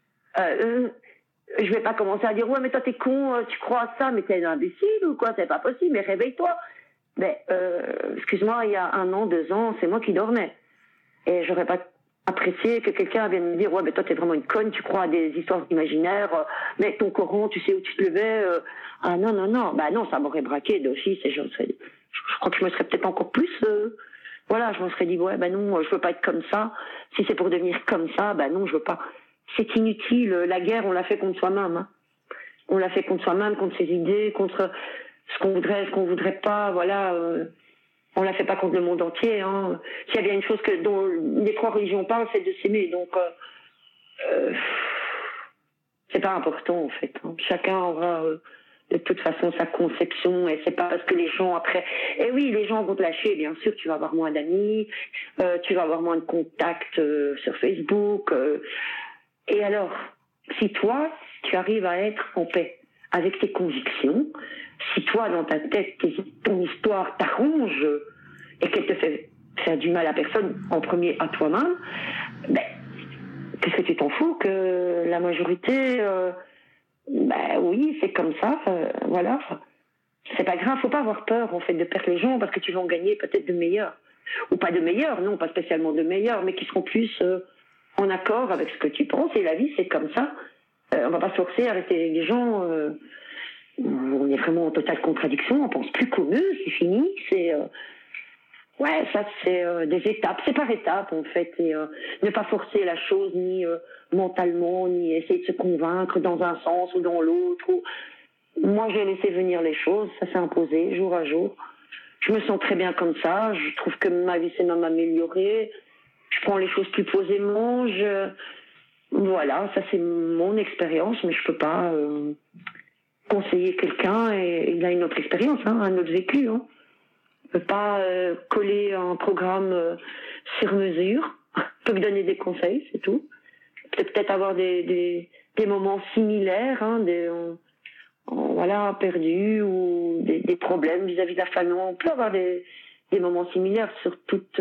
Speaker 2: Je vais pas commencer à dire, ouais, mais toi t'es con, tu crois à ça, mais t'es un imbécile ou quoi, c'est pas possible, mais réveille-toi. Mais, excuse-moi, il y a 1 an, 2 ans, c'est moi qui dormais. Et j'aurais pas apprécié que quelqu'un vienne me dire, ouais, mais toi t'es vraiment une conne, tu crois à des histoires imaginaires, mais ton Coran, tu sais où tu te levais, non. Bah non, ça m'aurait braqué d'office et je crois que je me serais peut-être encore plus, voilà, je me serais dit, ouais, bah non, je veux pas être comme ça. Si c'est pour devenir comme ça, bah non, je veux pas. C'est inutile. La guerre, on l'a fait contre soi-même. Hein. On l'a fait contre soi-même, contre ses idées, contre ce qu'on voudrait pas. Voilà. On l'a fait pas contre le monde entier. Hein. S'il y a bien une chose dont les 3 religions parlent, c'est de s'aimer. Donc, c'est pas important en fait. Hein. Chacun aura de toute façon sa conception, et c'est pas parce que les gens après. Et oui, les gens vont te lâcher. Bien sûr, tu vas avoir moins d'amis, tu vas avoir moins de contacts sur Facebook. Et alors, si toi, tu arrives à être en paix avec tes convictions, si toi, dans ta tête, ton histoire t'arrange et qu'elle te fait faire du mal à personne, en premier à toi-même, qu'est-ce que tu t'en fous que la majorité, oui, c'est comme ça, voilà. C'est pas grave, faut pas avoir peur, en fait, de perdre les gens parce que tu vas en gagner peut-être de meilleurs. Ou pas de meilleurs, non, pas spécialement de meilleurs, mais qui seront plus... en accord avec ce que tu penses, et la vie c'est comme ça. On va pas se forcer à rester avec des gens on est vraiment en totale contradiction, on pense plus comme eux, c'est fini, c'est ça c'est des étapes, c'est par étapes en fait, et ne pas forcer la chose ni mentalement, ni essayer de se convaincre dans un sens ou dans l'autre. Moi j'ai laissé venir les choses, ça s'est imposé jour à jour. Je me sens très bien comme ça, je trouve que ma vie s'est même améliorée. Je prends les choses plus posément, voilà, ça c'est mon expérience, mais je peux pas conseiller quelqu'un et il a une autre expérience, hein, un autre vécu. Hein. Je peux pas coller un programme sur mesure. Je peux me donner des conseils, c'est tout. Peut-être avoir des moments similaires, hein, voilà, perdus ou des problèmes vis-à-vis de la famille. On peut avoir des moments similaires sur toute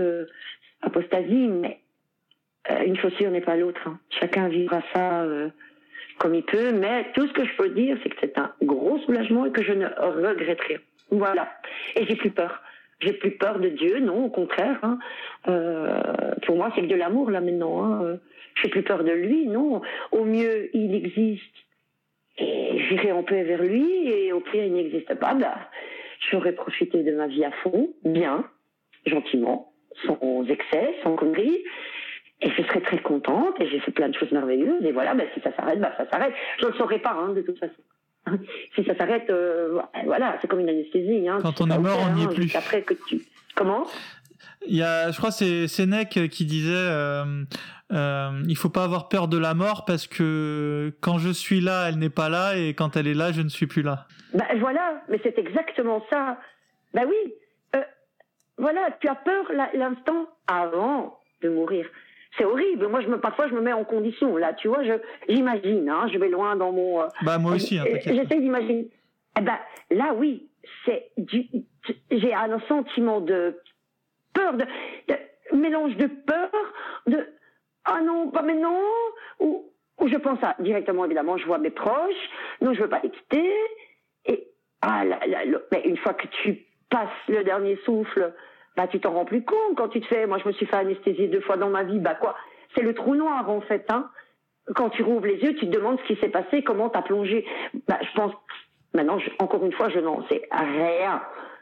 Speaker 2: apostasie, mais une chaussure n'est pas l'autre. Hein. Chacun vivra ça comme il peut, mais tout ce que je peux dire, c'est que c'est un gros soulagement et que je ne regrette rien. Voilà. Et j'ai plus peur. J'ai plus peur de Dieu, non, au contraire. Hein. Pour moi, c'est que de l'amour, là, maintenant. Hein. J'ai plus peur de lui, non. Au mieux, il existe et j'irai en paix vers lui, et au pire, il n'existe pas. Bah, j'aurais profité de ma vie à fond, bien, gentiment, sans excès, sans conneries. Et je serais très contente, et j'ai fait plein de choses merveilleuses, et voilà, si ça s'arrête, ça s'arrête. Je ne le saurais pas, hein, de toute façon. Si ça s'arrête, voilà, c'est comme une anesthésie. Hein,
Speaker 1: quand on est mort, on n'y est plus.
Speaker 2: Après que tu... Comment ?
Speaker 1: Je crois que c'est Sénèque qui disait il faut pas avoir peur de la mort, parce que quand je suis là, elle n'est pas là, et quand elle est là, je ne suis plus là.
Speaker 2: Voilà, mais c'est exactement ça. Oui, voilà, tu as peur l'instant avant de mourir. C'est horrible. Moi, parfois, je me mets en condition. Là, tu vois, j'imagine. Hein, je vais loin dans mon.
Speaker 1: Moi aussi. Hein,
Speaker 2: j'essaie d'imaginer. Là, oui, j'ai un sentiment de peur, de mélange de peur, de ah non, pas maintenant, ou je pense directement, évidemment, je vois mes proches. Non, je veux pas les quitter. Et mais une fois que tu passes le dernier souffle. Tu t'en rends plus compte quand tu te fais. Moi, je me suis fait anesthésier 2 fois dans ma vie. Quoi ? C'est le trou noir, en fait. Hein. Quand tu rouvres les yeux, tu te demandes ce qui s'est passé, comment t'as plongé. Je pense. Maintenant, encore une fois, je n'en sais rien.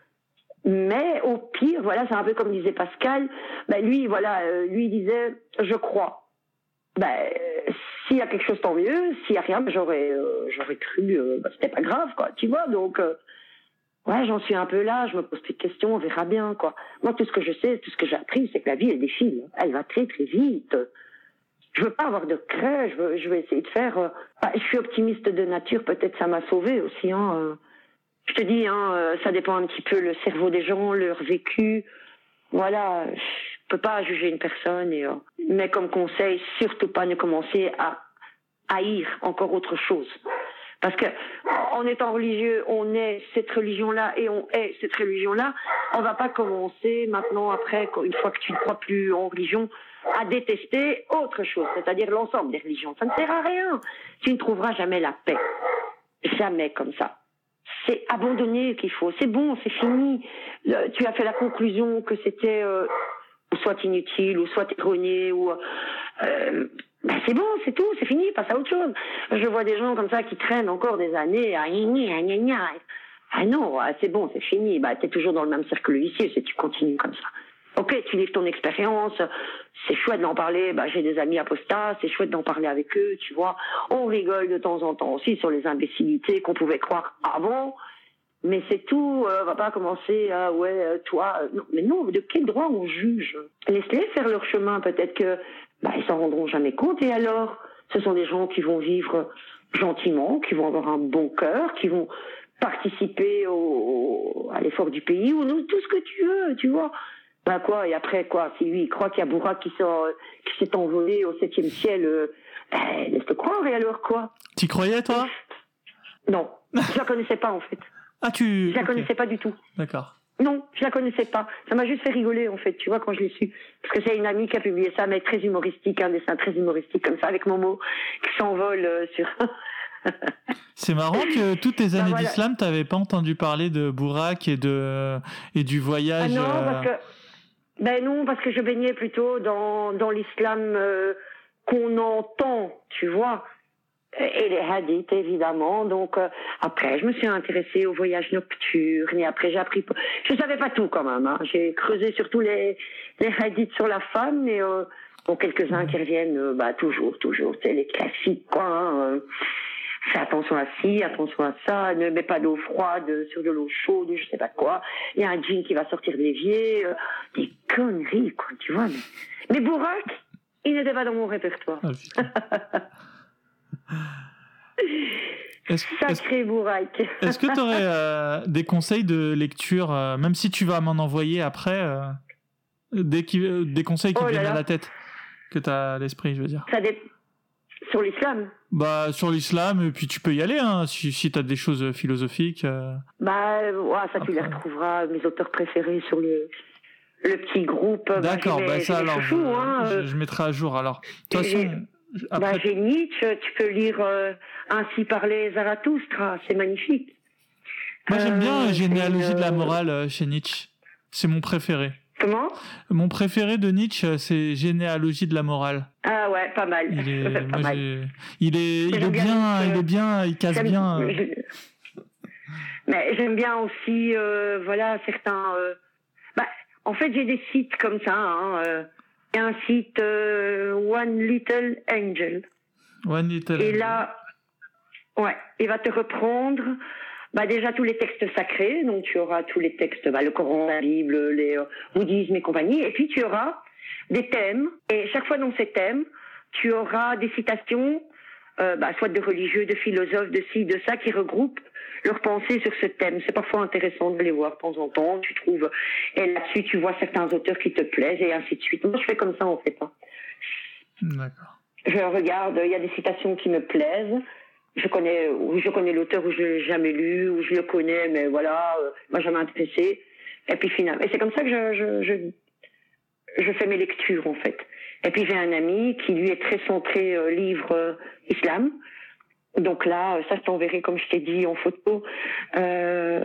Speaker 2: Mais au pire, voilà, c'est un peu comme disait Pascal. Lui, lui disait, je crois. S'il y a quelque chose, tant mieux. S'il y a rien, j'aurais cru. C'était pas grave, quoi. Tu vois, donc. Ouais, j'en suis un peu là, je me pose plus de questions, on verra bien, quoi. Moi, tout ce que je sais, tout ce que j'ai appris, c'est que la vie, elle défile. Elle va très, très vite. Je veux pas avoir de regrets, je veux essayer de faire... je suis optimiste de nature, peut-être ça m'a sauvée aussi, hein. Je te dis, hein, ça dépend un petit peu le cerveau des gens, leur vécu. Voilà, je peux pas juger une personne, mais comme conseil, surtout pas ne commencer à haïr encore autre chose. Parce que en étant religieux, on est cette religion-là et on est cette religion-là. On va pas commencer maintenant, après, une fois que tu ne crois plus en religion, à détester autre chose, c'est-à-dire l'ensemble des religions. Ça ne sert à rien. Tu ne trouveras jamais la paix. Jamais comme ça. C'est abandonner qu'il faut. C'est bon, c'est fini. Tu as fait la conclusion que c'était soit inutile, ou soit erroné, ou... c'est bon, c'est tout, c'est fini, passe à autre chose. Je vois des gens comme ça qui traînent encore des années à ah non, c'est bon, c'est fini. T'es toujours dans le même cercle vicieux si tu continues comme ça. Ok, tu livres ton expérience, c'est chouette d'en parler. J'ai des amis apostats, c'est chouette d'en parler avec eux, tu vois. On rigole de temps en temps aussi sur les imbécilités qu'on pouvait croire avant. Mais c'est tout, on va pas commencer à, toi, non, mais non, de quel droit on juge? Laisse-les faire leur chemin, peut-être que, ils s'en rendront jamais compte, et alors, ce sont des gens qui vont vivre gentiment, qui vont avoir un bon cœur, qui vont participer à l'effort du pays, ou non, tout ce que tu veux, tu vois. Et après, si lui, il croit qu'il y a Bourak qui s'est envolé au 7e ciel, laisse-le croire, et alors quoi?
Speaker 1: T'y croyais, toi?
Speaker 2: Non, je la connaissais pas, en fait. Je la connaissais pas du tout.
Speaker 1: D'accord.
Speaker 2: Non, je la connaissais pas. Ça m'a juste fait rigoler, en fait, tu vois, quand je l'ai su. Parce que c'est une amie qui a publié ça, mais très humoristique, un dessin très humoristique, comme ça, avec Momo, qui s'envole sur...
Speaker 1: C'est marrant que toutes tes années d'islam, t'avais pas entendu parler de Bourak et du voyage...
Speaker 2: non, parce que je baignais plutôt dans l'islam qu'on entend, tu vois. Et les hadiths, évidemment. Donc, après, je me suis intéressée aux voyages nocturnes, et après, j'ai appris... Je savais pas tout, quand même, hein. J'ai creusé surtout les hadiths sur la femme, et quelques-uns qui reviennent, toujours, c'est les classiques, quoi, hein. Fais attention à ci, attention à ça, ne mets pas d'eau froide sur de l'eau chaude, je sais pas quoi. Il y a un djinn qui va sortir de l'évier, des conneries, quoi, tu vois. Mais Bourak, il n'était pas dans mon répertoire. Sacré Bourak.
Speaker 1: Est-ce que tu aurais des conseils de lecture, même si tu vas m'en envoyer après, des conseils qui te viennent à la tête, que tu as à l'esprit, je veux dire?
Speaker 2: Sur l'islam?
Speaker 1: Sur l'islam, et puis tu peux y aller, hein, si tu as des choses philosophiques.
Speaker 2: Ça, tu les retrouveras, mes auteurs préférés, sur le petit groupe.
Speaker 1: D'accord, ça alors, je mettrai à jour. Alors, de toute façon, Après...
Speaker 2: J'ai Nietzsche, tu peux lire Ainsi parlait Zarathustra, c'est magnifique.
Speaker 1: Moi j'aime bien Généalogie de la morale chez Nietzsche. C'est mon préféré.
Speaker 2: Comment ?
Speaker 1: Mon préféré de Nietzsche, c'est Généalogie de la morale.
Speaker 2: Ah ouais, pas mal.
Speaker 1: Il est
Speaker 2: bien,
Speaker 1: il casse bien.
Speaker 2: Mais j'aime bien aussi, certains... en fait, j'ai des sites comme ça. Il y a un site One Little Angel. Et là, il va te reprendre... déjà tous les textes sacrés, donc tu auras tous les textes, le Coran, la Bible, les bouddhisme et compagnie, et puis tu auras des thèmes, et chaque fois dans ces thèmes, tu auras des citations, soit de religieux, de philosophes, de ci, de ça, qui regroupent leurs pensées sur ce thème. C'est parfois intéressant de les voir de temps en temps, tu trouves, et là-dessus tu vois certains auteurs qui te plaisent, et ainsi de suite. Moi je fais comme ça en fait.
Speaker 1: D'accord.
Speaker 2: Je regarde, il y a des citations qui me plaisent, je connais l'auteur ou je l'ai jamais lu, ou je le connais, mais voilà, m'a jamais intéressé. Et puis finalement, et c'est comme ça que je fais mes lectures en fait. Et puis j'ai un ami qui lui est très centré livre islam. Donc là, ça je t'enverrai comme je t'ai dit en photo. En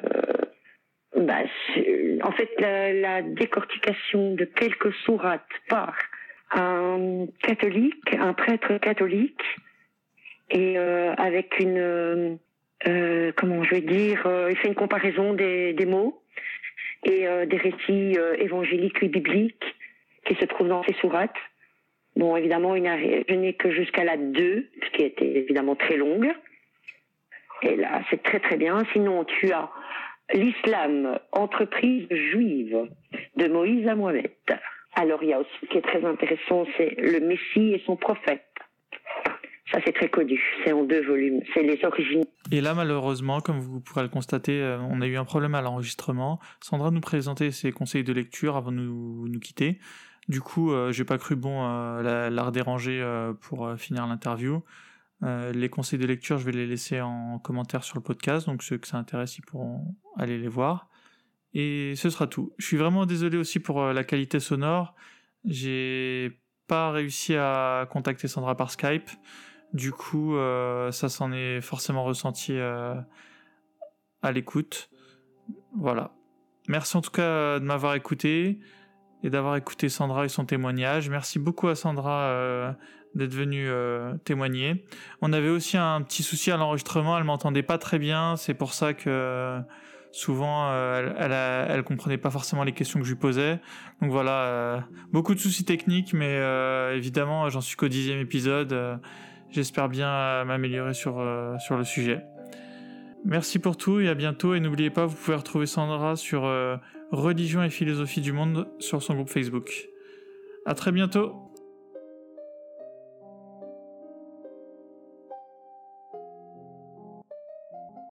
Speaker 2: fait, la décortication de quelques sourates par un prêtre catholique. Et avec une il fait une comparaison des mots et des récits évangéliques et bibliques qui se trouvent dans ces sourates. Bon, évidemment, je n'ai que jusqu'à la 2, ce qui était évidemment très longue. Et là, c'est très très bien. Sinon, tu as l'islam, entreprise juive, de Moïse à Mohamed. Alors, il y a aussi ce qui est très intéressant, c'est le Messie et son prophète. Ça, c'est très connu. C'est en 2 volumes. C'est les origines.
Speaker 1: Et là, malheureusement, comme vous pourrez le constater, on a eu un problème à l'enregistrement. Sandra nous présentait ses conseils de lecture avant de nous quitter. Du coup, j'ai pas cru bon la redéranger pour finir l'interview. Les conseils de lecture, je vais les laisser en commentaire sur le podcast. Donc, ceux que ça intéresse, ils pourront aller les voir. Et ce sera tout. Je suis vraiment désolé aussi pour la qualité sonore. J'ai pas réussi à contacter Sandra par Skype. Du coup, ça s'en est forcément ressenti à l'écoute. Voilà. Merci en tout cas de m'avoir écouté et d'avoir écouté Sandra et son témoignage. Merci beaucoup à Sandra d'être venue témoigner. On avait aussi un petit souci à l'enregistrement, elle m'entendait pas très bien, c'est pour ça que souvent elle comprenait pas forcément les questions que je lui posais. Donc voilà, beaucoup de soucis techniques, mais évidemment j'en suis qu'au 10e épisode. J'espère bien m'améliorer sur le sujet. Merci pour tout et à bientôt. Et n'oubliez pas, vous pouvez retrouver Sandra sur Religion et philosophie du monde sur son groupe Facebook. À très bientôt.